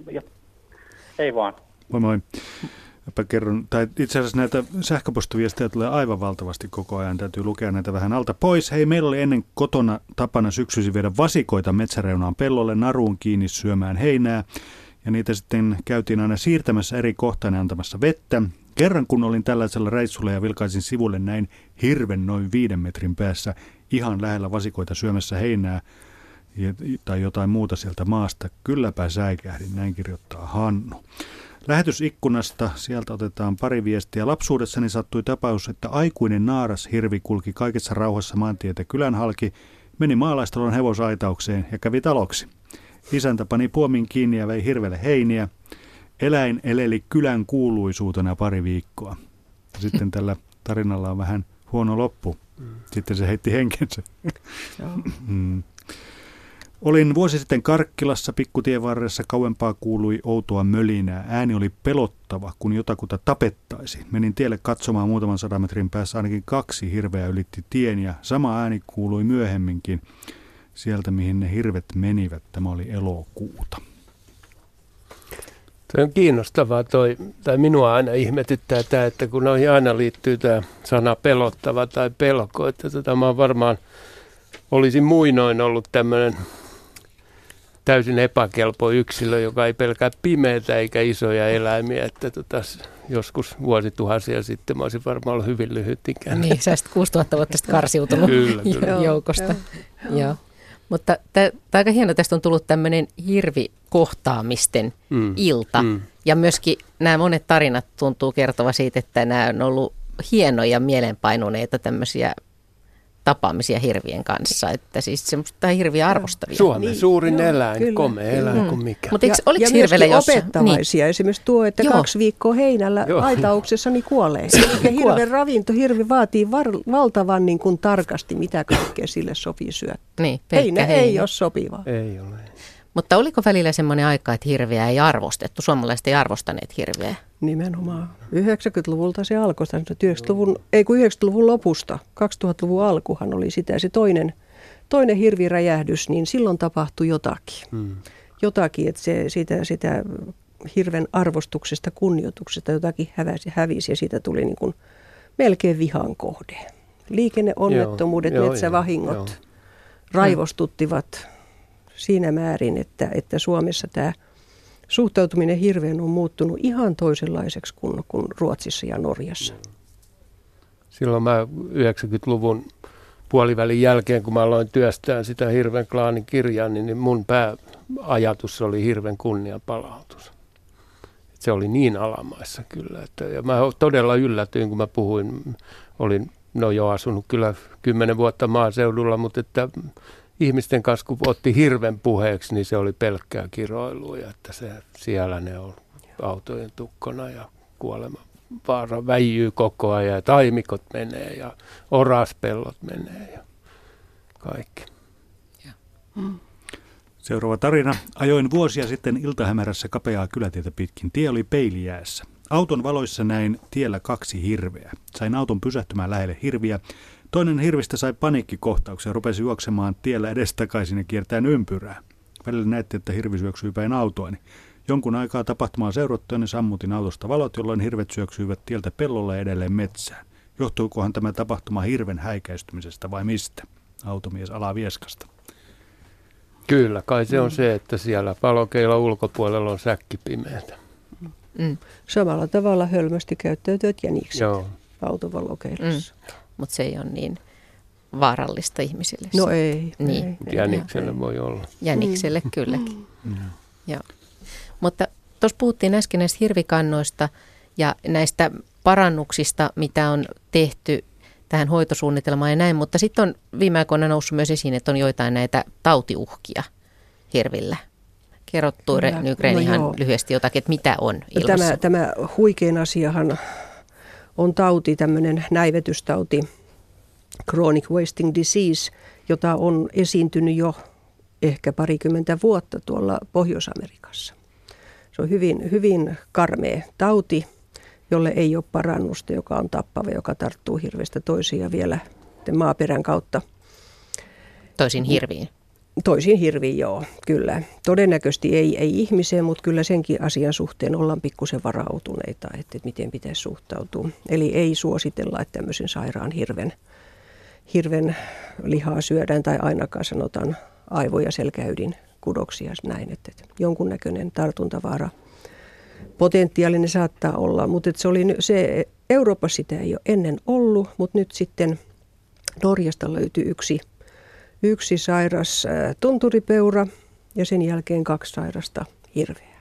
ei vaan. Moi moi. Kerron, tai itse asiassa näitä sähköpostiviestejä tulee aivan valtavasti koko ajan, täytyy lukea näitä vähän alta pois. Hei, meillä oli ennen kotona tapana syksyisin viedä vasikoita metsäreunaan pellolle naruun kiinni syömään heinää, ja niitä sitten käytiin aina siirtämässä eri kohtaan ja antamassa vettä. Kerran kun olin tällaisella reissulla ja vilkaisin sivulle näin hirven noin 5 metrin päässä ihan lähellä vasikoita syömässä heinää tai jotain muuta sieltä maasta, kylläpä säikähdin, näin kirjoittaa Hannu. Lähetysikkunasta sieltä otetaan pari viestiä. Lapsuudessani sattui tapaus, että aikuinen naaras hirvi kulki kaikessa rauhassa maantietä kylän halki, meni maalaistalon hevosaitaukseen ja kävi taloksi. Isäntä pani puomin kiinni ja vei hirvelle heiniä. Eläin eleli kylän kuuluisuutena pari viikkoa. Sitten tällä tarinalla on vähän huono loppu. Sitten se heitti henkensä. Olin vuosi sitten Karkkilassa, pikkutien varressa, kauempaa kuului outoa mölinää. Ääni oli pelottava, kun jotakuta tapettaisiin. Menin tielle katsomaan muutaman 100 metrin päässä, ainakin 2 hirveä ylitti tien ja sama ääni kuului myöhemminkin sieltä, mihin ne hirvet menivät. Tämä oli elokuuta. Se on kiinnostavaa tai minua aina ihmetyttää tämä, että kun noihin aina liittyy tämä sana pelottava tai pelko, että mä varmaan olisin muinoin ollut tämmöinen täysin epäkelpo yksilö, joka ei pelkää pimeätä eikä isoja eläimiä, että joskus vuosituhansia sitten mä olisin varmaan ollut hyvin lyhytikäinen. Niin, sä olisit 6000 vuotta sitten karsiutunut kyllä. joukosta. Joo. Mutta aika hieno, tästä on tullut tämmöinen hirvikohtaamisten ilta. Ja myöskin nämä monet tarinat tuntuu kertova siitä, että nämä on ollut hienoja mielenpainuneita tämmöisiä tapaamisia hirvien kanssa, että siis semmoista hirviä arvostavia. Suomen suurin eläin, kyllä, komea eläin kuin mikä. Mutta ja myöskin opettavaisia. Niin. Esimerkiksi tuo, että 2 viikkoa heinällä aitauksessa niin kuolee. Eli hirven ravinto, hirvi vaatii valtavan niin kuin tarkasti, mitä kaikkea sille sopii syödä. Niin, heinä ei ole sopivaa. Ei ole. Mutta oliko välillä semmoinen aika, että hirviä ei arvostettu? Suomalaiset ei arvostaneet hirveä? Nimenomaan. 90-luvulta se alkoi, 90-luvun lopusta, 2000-luvun alkuhan oli sitä se toinen hirviräjähdys, niin silloin tapahtui jotakin. Jotakin, että sitä hirven arvostuksesta, kunnioituksesta jotakin hävisi ja siitä tuli niin kuin melkein vihan kohde. Liikenneonnettomuudet, metsävahingot raivostuttivat siinä määrin, että Suomessa tämä suhtautuminen hirveen on muuttunut ihan toisenlaiseksi kuin Ruotsissa ja Norjassa. Silloin mä 90-luvun puolivälin jälkeen, kun mä aloin työstää sitä Hirven klaanin kirjaa, niin mun pääajatus oli hirven kunnianpalautus. Se oli niin alamaissa kyllä. Ja mä todella yllätyin, kun mä puhuin. Olin jo asunut kyllä 10 vuotta maaseudulla, mutta että ihmisten kanssa, kun otti hirven puheeksi, niin se oli pelkkää kiroilua, että siellä ne on autojen tukkona ja kuolemanvaara väijyy koko ajan ja taimikot menee ja oraspellot menee ja kaikki. Seuraava tarina. Ajoin vuosia sitten iltahämärässä kapeaa kylätietä pitkin. Tie oli peilijäässä. Auton valoissa näin tiellä 2 hirveä. Sain auton pysähtymään lähelle hirviä. Toinen hirvistä sai paniikkikohtauksen ja rupesi juoksemaan tiellä edestakaisin ja kiertäen ympyrää. Välillä näytti, että hirvi syöksyi päin autoani. Jonkun aikaa tapahtumaa seurattuani sammutin autosta valot, jolloin hirvet syöksyivät tieltä pellolle ja edelleen metsään. Johtuukohan tämä tapahtuma hirven häikäistymisestä vai mistä? Automies Alavieskasta. Kyllä, kai se on se, että siellä valokeilan ulkopuolella on säkkipimeätä. Samalla tavalla hölmösti käyttäytyvät jänikset autovalokeilassa. Mutta se ei ole niin vaarallista ihmisille. No ei. Niin. Jänikselle voi olla. Jänikselle kylläkin. Joo. Mutta tuossa puhuttiin äsken näistä hirvikannoista ja näistä parannuksista, mitä on tehty tähän hoitosuunnitelmaan ja näin, mutta sitten on viime aikoina noussut myös esiin, että on joitain näitä tautiuhkia hirvillä. Kerro Tuure Nygren ihan lyhyesti jotakin, että mitä on ilmassa. Tämä huikein asiahan on tauti, tämmöinen näivetystauti, chronic wasting disease, jota on esiintynyt jo ehkä 20 vuotta tuolla Pohjois-Amerikassa. Se on hyvin, hyvin karmea tauti, jolle ei ole parannusta, joka on tappava, joka tarttuu hirveästä toisiin ja vielä maaperän kautta. Toisin hirviin? Toisin hirviin, joo, kyllä. Todennäköisesti ei ihmiseen, mutta kyllä senkin asian suhteen ollaan pikkusen varautuneita, että miten pitäisi suhtautua. Eli ei suositella, että tämmöisen sairaan hirven lihaa syödään tai ainakaan sanotaan aivo- ja selkäydin kudoksia näin, että jonkunnäköinen tartuntavaara potentiaalinen saattaa olla, mutta se Euroopassa sitä ei ole ennen ollut, mutta nyt sitten Norjasta löytyi yksi sairas tunturipeura ja sen jälkeen 2 sairasta hirveää.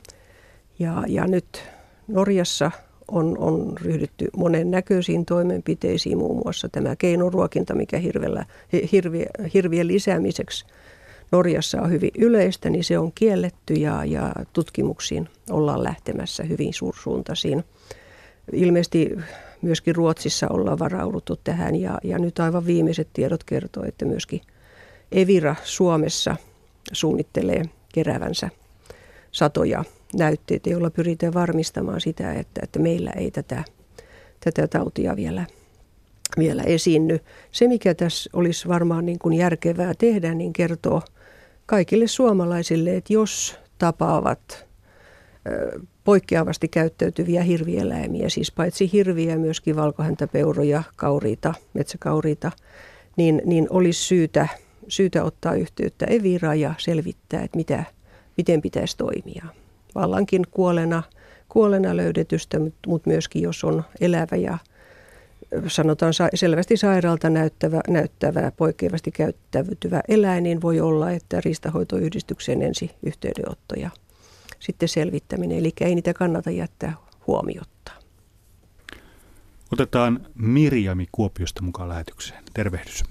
Ja nyt Norjassa on ryhdytty monen näköisiin toimenpiteisiin, muun muassa tämä keinoruokinta, mikä hirvien lisäämiseksi Norjassa on hyvin yleistä, niin se on kielletty ja tutkimuksiin ollaan lähtemässä hyvin suursuuntaisiin. Ilmeisesti myöskin Ruotsissa ollaan varauduttu tähän ja nyt aivan viimeiset tiedot kertoo, että myöskin Evira Suomessa suunnittelee keräävänsä satoja näytteitä, joilla pyritään varmistamaan sitä, että meillä ei tätä tautia vielä esiinny. Se, mikä tässä olisi varmaan niin kuin järkevää tehdä, niin kertoo kaikille suomalaisille, että jos tapaavat poikkeavasti käyttäytyviä hirvieläimiä, siis paitsi hirviä, myöskin valkohäntäpeuroja, kauriita, metsäkauriita, niin olisi syytä syytä ottaa yhteyttä Eviraan ja selvittää, että miten pitäisi toimia. Vallankin kuolena löydetystä, mutta myöskin jos on elävä ja sanotaan selvästi sairaalta näyttävä poikkeavasti käyttäytyvä eläin, niin voi olla, että riistanhoitoyhdistykseen ensi yhteydenotto ja sitten selvittäminen. Eli ei niitä kannata jättää huomiotta. Otetaan Mirjami Kuopiosta mukaan lähetykseen. Tervehdys.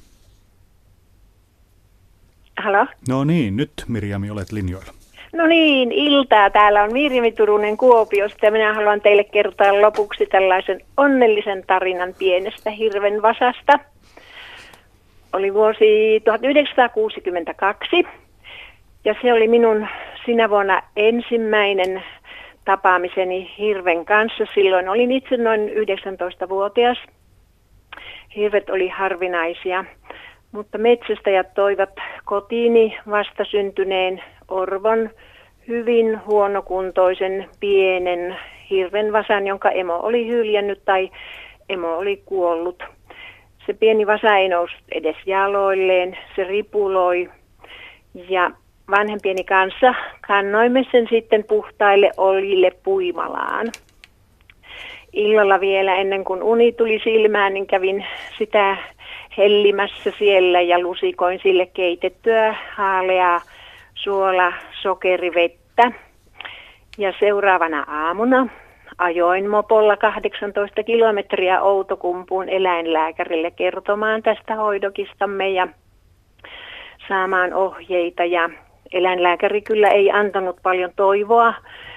Halo? No niin, nyt Mirjami olet linjoilla. No niin, iltaa. Täällä on Mirjami Turunen Kuopiosta ja minä haluan teille kertoa lopuksi tällaisen onnellisen tarinan pienestä hirvenvasasta. Oli vuosi 1962 ja se oli minun sinä vuonna ensimmäinen tapaamiseni hirven kanssa. Silloin olin itse noin 19-vuotias. Hirvet oli harvinaisia, mutta metsästäjät toivat kotiini vastasyntyneen orvon, hyvin huonokuntoisen pienen hirvenvasan, jonka emo oli hyljännyt tai emo oli kuollut. Se pieni vasa ei noussut edes jaloilleen, se ripuloi ja vanhempieni kanssa kannoimme sen sitten puhtaille oljille puimalaan. Illalla vielä ennen kuin uni tuli silmään, niin kävin sitä hellimässä siellä ja lusikoin sille keitettyä haaleaa suola-sokerivettä. Ja seuraavana aamuna ajoin mopolla 18 kilometriä Outokumpuun eläinlääkärille kertomaan tästä hoidokistamme ja saamaan ohjeita. Ja eläinlääkäri kyllä ei antanut paljon toivoa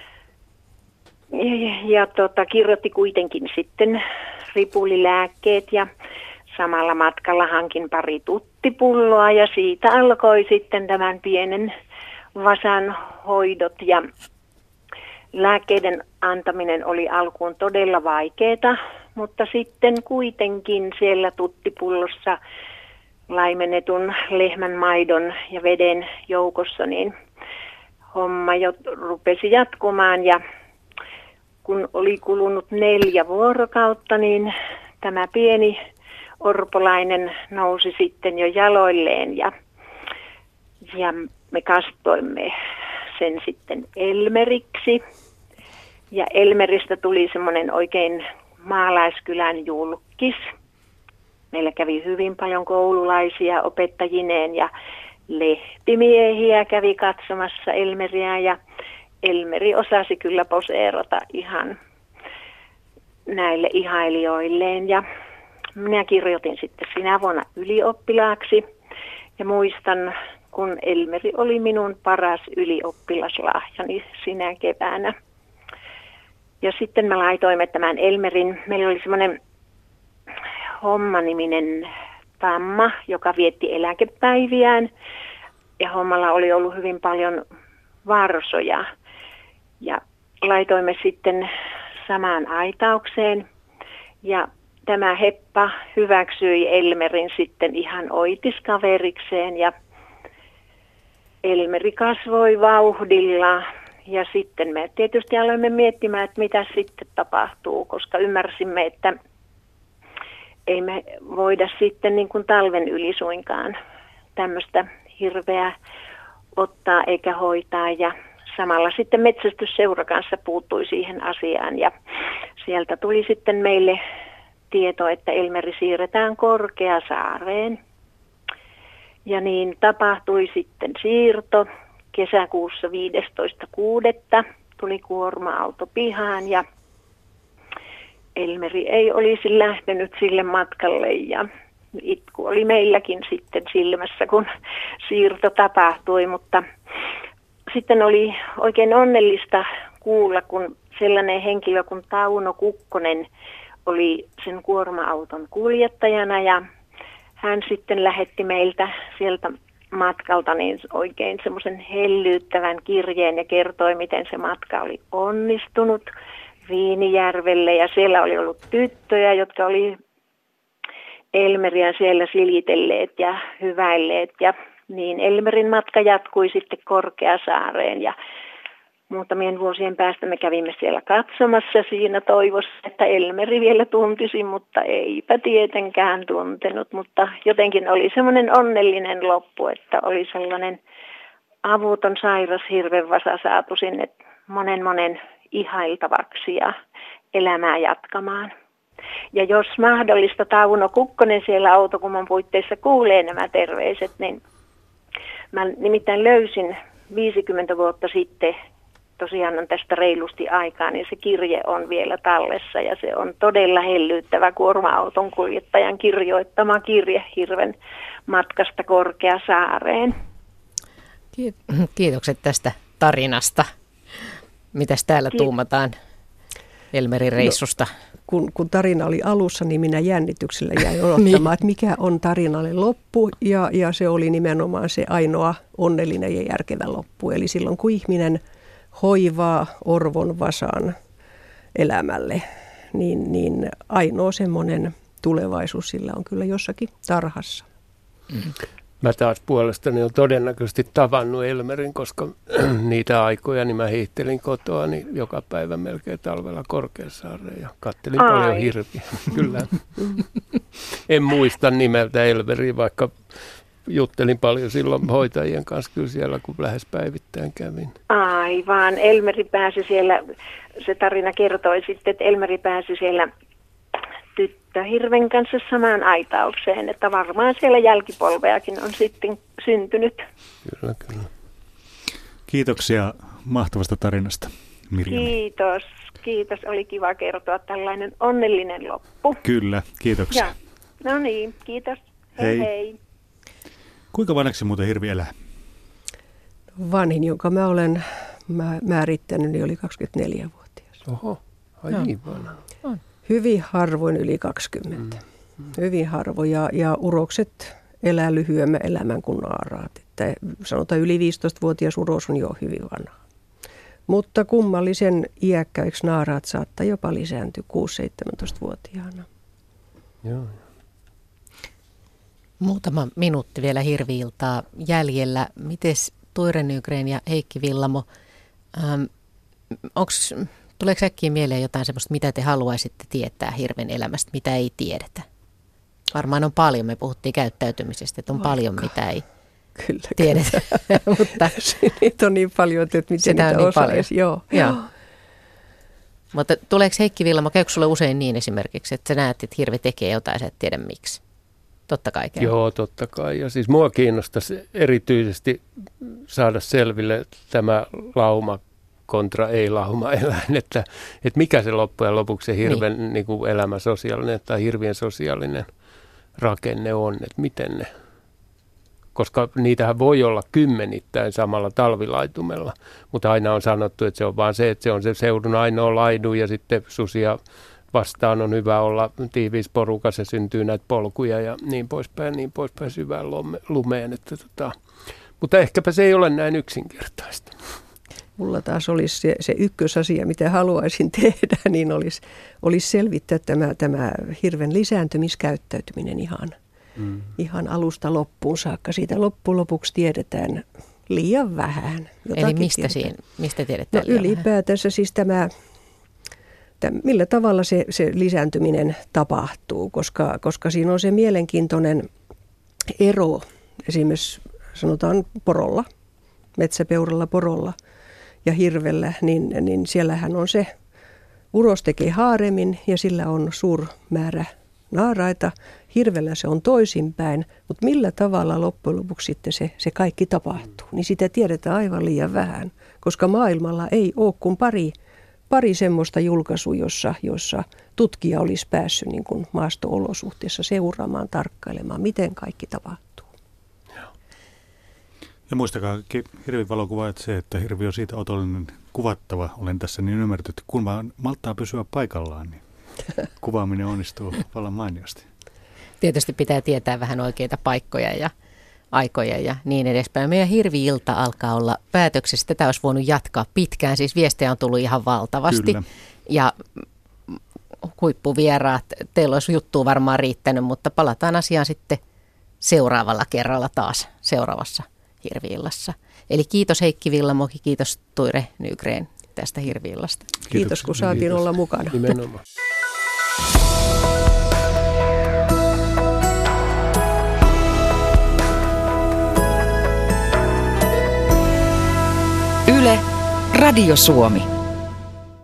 ja kirjoitti kuitenkin sitten ripulilääkkeet ja samalla matkalla hankin pari tuttipulloa ja siitä alkoi sitten tämän pienen vasan hoidot ja lääkkeiden antaminen oli alkuun todella vaikeaa, mutta sitten kuitenkin siellä tuttipullossa laimennetun lehmän maidon ja veden joukossa niin homma jo rupesi jatkumaan ja kun oli kulunut 4 vuorokautta, niin tämä pieni orpolainen nousi sitten jo jaloilleen ja me kastoimme sen sitten Elmeriksi. Ja Elmeristä tuli semmoinen oikein maalaiskylän julkis. Meillä kävi hyvin paljon koululaisia opettajineen ja lehtimiehiä kävi katsomassa Elmeriä ja Elmeri osasi kyllä poseerata ihan näille ihailijoilleen ja minä kirjoitin sitten sinä vuonna ylioppilaaksi ja muistan, kun Elmeri oli minun paras ylioppilaslahjani sinä keväänä. Ja sitten me laitoimme tämän Elmerin, meillä oli semmoinen Homma-niminen tamma, joka vietti eläkepäiviään ja Hommalla oli ollut hyvin paljon varsoja. Ja laitoimme sitten samaan aitaukseen ja tämä Heppa hyväksyi Elmerin sitten ihan oitiskaverikseen ja Elmeri kasvoi vauhdilla ja sitten me tietysti aloimme miettimään, että mitä sitten tapahtuu, koska ymmärsimme, että ei me voida sitten niin kuin talven yli suinkaan tämmöistä hirveää ottaa eikä hoitaa ja samalla sitten metsästysseura kanssa puuttui siihen asiaan ja sieltä tuli sitten meille tieto, että Elmeri siirretään Korkeasaareen. Ja niin tapahtui sitten siirto. Kesäkuussa 15.6. tuli kuorma-auto pihaan ja Elmeri ei olisi lähtenyt sille matkalle ja itku oli meilläkin sitten silmässä, kun siirto tapahtui, mutta sitten oli oikein onnellista kuulla, kun sellainen henkilö kuin Tauno Kukkonen oli sen kuorma-auton kuljettajana ja hän sitten lähetti meiltä sieltä matkalta niin oikein semmoisen hellyyttävän kirjeen ja kertoi, miten se matka oli onnistunut Viinijärvelle ja siellä oli ollut tyttöjä, jotka oli Elmeriä siellä silitelleet ja hyväilleet ja niin Elmerin matka jatkui sitten Korkeasaareen ja Muutamien vuosien päästä me kävimme siellä katsomassa siinä toivossa, että Elmeri vielä tuntisi, mutta eipä tietenkään tuntenut. Mutta jotenkin oli semmoinen onnellinen loppu, että oli sellainen avuton sairas hirvenvasa saatu sinne monen ihailtavaksi ja elämää jatkamaan. Ja jos mahdollista, Tauno Kukkonen siellä Outokummun puitteissa kuulee nämä terveiset, niin mä nimittäin löysin 50 vuotta sitten, tosiaan on tästä reilusti aikaa, niin se kirje on vielä tallessa ja se on todella hellyyttävä kuorma-auton kuljettajan kirjoittama kirje hirven matkasta Korkeasaareen. Kiitokset tästä tarinasta. Mitäs täällä tuumataan Elmerin reissusta? No, kun tarina oli alussa, niin minä jännityksellä jäin odottamaan, että mikä on tarinalle loppu. Ja se oli nimenomaan se ainoa onnellinen ja järkevä loppu. Eli silloin kun ihminen hoivaa orvon vasan elämälle, niin ainoa semmoinen tulevaisuus sillä on kyllä jossakin tarhassa. Mä taas puolestani olen todennäköisesti tavannut Elmerin, koska niitä aikoja niin mä hiihtelin kotoa niin joka päivä melkein talvella Korkeasaareen ja kattelin paljon hirviä. Kyllä. En muista nimeltä Elmeriä, vaikka juttelin paljon silloin hoitajien kanssa kyllä siellä, kun lähes päivittäin kävin. Aivan. Elmeri pääsi siellä, se tarina kertoi sitten, että Elmeri pääsi siellä tyttöhirven kanssa samaan aitaukseen, että varmaan siellä jälkipolveakin on sitten syntynyt. Kyllä. Kiitoksia mahtavasta tarinasta, Mirjami. Kiitos. Oli kiva kertoa tällainen onnellinen loppu. Kyllä, kiitoksia. Ja, no niin, kiitos. Hei. Kuinka vanhaksi muuten hirvi elää? Vanhin, jonka mä olen määrittänyt, niin oli 24-vuotias. Oho, niin vanha. Hyvin harvoin yli 20. Hyvin harvoin ja urokset elää lyhyemmän elämän kuin naaraat. Että sanotaan yli 15-vuotias uros on jo hyvin vanha. Mutta kummallisen iäkkäiksi naaraat saattaa jopa lisääntyä 6-17-vuotiaana. Joo. Muutama minuutti vielä hirvi-iltaa jäljellä. Mites Ture Nygren ja Heikki Villamo, tuleeko äkkiä mieleen jotain sellaista, mitä te haluaisitte tietää hirven elämästä, mitä ei tiedetä? Varmaan on paljon, me puhuttiin käyttäytymisestä, että on paljon, mitä ei tiedetä. Mutta niitä on niin paljon, että miten niitä osaisi. Joo. Mutta tuleeko Heikki Villamo, käykö sulle usein niin esimerkiksi, että sä näet, että hirvi tekee jotain, sä et tiedä miksi? Totta kai käy. Joo, totta kai. Ja siis mua kiinnostaisi erityisesti saada selville tämä lauma kontra ei-lauma-eläin, että mikä se loppujen lopuksi se hirven niin kuin elämä sosiaalinen tai hirvien sosiaalinen rakenne on, että miten ne, koska niitähän voi olla kymmenittäin samalla talvilaitumella, mutta aina on sanottu, että se on vaan se, että se on se seudun ainoa laidu ja sitten susia vastaan on hyvä olla tiiviis porukassa, syntyy näitä polkuja ja niin poispäin syvään lumeen. Mutta ehkäpä se ei ole näin yksinkertaista. Mulla taas olisi se ykkösasia, mitä haluaisin tehdä, niin olisi selvittää tämä hirven lisääntymiskäyttäytyminen ihan alusta loppuun saakka. Siitä loppujen lopuksi tiedetään liian vähän. Eli mistä tiedetään liian ylipäätänsä vähän? Siis millä tavalla se lisääntyminen tapahtuu, koska siinä on se mielenkiintoinen ero esimerkiksi sanotaan porolla, metsäpeuralla, porolla ja hirvellä, niin siellähän on se, uros tekee haaremin ja sillä on suur määrä naaraita. Hirvellä se on toisinpäin, mutta millä tavalla loppujen lopuksi sitten se kaikki tapahtuu, niin sitä tiedetään aivan liian vähän, koska maailmalla ei ole kuin pari semmoista julkaisua, jossa tutkija olisi päässyt niin kuin maasto-olosuhteessa seuraamaan, tarkkailemaan, miten kaikki tapahtuu. Ja muistakaa hirvivalokuva, että se, että hirvi on siitä otollinen kuvattava, olen tässä niin ymmärtänyt, että kun vaan malttaa pysyä paikallaan, niin kuvaaminen onnistuu vallan mainiosti. Tietysti pitää tietää vähän oikeita paikkoja ja aikoja ja niin edespäin. Meidän hirvi-ilta alkaa olla päätöksessä. Tätä olisi voinut jatkaa pitkään. Siis viestejä on tullut ihan valtavasti. Kyllä. Ja huippuvieraat, teillä olisi juttua varmaan riittänyt, mutta palataan asiaan sitten seuraavalla kerralla taas seuraavassa hirvi-illassa. Eli kiitos Heikki Villamoki, kiitos Ture Nygren tästä hirvi-illasta. Kiitos kun saatiin olla mukana. Nimenomaan. Yle, Radio Suomi.